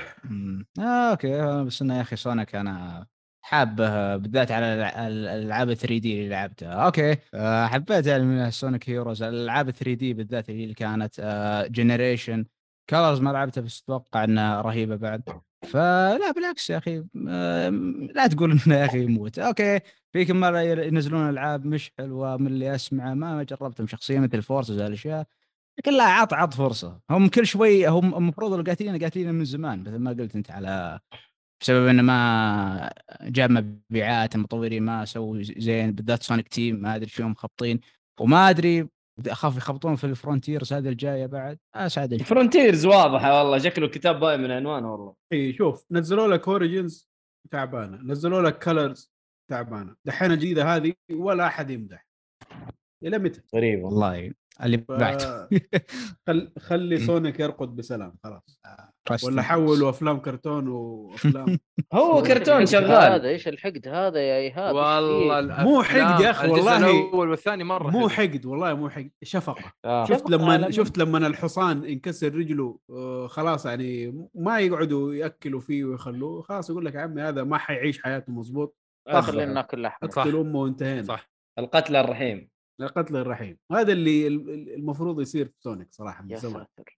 اوكي. بس انه يا اخي سونيك انا حابه بالذات على الالعاب 3 دي اللي لعبتها. اوكي حبيت يعني من سونيك هيروز الالعاب 3 دي بالذات اللي كانت جنريشن. كولرز ما لعبتها بس اتوقع انها رهيبه بعد. فلا بالعكس يا اخي لا تقول انه يا اخي يموت. اوكي في كم مرة ينزلون ألعاب مش حلوة من اللي أسمعه ما جربتهم شخصيا مثل فورسز هالأشياء، كلها عط فرصة. هم كل شوي هم المفروض اللي قاتلين من زمان مثل ما قلت أنت، على بسبب إنه ما جاب مبيعات، المطورين ما سووا زين بالذات سونيك تيم، ما أدري شو مخبطين وما أدري، أخاف يخبطون في الفرونتيرز هذه الجاية بعد. أسعد فرونتيرز واضحة والله، شكله كتاب باين من عنوانه والله. اي شوف نزلوا لك اوريجنز تعبانه، نزلوا لك كلرز تعبانه، دحين الجديده هذه ولا احد يمدح. الى متى؟ غريب والله اللي بعد. خلي سونيك يرقد بسلام خلاص، Trust ولا me. حولوا افلام كرتون وافلام هو كرتون هذا شغال. ايش الحقد هذا يا ايهاب؟ والله مو حقد يا اخي والله، الاول والثاني مره مو حقد والله، مو حقد، شفقه. شفقة شفت لما الحصان ينكسر رجله خلاص يعني ما يقعدوا ياكلوا فيه ويخلوه، خلاص يقول لك يا عمي هذا ما حيعيش حياته مظبوط، خلينا ناكل لحمه، اقتل امه وانتهينا. صح، القتل الرحيم، القتل الرحيم، هذا اللي المفروض يصير في سونيك صراحه من يا زمان. ساتر.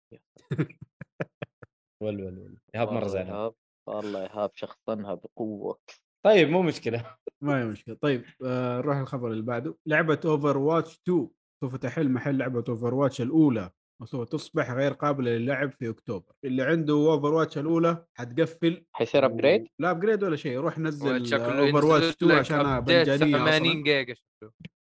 ول إيهاب مرة زعلان. والله إيهاب شخصنها بقوة. طيب مو مشكلة. ما هي مشكله. طيب نروح الخبر اللي بعده. لعبه اوفر واتش 2 سوف تحل محل لعبه اوفر واتش الاولى، وسوف تصبح غير قابله للعب في اكتوبر. اللي عنده اوفر واتش الاولى حتقفل، حيصير ابجريد؟ لا ابجريد ولا شيء، روح نزل شكله اوفر واتش 2 لك عشانها ابديت مجانيه 80 اصلا. جيجا شكله.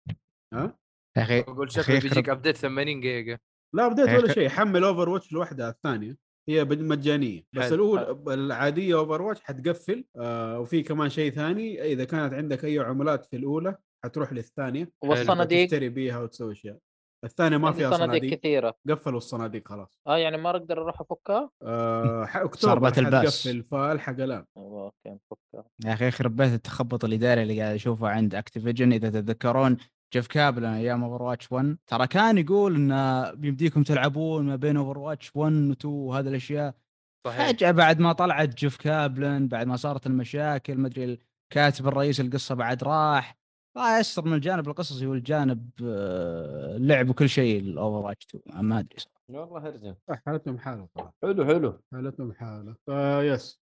ها يا أخي اقول شكله بيجيك ابديت 80 جيجا. لا ابديت ولا شيء، حمل اوفر واتش لوحدها، الثانيه هي مجانيه بس حل. الاولى العاديه اوفر واتش حتقفل. وفي كمان شيء ثاني، اذا كانت عندك اي عملات في الاولى حتروح للثانيه والصناديق تشتري بيها وتسوي اشياء. الثانيه ما عندي فيها صناديق كثيرة. قفلوا الصناديق خلاص. يعني ما اقدر اروح افكها. اكتوبر صار الباس. حتقفل، فالحق الان. اوكي نفكها. يا اخي يخرب بيت التخبط الاداري اللي قاعد اشوفه عند اكتيفيجن. اذا تتذكرون جيف كابلن ايام اوفر واتش 1 ترى كان يقول ان بيمديكم تلعبون ما بين اوفر واتش 1 و 2 وهذه الاشياء. صحيح. فجأة بعد ما طلعت جيف كابلن، بعد ما صارت المشاكل، ما ادري الكاتب الرئيس القصه بعد راح يسر من الجانب القصصي والجانب اللعب وكل شيء الاوفر واتش 2. ما ادري صراحه والله هرجة. حالتهم حاله صراحه. حلو حالتهم حاله. فيس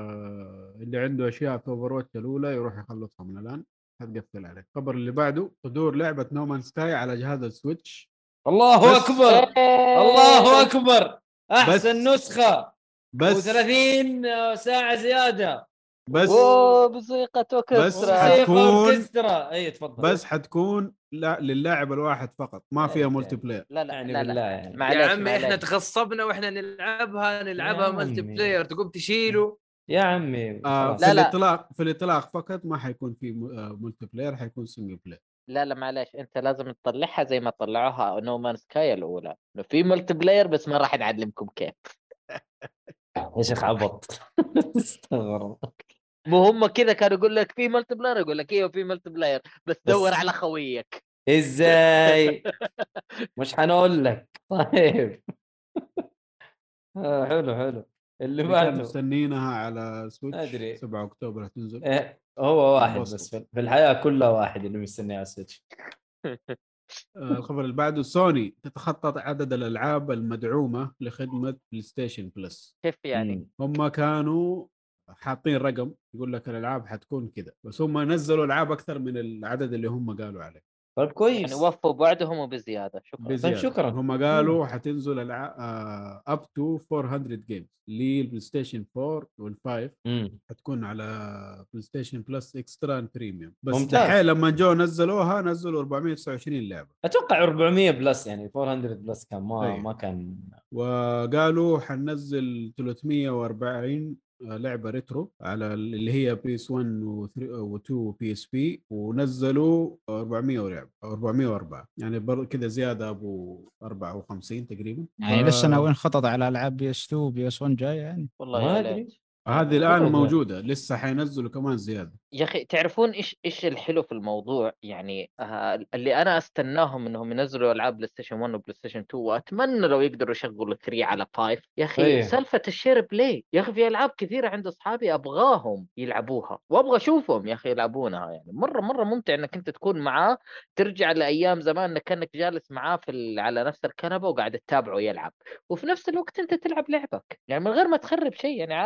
اللي عنده اشياء في اوفر واتش الاولى يروح يخلصها من الان، هتقفل عليه. الخبر اللي بعده صدور لعبه نومان سكاي على جهاز السويتش. الله اكبر الله اكبر، احسن نسخة بس 30 ساعة زيادة بس موسيقى اوكسترا. اوركسترا. اي تفضل. بس حتكون لا للاعب الواحد فقط، ما فيها ملتي بلاير. لا لا يعني لا, بالله لا. يعني. يا عمي احنا تغصبنا واحنا نلعبها ملتي بلاير، تقوم تشيله يا عمي في الاطلاق في الاطلاق فقط ما حيكون في ملتي بلاير، حيكون سنجل بلاير. لا معلش، انت لازم تطلعها زي ما طلعوها نومان سكاي الاولى، انه في ملتي بلاير بس ما راح نعلمكم كيف. يا شيخ عبط. استغرب. مو هم كذا كانوا يقول لك في ملتي بلاير، يقول لك ايوه في ملتي بلاير بس دور على خويك. ازاي؟ مش حنقول لك. طيب حلو اللي بعده مستنينها على سويتش أدري. 7 اكتوبر هتنزل. هو واحد بس في الحياة كلها واحد اللي مستني على السويتش. الخبر اللي بعده سوني تتخطط عدد الالعاب المدعومه لخدمه بلاي ستيشن بلس. كيف يعني؟ هم كانوا حاطين رقم يقول لك الالعاب حتكون كذا، بس هم نزلوا العاب اكثر من العدد اللي هم قالوا عليه. طيب كويس، يعني وفوا بعدهم وبزياده. شكرا. طيب شكرا. هم قالوا حتنزل العاب اب تو 400 جيمز للبلاي ستيشن 4 وال5. حتكون على بلاي ستيشن بلس اكسترا بريميوم. بس دحين لما جو نزلوها نزلوا 429 لعبه. اتوقع 400 بلس، يعني 400 بلس كان ما كان. وقالوا حننزل 340 لعبه ريترو على اللي هي بي اس 1 و2 بي اس بي، ونزلوا 400 لعبه 404، يعني كذا زياده ابو 54 تقريبا. يعني لسه ناويين خطط على العاب بي اس 2 وبي اس 1 جاي يعني. والله ما يا ادري. ليت. هذه الان موجوده، لسه حينزلوا كمان زياده. يا اخي تعرفون ايش الحلو في الموضوع؟ يعني اللي انا استناهم انهم ينزلوا العاب بلاي ستيشن 1 وبلاي ستيشن 2، واتمنى لو يقدروا يشغلوا 3 على 5. يا اخي سالفه الشير بلاي، يا اخي في العاب كثيره عند اصحابي ابغاهم يلعبوها وابغى اشوفهم يا اخي يلعبونها. يعني مره ممتع انك انت تكون معاه، ترجع لايام زمان انك كانك جالس معاه على نفس الكنبه وقاعد تتابعه يلعب، وفي نفس الوقت انت تلعب لعبك، يعني من غير ما تخرب شيء. يعني عارف اللي بس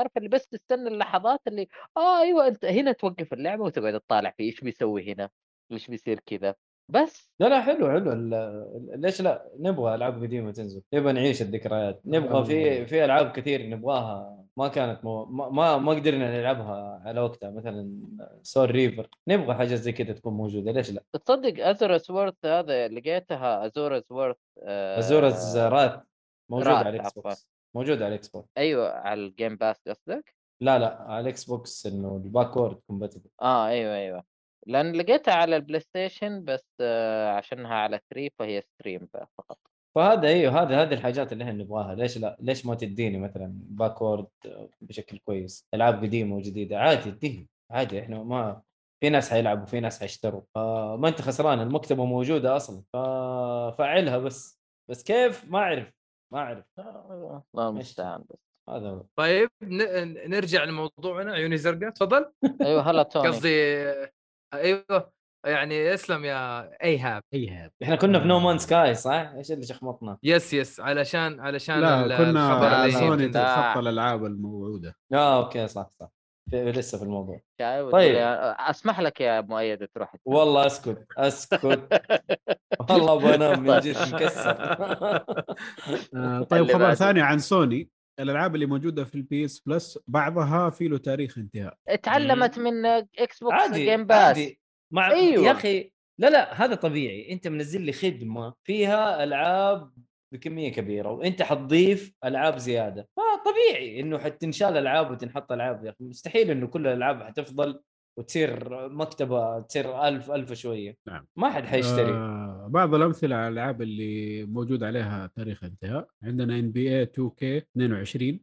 تستنى اللحظات اللي ايوه انت هنا توقف اللعبه وتقعد تطالع في ايش بيسوي هنا، ايش بيصير كذا بس. لا حلو ليش لا نبغى العاب قديمه تنزل، نبغى نعيش الذكريات، نبغى في العاب كثير نبغاها ما كانت ما قدرنا نلعبها على وقتها، مثلا سول ريفر نبغى حاجه زي كذا تكون موجوده، ليش لا؟ تصدق ازورس وورث هذا لقيتها ازورس وورث ازورز رات موجود على الاكس عفوا. بوكس، موجود على الاكس بوكس. ايوه على الجيم باس قصدك؟ لا على الاكس بوكس انه الباكورد كومباتبل. ايوه لان لقيتها على البلاي ستيشن بس عشانها على 3 فهي ستريم فقط. فهذا ايوه هذه الحاجات اللي احنا نبغاها، ليش لا؟ ليش ما تديني مثلا باكورد بشكل كويس، العاب قديمه وجديده عادي اديني عادي، احنا ما في ناس حيلعبوا في ناس حيشتروا، ما انت خسران، المكتبه موجوده اصلا، ففعلها بس كيف ما اعرف الله المستعان. بس هذا هو. طيب نرجع لموضوعنا عيوني زرقاء تفضل. ايوه هلا توني. قصدي ايوه يعني اسلم يا ايهاب. احنا كنا في نو مان سكاي صح؟ ايش اللي شخمطنا؟ يس علشان لا كنا الخبر اللي سوني بتنزل. تتخطى الالعاب الموعوده. اوكي صح لسه في الموضوع. طيب طيب اسمح لك يا مؤيد تروح. والله اسكت والله بنام من جد مكسر. طيب اللي خبر بعده. ثاني عن سوني، الالعاب اللي موجوده في البي اس بلس بعضها في له تاريخ انتهاء. اتعلمت من اكس بوكس عادي جيم باس. عادي أيوة. يا اخي لا هذا طبيعي، انت منزل لي خدمه فيها العاب بكميه كبيره وانت حتضيف العاب زياده، فطبيعي انه حتنشال العاب وتنحط العاب، يا اخي مستحيل انه كل الالعاب حتفضل وتصير مكتبه تصير 1000 شويه. نعم. ما حد حيشتري. بعض الامثله على الالعاب اللي موجود عليها تاريخ انتهاء، عندنا NBA 2K 22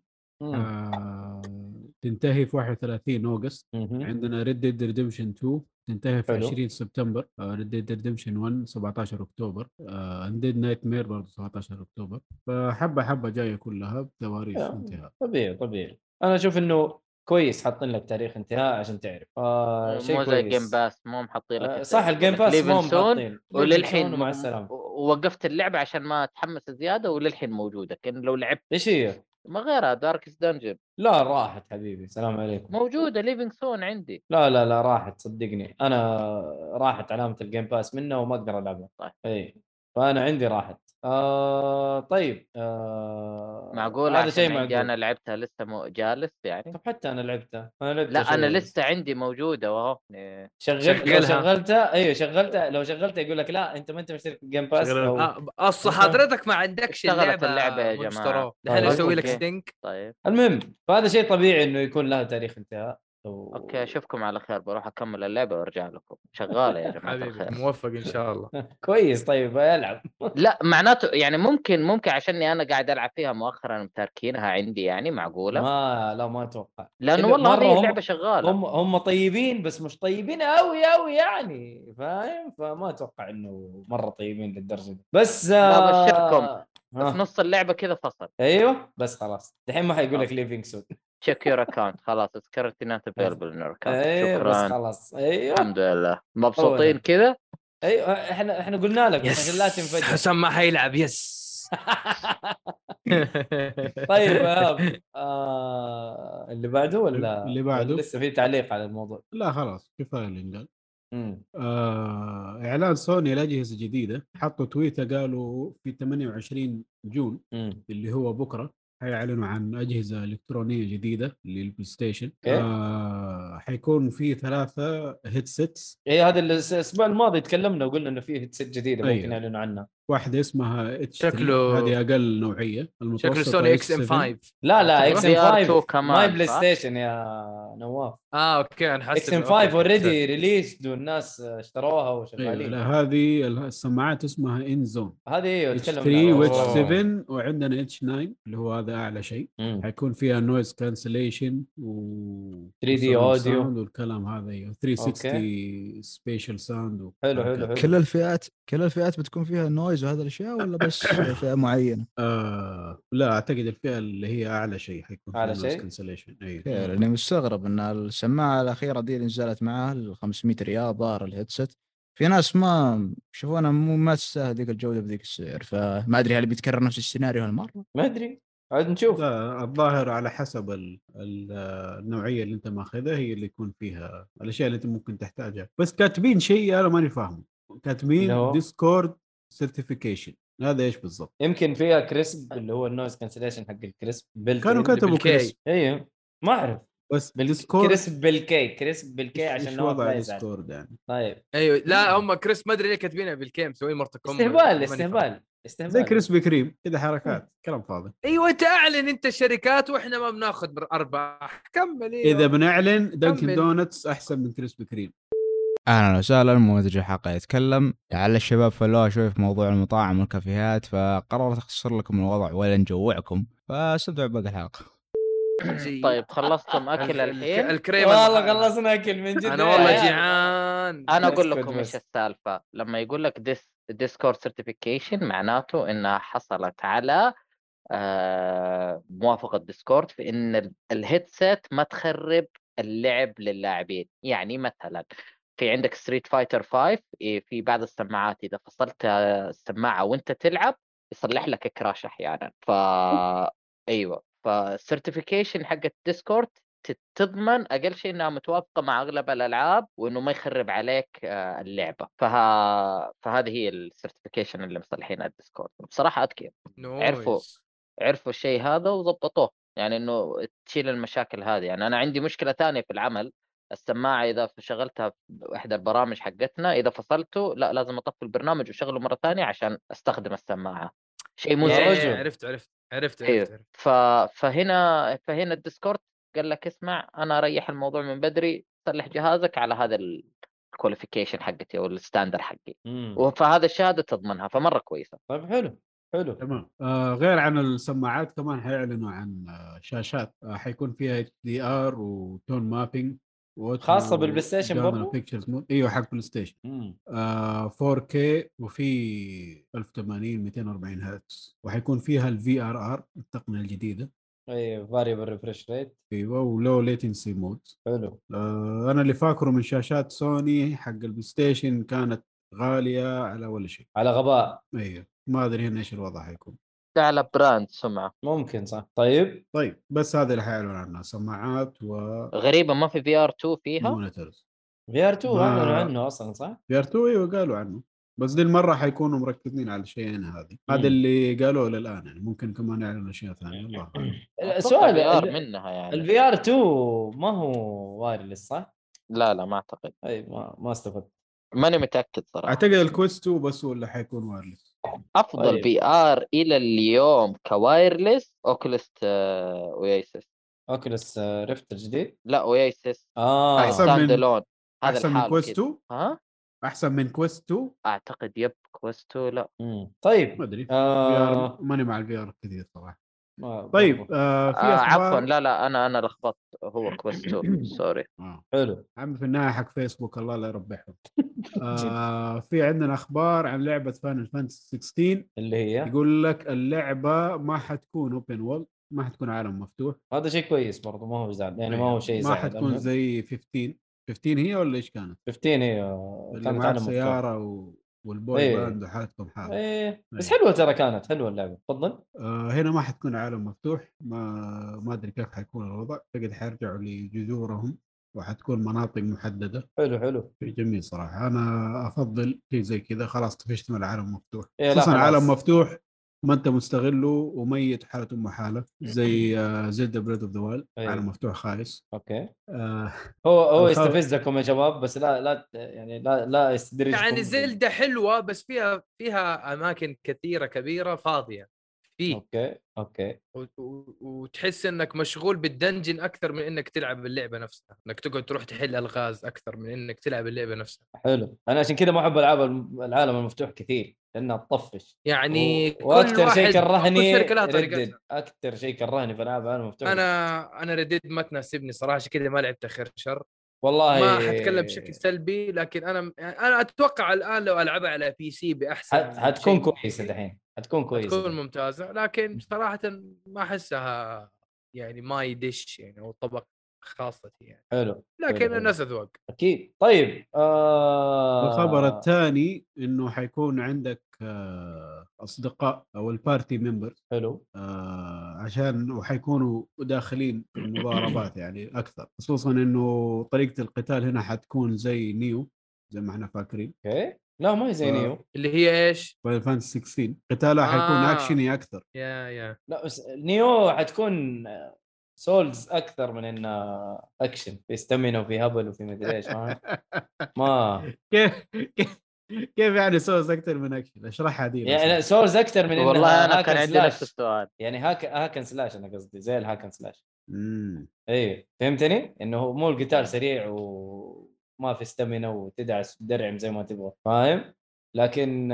تنتهي في 31 أغسطس. عندنا Red Dead Redemption 2 تنتهي في 20 سبتمبر. Red Dead Redemption 1 17 أكتوبر. Undead Nightmare برضه 17 أكتوبر. فحبة جاية كلها بتواريخ انتهاء. طبيعي أنا أشوف إنه كويس حاطين لك تاريخ انتهاء عشان تعرف. شيء مو كويس. زي جيم باس مو محطين لك صح الجيم باس مو محطين وللحين مع السلامة. وقفت اللعبة عشان ما تحمس زيادة وللحين موجودة. كان لو لعبت ايش هي؟ ما غيرها داركست دنجن. لا راحت حبيبي سلام عليكم. موجودة ليفينج سون عندي. لا راحت صدقني، انا راحت علامة الجيم باس منه وما اقدر العبها. طيب. اي فانا عندي راحت. طيب معقول هذا شيء عندي معقول. انا لعبتها لسه جالس يعني. طب حتى انا لعبتها لا انا لسه عندي موجودة وهو شغلتها. ايوه شغلتها. لو شغلتها يقول لك لا انت ما انت مشترك الجيم باس اصلا حضرتك ما عندكش اللعبة يا جماعة. الحين يسوي لك ستينك. طيب المهم فهذا شيء طبيعي انه يكون لها تاريخ انتهاء. اوكي اشوفكم على خير، بروح اكمل اللعبه وارجع لكم. شغاله يا جماعه الخير. موفق ان شاء الله. كويس طيب العب. لا معناته يعني ممكن عشاني انا قاعد العب فيها مؤخرا متاركينها عندي يعني معقوله. ما اتوقع لانه والله هذه اللعبه شغاله. هم طيبين بس مش طيبين قوي يعني فاهم، فما اتوقع انه مره طيبين للدرجه دي. بس لا بشركم في نص اللعبه كذا فصل. ايوه بس خلاص الحين ما حيقول لك ليفينج سود. تشيك يور اكونت خلاص سكرتي نوت افيلبل ان اكونت. ايوه شكرا بس خلاص. ايوه الحمد لله مبسوطين كذا. ايوه احنا قلنا لك عشان لا تنفجر. حسام ما حيلعب يس. طيب اللي بعده ولا اللي بعده لسه في تعليق على الموضوع؟ لا خلاص كفايه اللي قال. اعلان سوني لاجهزه جديده، حطوا تويتر قالوا في 28 جون اللي هو بكره حيعلنوا عن اجهزه الكترونيه جديده للبلاي ستيشن. حيكون في 3 هيدسيتس. هذا الاسبوع الماضي تكلمنا وقلنا انه في هيدسيت جديده ممكن يعلنوا عنها. واحده اسمها اتش شكله هذه اقل نوعيه. شكله سوني اكس ام 5. لا اكس ام 5 ما بلاي صح؟ ستيشن يا نواف. اوكي انا حاسس اكس ام 5 اوريدي ريليست والناس اشتروها وشغالين. لا هذه السماعات اسمها ان زون. هذه اتش 3 واتش 7 وعندنا اتش 9 اللي هو هذا اعلى شيء. حيكون فيها نويز كانسليشن و 3 دي اوديو والكلام هذا 360 سبيشال ساوند. حلو. كل الفئات بتكون فيها نويز وهذا الاشياء ولا بس فئه معينه؟ لا اعتقد الفئه اللي هي اعلى شيء حيكون فيها نويز كانسليشن. انا مستغرب ان السماعه الاخيره دي اللي نزلت معها ال 500 ريال ظهر الهيدسет، في ناس ما شوفونا ما تستاهل ذيك الجوده بذيك السعر، فما ادري هل بيتكرر نفس السيناريو هالمره. ما ادري عاد نشوف. الظاهر على حسب النوعيه اللي انت ماخذها هي اللي يكون فيها الاشياء اللي انت ممكن تحتاجها. بس كاتبين شيء انا ماني فاهمه، كاتبين ديسكورد سيرتيفيكيشن، هذا ايش بالضبط؟ يمكن فيها كريسب اللي هو النويز كانسليشن حق الكريسب كانوا كتبوا كريسب. ايوه ما اعرف، بس ديسكورد كريسب بالكي عشان نواف لا يزعل. ديسكورد يعني طيب ايوه لا هم كريس ما ادري ليه كاتبينها بالكي مسوي مرتكم استهبال زي كريسبي كريم كذا، حركات كلام فاضي. ايوه انت اعلن انت الشركات واحنا ما بناخذ ارباح. كمل. أيوة. اذا بنعلن دانكن دونتس احسن من كريسبي كريم. اهلا وسهلا، منتج الحلقه يتكلم. لعل الشباب فلوها شوي في موضوع المطاعم والكافيهات، فقررت اختصر لكم الوضع ولا نجوعكم، فاستمتعوا بباقي الحلقه. طيب خلصتم اكل الحين؟ الكريم والله خلصنا اكل من جد. انا والله جيعان. انا اقول لكم ايش السالفه. لما يقول لك ديسكورد سيرتيفيكيشن معناته انها حصلت على موافقه ديسكورد في ان الهيدسيت ما تخرب اللعب للاعبين. يعني مثلا في عندك ستريت فايتر 5 في بعض السماعات اذا فصلت السماعه وانت تلعب يصلح لك كراش احيانا. ايوه، فالسيرتيفيكيشن حق الديسكورد تضمن اقل شيء انها متوافقه مع اغلب الالعاب وانه ما يخرب عليك اللعبه. فهذه هي السيرتيفيكيشن اللي مصلحينها الديسكورد. بصراحه اذكياء، عرفوا الشيء هذا وضبطوه، يعني انه تشيل المشاكل هذه. يعني انا عندي مشكله ثانيه في العمل، السماعه اذا شغلتها في احدى البرامج حقتنا اذا فصلته لا لازم اطفي البرنامج وشغله مره ثانيه عشان استخدم السماعه. شيء مزعج. عرفت. فهنا الديسكورد قال لك اسمع انا اريح الموضوع من بدري، صلح جهازك على هذا الكواليفيكيشن حقتي او الستاندر حقي، فهذا الشهاده تضمنها، فمره كويسه. طيب حلو تمام. غير عن السماعات كمان حيعلنوا عن شاشات حيكون فيها HDR وتون مابينج خاصه بالبلاي ستيشن برضو. ايوه حق بلاي ستيشن 4K وفي 1080 240 هرتز، وحيكون فيها الVRR التقنيه الجديده. ايوه فاريبل ريفرش ريت. ايوه ولو ليتنسي مود. حلو. انا اللي فاكره من شاشات سوني حق البلاي ستيشن كانت غاليه على ولا شيء، على غباء. ايوه ما ادري هنا ايش الوضع حيكون. على براند سمعه ممكن صح. طيب بس هذا اللي حيعلن عنها سماعات غريبه ما في VR2 فيها. مونيتورز VR2 اعلنوا عنه اصلا صح؟ VR2 ايوه قالوا عنه، بس دي المره حيكونوا مركزين على الشيئين هذه. هذا اللي قالوه للان، يعني ممكن كمان يعلنوا اشياء ثانيه الله اعلم. سؤال منها يعني VR2 ما هو وايرلس صح؟ لا ما اعتقد. اي ما استفدت، ماني متاكد صراحه. اعتقد الكويست 2 بس ولا حيكون وايرلس. افضل VR الى اليوم كوايرلس اوكلست اوكلس ريفت الجديد. لا اويسس احسن من كويست 2. احسن من كويست 2 اعتقد. يب كويست 2 لا. طيب ما ادري ماني مع الVR كثير صراحه. طيب في عفوا لا انا لخبطت، هو كويست 2 سوري. حلو عم في النهايه حق فيسبوك الله لا يربحهم. في عندنا اخبار عن لعبه فاينل فانتسي 16 اللي هي يقول لك اللعبه ما حتكون اوبن وورلد، ما حتكون عالم مفتوح. هذا شيء كويس برضه، ما هو زعل يعني، ما هو شيء ما حتكون زي 15 هي ولا ايش كانت 15 هي كانت عالم سياره والبوي باند وحالتكم حاله. بس حلوه ترى، كانت حلوه اللعبه. تفضل. هنا ما حتكون عالم مفتوح، ما ادري كيف حيكون الوضع، فقد حيرجعوا لجذورهم وحتكون مناطق محدده. حلو جميل صراحه. انا افضل شيء زي كذا، خلاص طفشت من العالم مفتوح. خصوصا عالم مفتوح ما انت مستغله وميت حالته حاله زي زلدا بريث اوف ذا وايلد. عالم مفتوح خايس. اوكي. هو يستفزكم يا شباب، بس لا يعني لا يستدرجكم. يعني زلدا حلوه بس فيها اماكن كثيره كبيره فاضيه فيه. اوكي وتحس انك مشغول بالدنجن اكثر من انك تلعب اللعبه نفسها، انك تقعد تروح تحل الغاز اكثر من انك تلعب اللعبه نفسها. حلو. انا عشان كذا ما احب العاب العالم المفتوح كثير لانها تطفش يعني. واكثر شيء كرهني اكثر شيء كرهني في العاب العالم المفتوح. انا رديد ما تناسبني صراحه، عشان كذا ما لعبت خير شر والله. ما حتكلم بشكل سلبي، لكن انا اتوقع الان لو العبها على PC باحسن حتكون كويسه دحين، هتكون ممتازه، لكن صراحه ما احسها يعني ما يدش يعني، او طبق خاصتي يعني. حلو لكن حلو. الناس اذواق اكيد. طيب الخبر الثاني انه حيكون عندك اصدقاء او البارتي ممبر حلو. عشان وحيكونوا داخلين في المضاربات يعني اكثر، خصوصا انه طريقه القتال هنا حتكون زي نيو زي ما احنا فاكرين. اوكي لا ما هي زي نيو. اللي هي ايش؟ فاينل فانتسي 16 قتالها حيكون اكشني اكثر. يا لا بس نيو حتكون سولز اكثر من انها اكشن، في ستامينا وفي هبل وفي مدري ايش. ما كيف يعني سولز اكثر من اكشن؟ اشرحها دي. يعني سولز اكثر من انها والله انا هاكن كان عندي سلاش. نفس السؤال. يعني هاكن سلاش، انا قصدي زي الهاكن سلاش. امم ايه فهمتني، انه هو مو القتال سريع وما في ستامينا وتدعس درعم زي ما تبغى، فاهم؟ لكن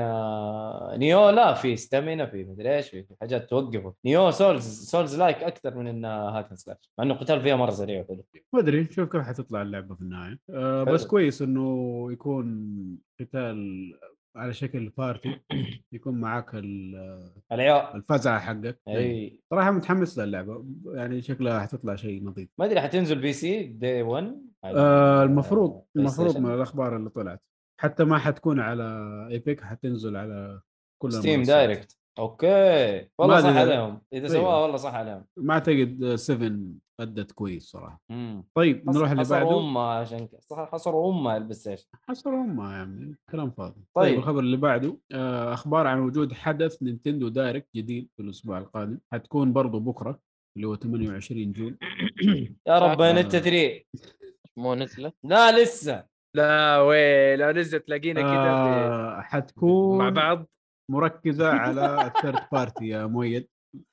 نيو لا، في ستامينا، في مدري ايش، في حاجات توقفه. نيو سولز لايك اكثر من انها هاكن سلاش، مع انه القتال فيها مره سريع وحلو. ما ادري نشوف كيف حتطلع اللعبه في النهايه. بس كويس انه يكون قتال على شكل بارتي، يكون معاك العيال. الفزعه حقك. اي صراحه متحمس للعبه، يعني شكلها حتطلع شيء نظيف. ما ادري حتنزل بي سي دي 1 المفروض من الاخبار اللي طلعت حتى ما حتكون على ايبك، حتنزل على كل ستيم المنصات. دايركت. اوكي والله صح عليهم اذا أيوة. سواها، والله صح عليهم. ما اعتقد 7 ادت كويس صراحه. مم. طيب نروح اللي بعده. حصروا امها عشان حصروا امها البلاي ستيشن. حصروا هم يعني كلام فاضي. طيب الخبر اللي بعده اخبار عن وجود حدث نينتندو دايركت جديد في الاسبوع القادم، حتكون برضو بكره اللي هو 28 جون. يا رب نت 3 مو نزلت؟ لا لسه. لا وي لو نزلت تلاقينا كده حتكون مع بعض مركزه على الثيرد بارتي يا مؤيد،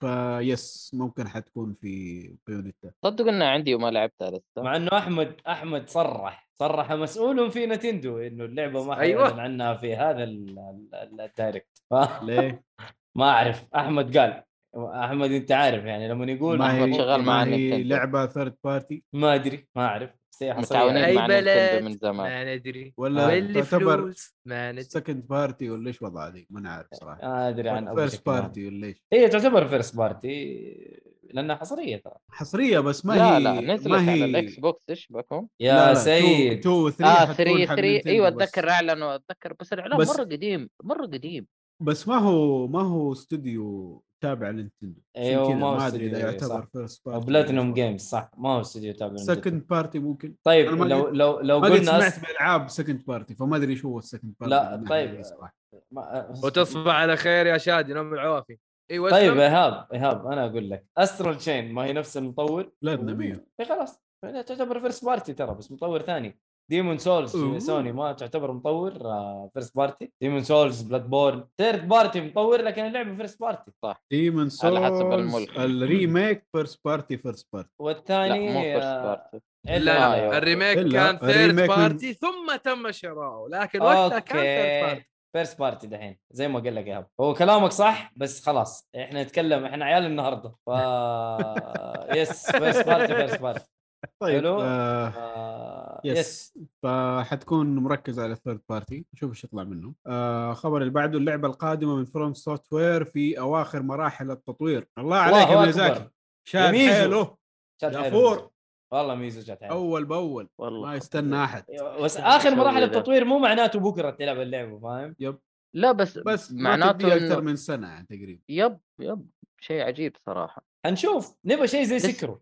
فيس ممكن حتكون في بيونيتا. صدق انه عندي وما لعبتها لسه. مع انه احمد صرح مسؤول في نتندو انه اللعبه ما أيوة. حيعلن عنها في هذا الدايركت. ليه؟ ما اعرف، احمد قال. احمد انت عارف يعني لما يقول ما أحمد هي شغال مع ما هي نينتندو. لعبه ثيرد بارتي ما ادري، ما اعرف، بس هي حصريه. متعاونين اي مع نينتندو من بلد زمان. ما ندري ولا واللي تعتبر فلوس ما ندري. سكند بارتي ولا ايش وضعها دي؟ ما نعرف صراحه. ما ادري عن ابو فيرست شكل. بارتي ولا ايش؟ هي تعتبر فيرست بارتي لانها حصريه ترى. حصريه بس ما لا هي لا نزلت ما هي على الاكس بوكس. ايش بكم؟ يا لا 2 سيد 2 3 حتكون 3 حق 3 نينتندو ايوه بس. اتذكر اعلنوا، اتذكر بس الاعلان بس- مره قديم مره قديم. بس ما هو استوديو تابع لنينتندو، عشان ايوه كذا ما هو ما ادري اذا استوديو، يعتبر صح. فيرست بارتي. بلاتينوم جيمز صح، ما هو استوديو تابع لنتندو. سكند بارتي ممكن. طيب أنا ما لو ما قد قلنا سمعت بالعاب سكند بارتي، فما ادري شو هو السكند بارتي. لا من طيب ناحية صراحة. وتصبح على خير يا شادي نوم العوافي. ايوه طيب اسلم. ايهاب انا اقول لك استرال تشين ما هي نفس المطور؟ لا تنميه. اي خلاص تعتبر فيرست بارتي ترى، بس مطور ثاني. ديمون سولز سوني ما تعتبر مطور فيرست بارتي. ديمون سولز بلاد بورن ثيرد بارتي مطور، لكن اللعبه فيرست بارتي. صح ديمون على حسب سولز الملك. الريميك فيرست بارتي. والثاني لا مو فيرست بارتي. لا أيوة. الريميك إلا كان ثيرد الريميك بارتي ثم تم شراؤه، لكن وقتها كان ثيرد اوكي بارتي. فيرست بارتي دحين زي ما قال لك ايهاب. هو كلامك صح، بس خلاص احنا نتكلم، احنا عيال النهارده يس فيرست بارتي. طيب حلو. يس فحتكون مركز على الثيرد بارتي، نشوف ايش يطلع منه. خبر اللي بعده اللعبه القادمه من فروم سوفت وير في اواخر مراحل التطوير. الله عليك يا ميزاكي، شاد حيله يا فور. والله ميزو جات حيله اول باول والله ما يستنى احد. بس اخر مراحل التطوير مو معناته بكره تلعب اللعبه، فاهم؟ يب لا بس ما معناته تدي اكثر انه من سنه يعني تقريبا. يب شيء عجيب صراحه. هنشوف، نبغى شيء زي سكرو.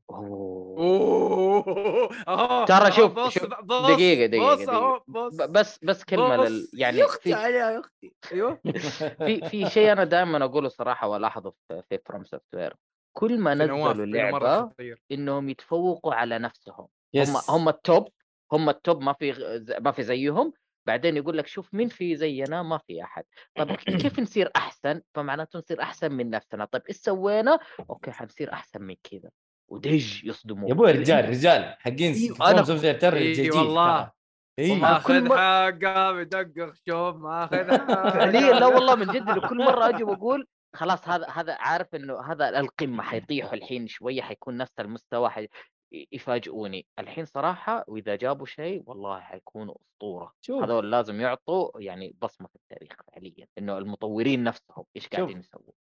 ترى شوف دقيقة بس كلمة يعني يختي عليها يا اختي. ايوه في شيء انا دائما اقوله صراحة والاحظه في فروم سوفت وير، كل ما نزلوا اللعبة انهم يتفوقوا على نفسهم. هم التوب ما في زيهم. بعدين يقول لك شوف مين في زينا، ما في احد. طب كيف نصير احسن؟ فمعناته نصير احسن من نفسنا. طيب ايش سوينا؟ اوكي حنصير احسن من كذا، ودج يصدموا يا ابوي رجال حقين انا ترى والله ماخذ حقه بدق خشوم ماخذ فعليا. لا والله من جد كل مره اجي واقول خلاص هذا عارف انه هذا القمه، حيطيحوا الحين شويه حيكون نفس المستوى، يفاجئوني الحين صراحه. واذا جابوا شيء والله حيكونوا اسطوره. هذول لازم يعطوا يعني بصمه في التاريخ فعليا، انه المطورين نفسهم ايش قاعدين يسووا.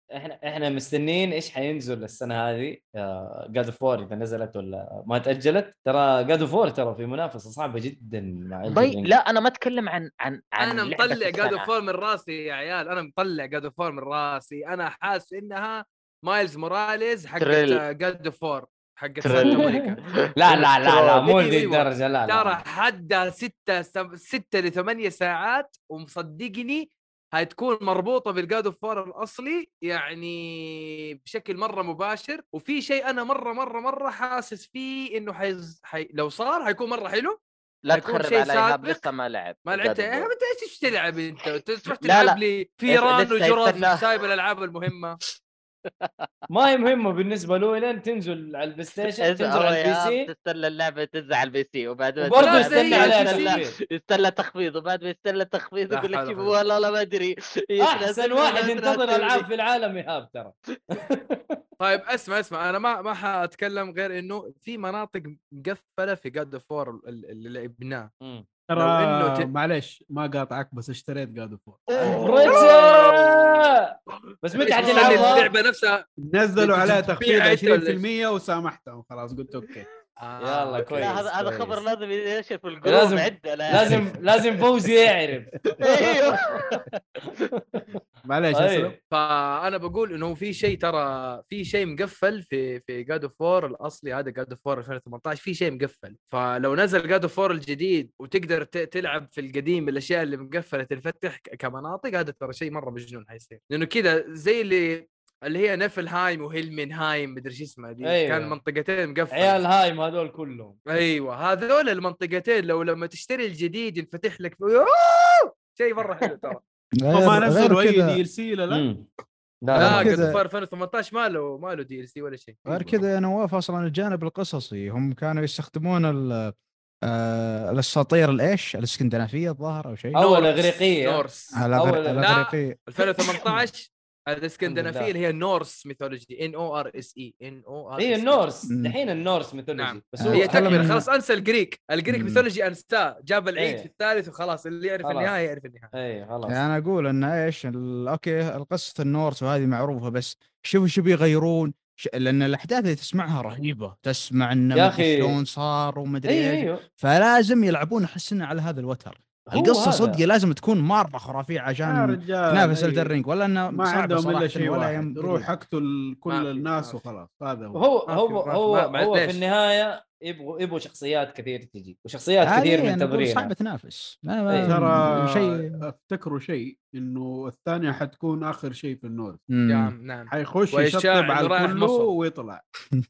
احنا مستنين ايش حينزل السنه هذه جاد فور اذا نزلت ولا ما تاجلت. ترى جاد فور ترى في منافسه صعبه جدا مع لا انا ما اتكلم عن انا لعبة مطلع جاد السنة. فور من راسي يا عيال، انا مطلع جاد فور من راسي. انا حاسس انها مايلز موراليز حقت جاد فور حقت سانتا مونيكا. لا مو ذي أيوة. الدرجه. لا ترى حدها 6 ل 8 ساعات، ومصدقني هتكون مربوطه بالجاد اوف فور الاصلي يعني بشكل مره مباشر. وفي شيء انا مره حاسس فيه انه لو صار حيكون مره حلو. لا تخرب على ايهاب، لسه ما لعب. ما لعبت ايهاب؟ انت ايش تلعب انت؟ تروح لا. تلعب لي فيران وجراف سايب الالعاب المهمه. ما هي مهمه بالنسبه له لين تنزل على البلاي ستيشن، تنزل على البي سي، تستنى اللعبه تنزل على البي سي، وبعد ما برضه يستنى عليها يستنى تخفيض، وبعد ما يستنى تخفيض يقول لك والله ما ادري. احسن واحد ينتظر العاب في العالم ايهاب ترى. طيب اسمع انا ما حاتكلم غير انه في مناطق مقفله في جاد اوف وور اللي لعبناه. ترى معلش ما قاطعك، بس اشتريت جاد اوف وور. بس متى حتلعبها؟ اللعبه نفسها نزلوا عليها تخفيض 20% وسامحتهم خلاص، قلت اوكي. يلا كويس. هذا خبر لازم ينشر في الجروب عندنا. لازم فوزي يعرف. ايوه معليش اسلم. فانا بقول انه في شيء، ترى في شيء مقفل في جاد اوف وور الاصلي هذا جاد اوف وور 2018 في شيء مقفل. فلو نزل جاد اوف وور الجديد وتقدر تلعب في القديم الاشياء اللي مقفله تنفتح كمناطق، هذا ترى شيء مره مجنون حيصير. لانه كذا زي اللي هي نيفلهايم وهيلمنهايم مدري ايش اسمها دي. أيوة. كان منطقتين مقفله، عيال هايم هذول كلهم. ايوه هذول المنطقتين لو لما تشتري الجديد ينفتح لك شيء مره حلو ترى. ما نزلوا اي دي ال سي لا قد فار 2018 ما له دي ال سي ولا شيء. غير كذا يا نواف، اصلا الجانب القصصي هم كانوا يستخدمون الاساطير الايش الاسكندنافيه الظاهر او شيء، او الاغريقيه. نورس. الاغريقيه 2018 الاسكندنافيه اللي هي نورس ميثولوجي NORSE. هي النورس دحين النورس ميثولوجي. نعم. بس هي تكمله خلاص. انسى الجريك ميثولوجي انساه، جاب العيد في الثالث وخلاص. اللي يعرف النهايه يعرف النهايه. اي خلاص. يعني انا اقول ان ايش اوكي القصه النورس وهذه معروفه، بس شوفوا بيغيرون لان الاحداث اللي تسمعها رهيبه، تسمع انه شلون صار ومدري ايش. فلازم يلعبون احسن على هذا الوتر. القصه صدق لازم تكون مره خرافيه عشان تنافس الدرينج، ولا انه ما عندهم الا شيء واحد، روح اقتل كل الناس وخلاص. هذا هو في النهايه يبغوا شخصيات كثير تجي، وشخصيات كثير منتظرين. صعب تنافس. ترى افتكروا شيء انه الثانيه حتكون اخر شيء في النور. نعم حيخش يشطب على الكل ويطلع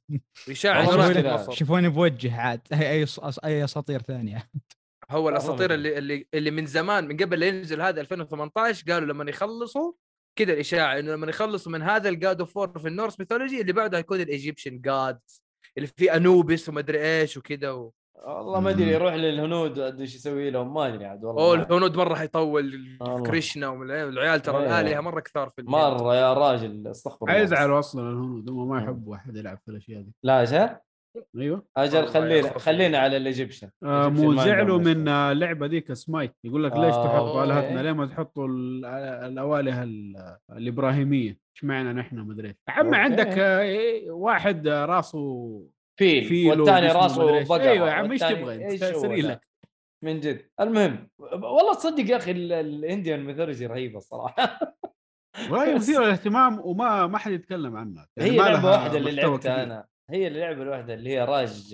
ويشاع. شوفوني بوجه عاد اي اساطير ثانيه. هو الاساطير اللي من زمان، من قبل لا ينزل هذا 2018 قالوا لما يخلصوا كذا الاشاعه انه لما يخلصوا من هذا الجاد اوف وور في النورس ميثولوجي اللي بعده هيكون الايجيبشن جادز اللي فيه انوبيس وما ادري ايش وكذا والله ما ادري. يروح للهنود ايش يسوي لهم ما ادري عاد والله. الهنود مره حيطول. كريشنا والعيال ترى الالهه مره كثار في مره يا راجل. استغفر الله. حيزعلوا اصلا الهنود، هم ما يحبوا احد يلعب في الاشياء دي. لا جاء ايوه اجل خلينا على الايجيبشن. مو زعلوا من اللعبه ذيك سمايت، يقول لك ليش تحطوا الهتنا؟ ليه ما تحطوا الاوالهه الابراهيميه؟ ايش معنى نحن ما ادري. عم عندك واحد راسه فيل والثاني راسه بقره. ايوه يا عم ايش تبغى تسري لك من جد. المهم والله تصدق يا اخي الانديان ميثولوجي رهيبه الصراحه. والله مثير الاهتمام وما حد يتكلم عنها. يعني هي لعبه واحده اللي لعبتها انا، هي اللعبه الواحده اللي هي راج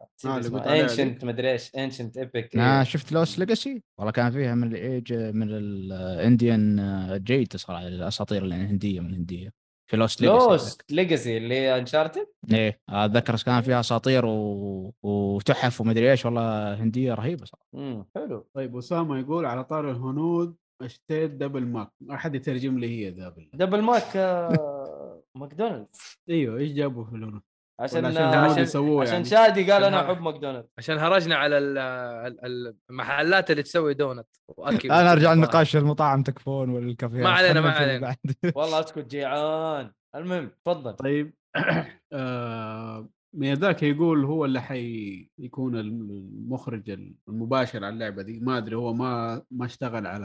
انشنت مدري ايش، انشنت ايبك. شفت لوس ليجاسي والله كان فيها من الايج من الانديان جيد صراحه. الاساطير الهنديه من الهنديه في لوس ليجاسي اللي هي انشارتد. ايه اتذكر كان فيها اساطير وتحف ومدري ايش. والله هنديه رهيبه صراحه. حلو. طيب اسامه يقول على طار الهنود اشتريت دبل ماك. احد يترجم لي هي دبل ماك ماكدونالدز. ايوه ايش جابوا في الهنود؟ عشان شادي قال انا احب ماكدونالدز. عشان هرجنا على المحلات اللي تسوي دونت واكل. انا ارجع لنقاش المطاعم تكفون والكافيهات. ما علينا والله اسكت جيعان. المهم تفضل. طيب مياداكي يقول هو اللي حيكون المخرج المباشر على اللعبه دي. ما ادري هو ما اشتغل على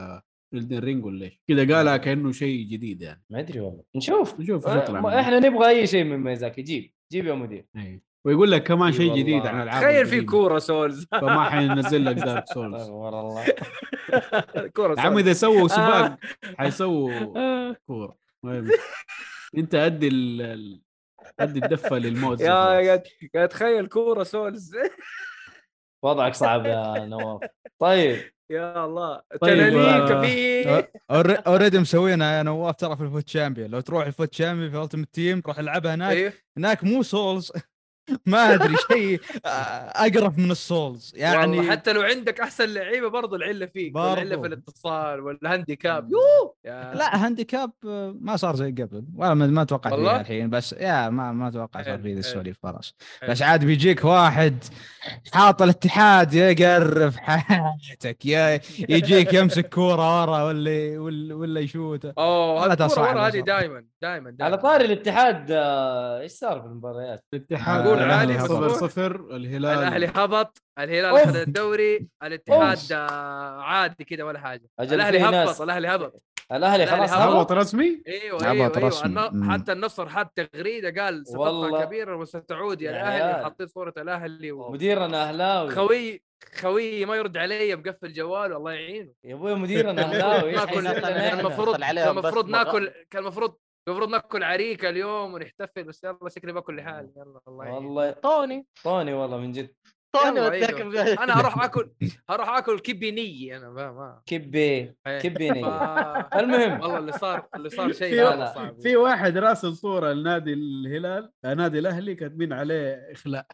إلدن رينج ولا ايش كذا قالها كانه شيء جديد يعني. ما ادري والله، نشوف ايش يطلع منه. احنا نبغى اي شيء من ميزاكي، جيب يا مدير. أي. ويقول لك كمان شيء والله. جديد عن العاب تخيل في القديمة. كوره سولز فما حينزل لك دارك سولز. والله كوره يا عم سولز اذا سووا سباق حيسووا كوره. المهم، انت ادي ادي الدفه للموت. يا تخيل كوره سولز. وضعك صعب يا نواف. طيب يا الله طيب، تنانين كبير. اوريدي مسوينا يا نواف ترى في الفوت تشامبيون. لو تروح الفوت تشامبيون في التيمت تيم روح العبها هناك. ايوه هناك مو سولز ما ادري شيء اقرف من السولز يعني. والله حتى لو عندك احسن لعيبه برضو العله فيك، برضو. العله في الاتصال والهانديكاب. يو لا هانديكاب ما صار زي قبل ولا ما اتوقع والله؟ فيها الحين. بس يا ما اتوقع صار حلو، فيه ذي حلو. السواليف خلاص. حلو. بس عاد بيجيك واحد حاط الاتحاد يقرف حياتك، يا يجيك يمسك كوره ورا ولا يشوته. اوه لا هذه صعبة ورا هذه صراحة. دائما على طاري الاتحاد، ايش صار في المباريات؟ الاتحاد نقول عادي صفر مفتوح. صفر. الهلال الاهلي هبط، الهلال أوف. اخذ الدوري، الاتحاد أوف. عادي كذا ولا حاجه. أجل الاهلي في هبط، ناس- الاهلي هبط. الاهلي الأهلي خلاص هبط. هبط رسمي. ايوه هبط رسمي. حتى النصر حط تغريده قال ستبقى والله. كبيره وستعود يا يا الاهلي، عيال. وحاطين صوره الاهلي مديرنا اهلاوي خوي ما يرد علي، مقفل جواله الله يعينه. يا ابوي، مديرنا اهلاوي ايش ناكل حيصير لنا إحنا إحنا؟ المفروض عليهم بس كان المفروض ناكل عريكه اليوم ونحتفل، بس يلا شكلي باكل لحالي. يلا الله يعين. والله طوني والله من جد طوني يلا وداك أيوه. انا هروح اكل كبيني انا ما كبيني. ف... المهم والله اللي صار شيء في والله صعب. في واحد راسل صوره لنادي الهلال نادي الاهلي كاتبين عليه اخلاء.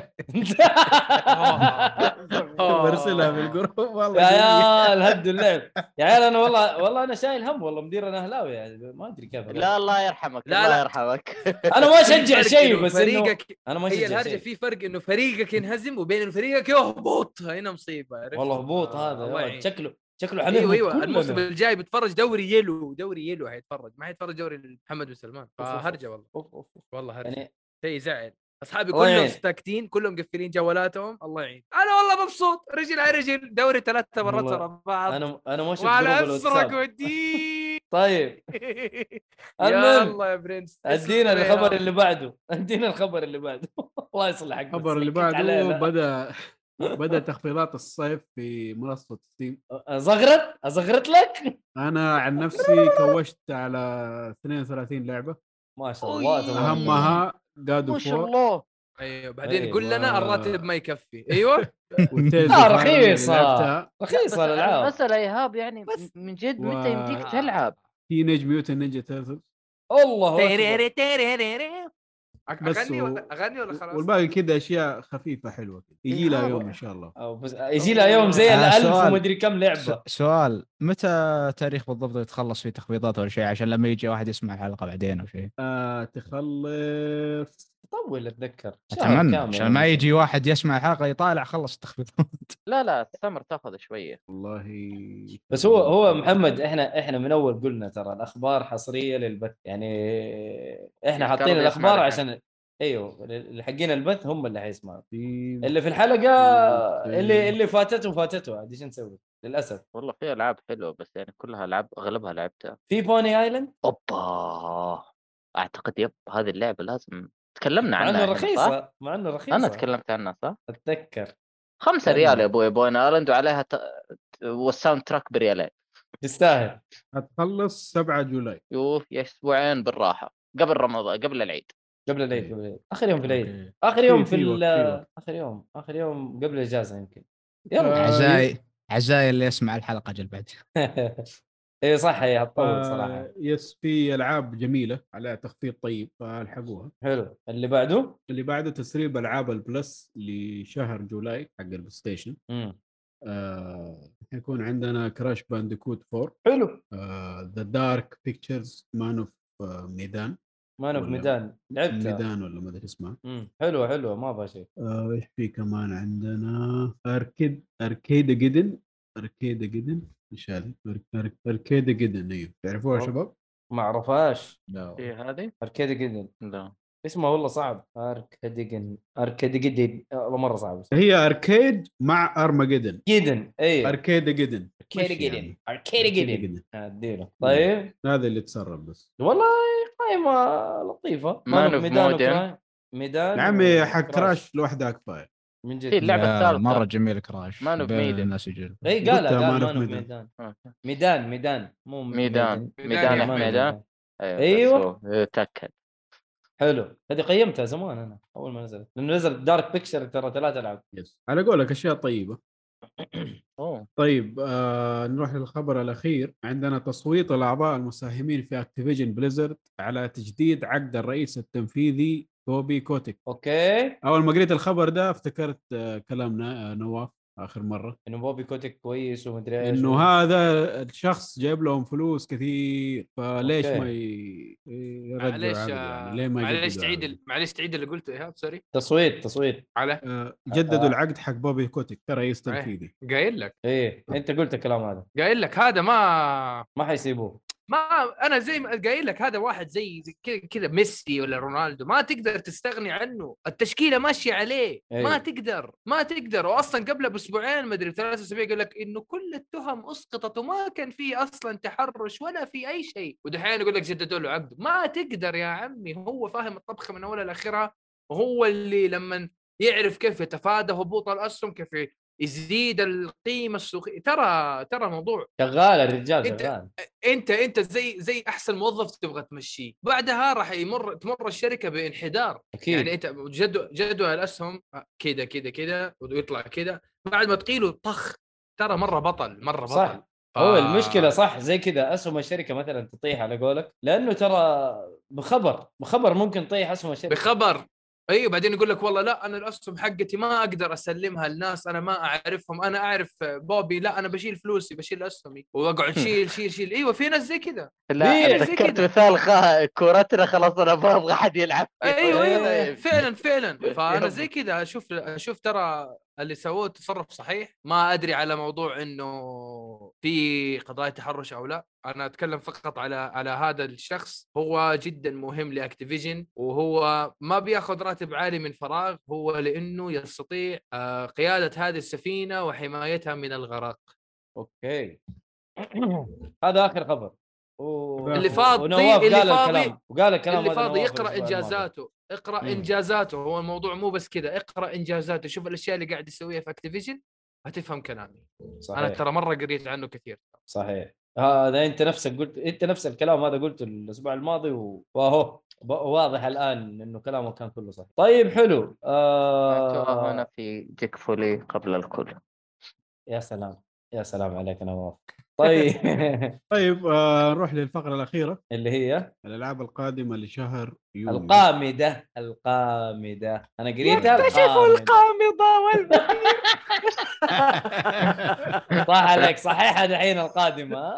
برسلها في الجروب والله. يا عيال هدوا اللعب يا عيال. انا والله انا شايل هم، والله مديرنا اهلاوي يعني ما ادري كيف. لا الله يرحمك. لا، الله لا. يرحمك. انا ما اشجع فرق شيء إنه بس انه فريقك انا ما هي اشجع الهرجه، شيء. في فرق انه فريقك ينهزم وبين إنه فريقك يهبط، هنا مصيبه. عرفت؟ والله هبوط الله هذا يعين. شكله حنهبط ايوه الموسم كلنا. الجاي بتفرج دوري يلو حيتفرج، ما حيتفرج دوري محمد بن سلمان. فهرجه والله. أوف. والله هرجه يعني شيء يزعل. اصحابي الله كلهم يعين. ساكتين، كلهم مقفلين جوالاتهم. الله يعين. انا والله مبسوط، رجل على رجل دوري 3 مرات والله ورا بعض. انا ما شفت وعلى جروب ازرق الواتساب. ودي. طيب المهم يلا يا برنس ادينا اسلم يا الخبر رب. اللي بعده. الله يصلح حقك. الخبر اللي بعده بدا تخفيضات الصيف في منصه ستيم. ازغرت لك. انا عن نفسي كوشت على 32 لعبه، ما شاء الله تبارك الله. اهمها جاد ما اوف شاء وور الله. ايوه بعدين أيوة. قول لنا الراتب ما يكفي. ايوه وتيز رخيصه بس الالعاب. المسألة ايهاب يعني من جد متى يمديك تلعب؟ في نيج ميوتن نينجا تيرتلز الله أكبر. بس اغني ولا خلاص؟ والباقي كذا اشياء خفيفه حلوه كده. يجي لها يوم ان شاء الله. أو بس يجي لها يوم زي الألف سؤال. ومدري كم لعبه. سؤال، متى تاريخ بالضبط يتخلص فيه تخفيضات ولا شيء عشان لما يجي واحد يسمع الحلقه بعدين او شيء؟ تخلص طول اتذكر اتمنى عشان ما يجي واحد يسمع الحلقه يطالع خلص التخفيضات. لا تستمر تاخذ شوية والله. بس هو محمد، احنا من اول قلنا ترى الاخبار حصريه للبث يعني. احنا حاطين كانوا الاخبار بيسمعوا عشان ايوه اللي حقين البث هم اللي حيسمعوا. في اللي في الحلقه اللي فاتته عاد ايش نسوي للاسف. والله في العاب حلوه بس يعني كلها العاب اغلبها لعبتها. في بوني ايلاند اوبا اعتقد هذه اللعبه لازم تكلمنا مع عنها انه هنا، صح؟ رخيصه انا تكلمت عنها صح؟ اتذكر 5 ريال يا ابوي بوين ايلاند وعليها والساوند تراك بريالين. تستاهل. هتخلص 7 جولاي. يوه اسبوعين بالراحه قبل رمضان قبل العيد. قبل العيد اخر يوم في العيد. أوكي. اخر يوم في وقت. اخر يوم قبل الاجازه يمكن. يلا عزاي اللي يسمع الحلقه جل بعد. اي صح هي هتطول صراحه. يس في العاب جميله عليها تخفيض طيب فالحقوها. حلو. اللي بعده تسريب العاب البلس لشهر جولاي حق البلاي ستيشن. يكون عندنا كراش بانديكوت 4. حلو. ذا دارك بيكتشرز مان اوف ميدان. ميدان لعبتها. ميدان ولا ما ادري اسمها. حلوه ما ابغى شيء. ايش في كمان عندنا اركيد جيدن ايش هذه؟ اركيد جيدن. ايوه تعرفوها يا شباب؟ ما اعرفهاش. لا في هذه اركيد جدا. لا اسمه والله صعب. اركاديجن والله مره صعب. هي اركيد مع ارماجيدن. جيدن اي اركيد جدن. اركاديجن اديله. طيب هذا اللي تسرب بس. والله قائمه لطيفه. مان اوف مودرن ميدان يا عمي حق كراش لوحدها كفايه. من في جد. اللعبه الثالثه مره جميل كراش. مان اوف بين ميدن. الناس يجي. اي قال قلتها مان مان اوف ميدان. ميدان مو ميدان ميدان ميدان. ايوه تاكد. حلو. هذه قيمتها زمان انا اول ما نزلت، لانه نزل دارك بيكشر ترى 3 العاب. يس على قولك اشياء طيبه. اوه طيب نروح للخبر الاخير. عندنا تصويت الاعضاء المساهمين في اكتيفيجن بليزرد على تجديد عقد الرئيس التنفيذي بوبي كوتيك. اوكي اول ما قريت الخبر ده افتكرت كلامنا نواف اخر مره انه بوبي كوتيك كويس ومدري ايش انه هذا الشخص جايب لهم فلوس كثير، فليش أوكي. ما يرجعوا معليش عقده يعني؟ ليه ما معليش يجددوا عقده؟ معليش تعيد اللي قلته ايهاب سوري تصويت على جددوا العقد حق بوبي كوتيك كرئيس تنفيذي. قايل لك ايه انت قلت الكلام هذا قايل لك هذا ما حيسيبوه. ما انا زي ما قايل لك هذا واحد زي كذا ميسي ولا رونالدو ما تقدر تستغني عنه. التشكيله ماشيه عليه أيوه. ما تقدر واصلا قبل باسبوعين ما ادري 3 اسابيع قال لك انه كل التهم اسقطت وما كان فيه اصلا تحرش ولا في اي شيء، ودحين يقول لك جددوا له عقده. ما تقدر يا عمي، هو فاهم الطبخه من اولها لاخرها، وهو اللي لما يعرف كيف يتفادى هبوط الاسهم كيف يزيد القيمه السوقيه. ترى موضوع شغال الرجال شغال. انت زي احسن موظف تبغى تمشيه، بعدها راح تمر الشركه بانحدار. أكيد. يعني انت جدول الاسهم كذا كذا كذا ويطلع كذا، بعد ما تقيله طخ ترى مره بطل صح. هو المشكله صح زي كذا اسهم الشركه مثلا تطيح على قولك، لانه ترى بخبر ممكن تطيح اسهم الشركه بخبر. ايوه بعدين يقول لك والله لا انا الاسهم حقتي ما اقدر اسلمها للناس انا ما اعرفهم، انا اعرف بوبي، لا انا بشيل فلوسي بشيل اسهمي واقعد شيل. ايوه في ناس زي كذا. لا ذكرت مثال كورتنا خلاص انا ما ابغى حد يلعب. ايوه فعلا فانا زي كذا اشوف ترى اللي سووه تصرف صحيح. ما ادري على موضوع انه في قضايا تحرش او لا، انا اتكلم فقط على هذا الشخص. هو جدا مهم لاكتيفيجن، وهو ما بياخذ راتب عالي من فراغ، هو لانه يستطيع قياده هذه السفينه وحمايتها من الغرق. اوكي هذا اخر خبر. اللي فاضي وقال الكلام اللي فاضي يقرا انجازاته. انجازاته. هو الموضوع مو بس كذا، اقرا انجازاته، شوف الاشياء اللي قاعد يسويها في اكتيفيجن هتفهم كلامي. صحيح. انا ترى مره قريت عنه كثير. صحيح. هذا انت نفسك قلت، انت نفس الكلام هذا قلته الاسبوع الماضي واهو واضح الان انه كلامه كان كله صح. طيب حلو. هنا في جيك فولي قبل الكل. يا سلام عليك نواف. طيب طيب نروح للفقره الاخيره اللي هي الالعاب القادمه لشهر يونيو. القامده انا قريتها. اكتشفوا القامضه والبخير. صح عليك صحيح دحين القادمه.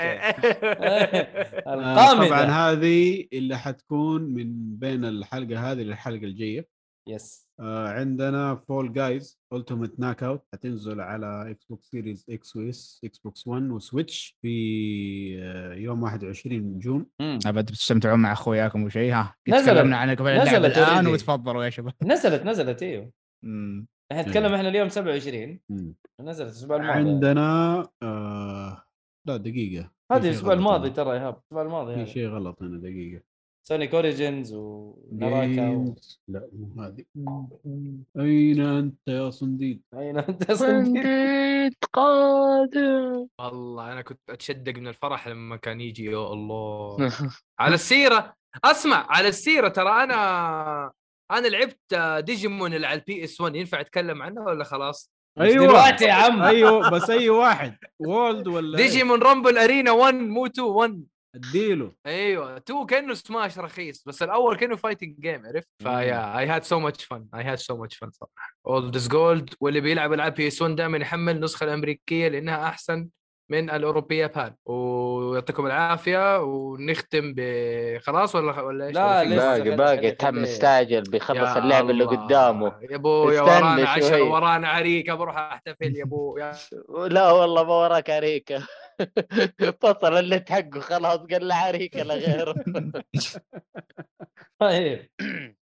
القامده طبعا هذه اللي حتكون من بين الحلقه هذه للحلقه الجايه. يس. عندنا فول جايز التيمت ناك اوت حتنزل على اكس بوكس سيريز اكس واس اكس بوكس 1 وسويتش في يوم 21 جون. ابد بتستمتعون مع اخوياكم وشيء. تكلمنا عنها قبل اللعبه الان وتفضلوا يا شباب. نزلت ايوه. احنا نتكلم احنا اليوم 27. نزلت الاسبوع الماضي. عندنا لا دقيقه هذه الاسبوع الماضي ترى يا هاب. الاسبوع الماضي في شيء غلط هنا. دقيقه سونيك اوريجينز ونراكا لا مو هذه. أين أنت يا صنديد؟ أين أنت يا صنديد قادم. والله أنا كنت أتشدق من الفرح لما كان يجي. يا الله. على السيرة أسمع على السيرة ترى أنا لعبت ديجيمون اللي على البي اس 1. ينفع أتكلم عنه ولا خلاص؟ أيوة دلوقتي يا عم. أيوة بس أي واحد وولد ولا ديجيمون رامبل أرينا 1 مو 2 1 اديله. ايوه 2 كانه سماش رخيص، بس الاول كانه فايتنج جيم عرفت. فيا اي هاد سو ماتش فن صراحه. اولد از جولد. واللي بيلعب العاب بي اس 1 دائما يحمل النسخه الامريكيه لانها احسن من الاوروبيه بان. ويعطيكم العافيه ونختم بخلاص ولا ايش؟ لا باقي تم مستعجل بيخلص اللعبه اللي قدامه يا ابو. يا ورانا 10 ورانا عريكه بروح احتفل يا ابو. لا والله ما وراك عريكه. فصل اللي حقه خلاص قال له عريكه لا غيره. طيب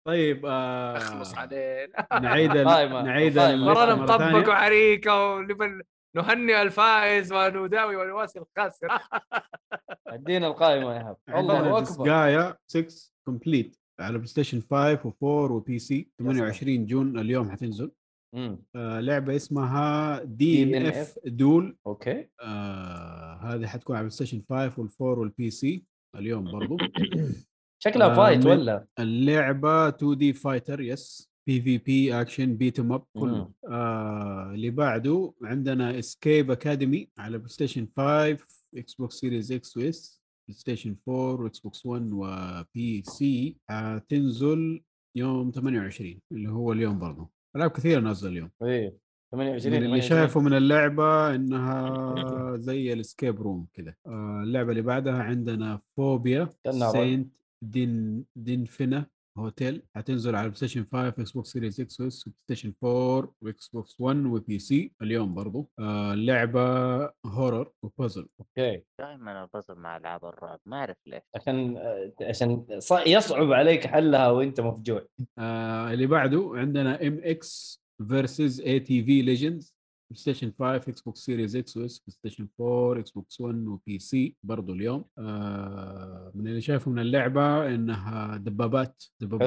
طيب اخلص علينا. نعيد مرة مرة ثانية. مطبق وعريكة ونبل نهنئ الفائز ونداوي ونواسي الخاسر. ادينا القائمه يا هب. عندنا الله اكبر. ديسجايا 6 كومبليت على بلاي ستيشن 5 و4 وبي سي 28 جون اليوم حتنزل. لعبة اسمها DNF دول. اوكي. هذه حتكون على بلاي ستيشن 5 وال4 والبي سي اليوم برضو. شكلها فايت ولا اللعبة 2D فايتر. يس PvP اكشن بيت ام اب كله. اللي بعده عندنا اسكيب اكاديمي على بلاي ستيشن 5 اكس بوكس سيريز اكس واس بلاي ستيشن 4 واكس بوكس 1 وبي سي. تنزل يوم 28 اللي هو اليوم برضو. العاب كثيره نازله اليوم. ايه 28 من اللي شايفه من اللعبه انها زي الاسكيب روم كذا. اللعبه اللي بعدها عندنا فوبيا سينت دينفينا هوتيل. حتنزل على بلاي ستيشن 5 اكس بوكس سيريز اكس اس بلاي ستيشن 4 واكس بوكس 1 وبي سي اليوم برضو. اللعبه هورر وبازل. اوكي. دائما البازل مع العاب الرعب ما اعرف ليه. عشان يصعب عليك حلها وانت مفجوع. اللي بعده عندنا ام اكس فيرسز اي تي في ليجندز بلاي ستيشن 5 اكس بوكس سيريز اكس اس بلاي ستيشن 4 اكس بوكس 1 وبي سي برضو اليوم. من اللي شايفه من اللعبه انها دبابات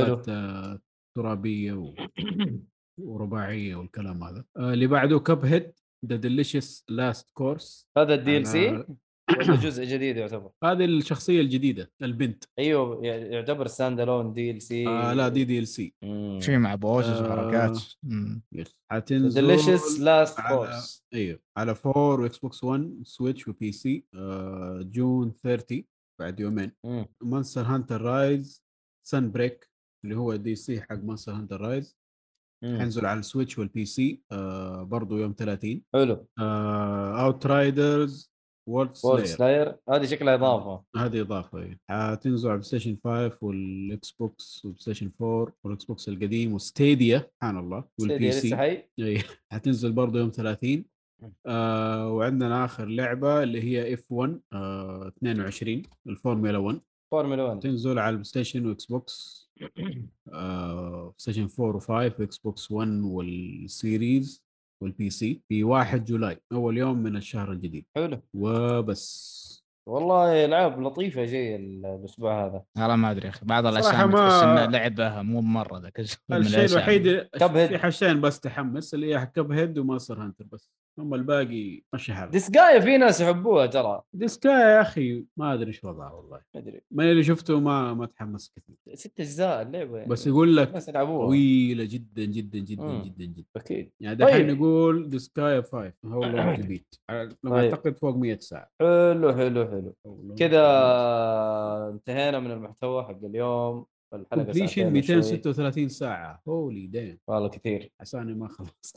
ترابيه ورباعيه والكلام هذا. اللي بعده كاب هيد ذا ديليشيس لاست كورس. هذا الدي ال سي ولا جزء جديد يعتبر؟ هذه الشخصيه الجديده البنت. ايوه يعتبر ستاند الون دي ال سي. لا دي ال سي شيء مع بوسز وحركات. يس حتنزل ديليشيس لاست كورس. ايوه على 4 واكس بوكس 1 سويتش وبي سي جون 30 بعد يومين. مونستر هانتر رايز سن بريك اللي هو دي سي حق مونستر هانتر رايز حينزل على السويتش والبي سي برضو يوم 30. حلو. اوت رايدرز وورد سلاير هذه شكلها اضافه. هذه اضافه. حتنزل على بلايستيشن 5 والاكس بوكس والبلايستيشن 4 والاكس بوكس القديم وستيديا سبحان الله والبي سي. اي حتنزل برضه يوم 30. وعندنا اخر لعبه اللي هي F1 22 الفورمولا 1 تنزل على البلايستيشن واكس بوكس بلايستيشن 4 و5 واكس بوكس 1 والسيريز والبي سي في 1 جولاي اول يوم من الشهر الجديد. حلو وبس. والله العاب لطيفه جاي الاسبوع هذا. والله ما ادري يا اخي بعض الاشياء تحس ان لعبه مو مره ذاك الشيء الوحيد في حاجتين بس تحمس اللي هي كب هيد وماستر هانتر بس. هم الباقي ماشي حالك. ديسكايا في ناس يحبوها ترى. ديسكايا يا اخي ما ادري ايش وضعها والله. ما ادري من اللي شفته ما تحمس كثير. 6 اجزاء اللعبه يعني. بس يقول لك طويله جدا جدا جدا جدا جدا. اكيد يعني دحين نقول ديسكايا 5 هو لونج تو بيت. اعتقد فوق 100 ساعه. حلو كذا انتهينا من المحتوى حق اليوم. الحلقه ساعتين 236 ساعه. هولي دين والله كثير. عشان ما خلصت.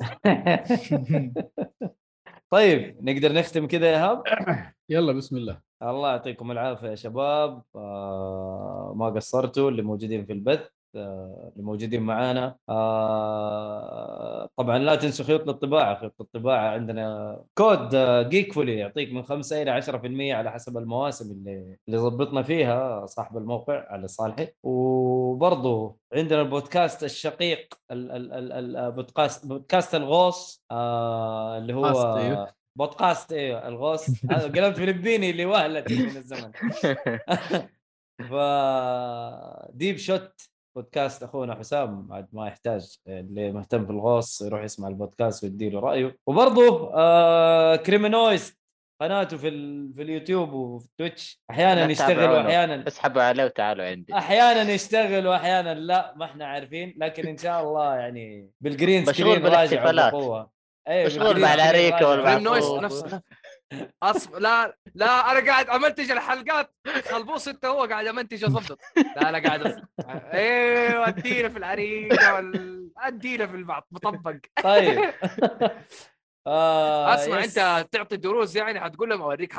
طيب نقدر نختم كذا يا هاب. يلا بسم الله. الله يعطيكم العافيه يا شباب. ما قصرتوا اللي موجودين في البث اللي موجودين معانا. طبعا لا تنسوا خيوط الطباعة عندنا كود جيكفولي يعطيك من 5 إلى 10% على حسب المواسم اللي ضبطنا فيها صاحب الموقع على صالحي. وبرضو عندنا البودكاست الشقيق بودكاست الغوص اللي هو بودكاست الغوص. هذا قلبت فلبيني اللي وهلت من الزمن. ديب شوت بودكاست اخونا حسام بعد ما يحتاج اللي مهتم في الغوص يروح يسمع البودكاست ويديله رايه. وبرضه كريمينويست قناته في اليوتيوب وفي تويتش احيانا يشتغل واحيانا اسحبوا عليه وتعالوا عندي. احيانا يشتغل واحيانا لا ما احنا عارفين لكن ان شاء الله يعني بالجرين سكرين راجع بقوه. مشغول مع الاريكه والكريمينويست نفسه. لا انا قاعد امنتج الحلقات. خلبوص انت هو قاعد امنتج اضبط. لا انا قاعد ايوه ادينا في العريقه ادينا في البعض مطبق. طيب اسمع انت تعطي دروس يعني حتقول لهم اوريك.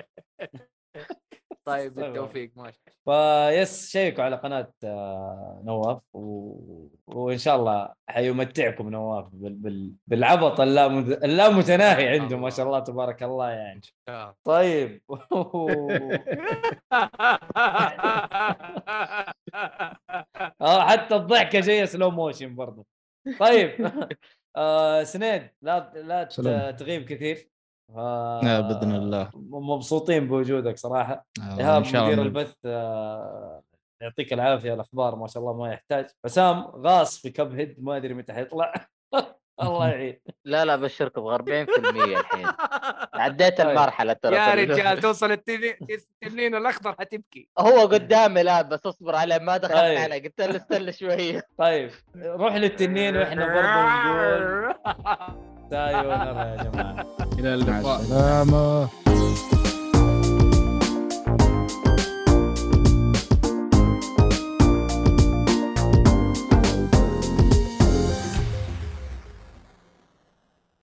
طيب بالتوفيق ماشي. فيس شيكوا على قناة نواف وإن شاء الله حيمتعكم نواف بالعبط اللا متناهي عنده ما شاء الله تبارك الله يعني. طيب حتى الضحكه جايه سلو موشن برضه. طيب سنيد لا تغيب كثير. باذن الله مبسوطين بوجودك صراحه. ايهاب مدير البث يعطيك العافيه. الاخبار ما شاء الله ما يحتاج. حسام غاص في كب هيد ما ادري متى حيطلع. الله يعين. لا بشركم 40% الحين عديت المرحله ترى. يا رجال توصل التنين الاخضر هتبكي. هو قدامي لا بس اصبر عليه ما دخلت عليه قلت له استنى شويه. طيب روح للتنين واحنا برضه نقول سايونارا يا جماعه. الى اللقاء. سلامة.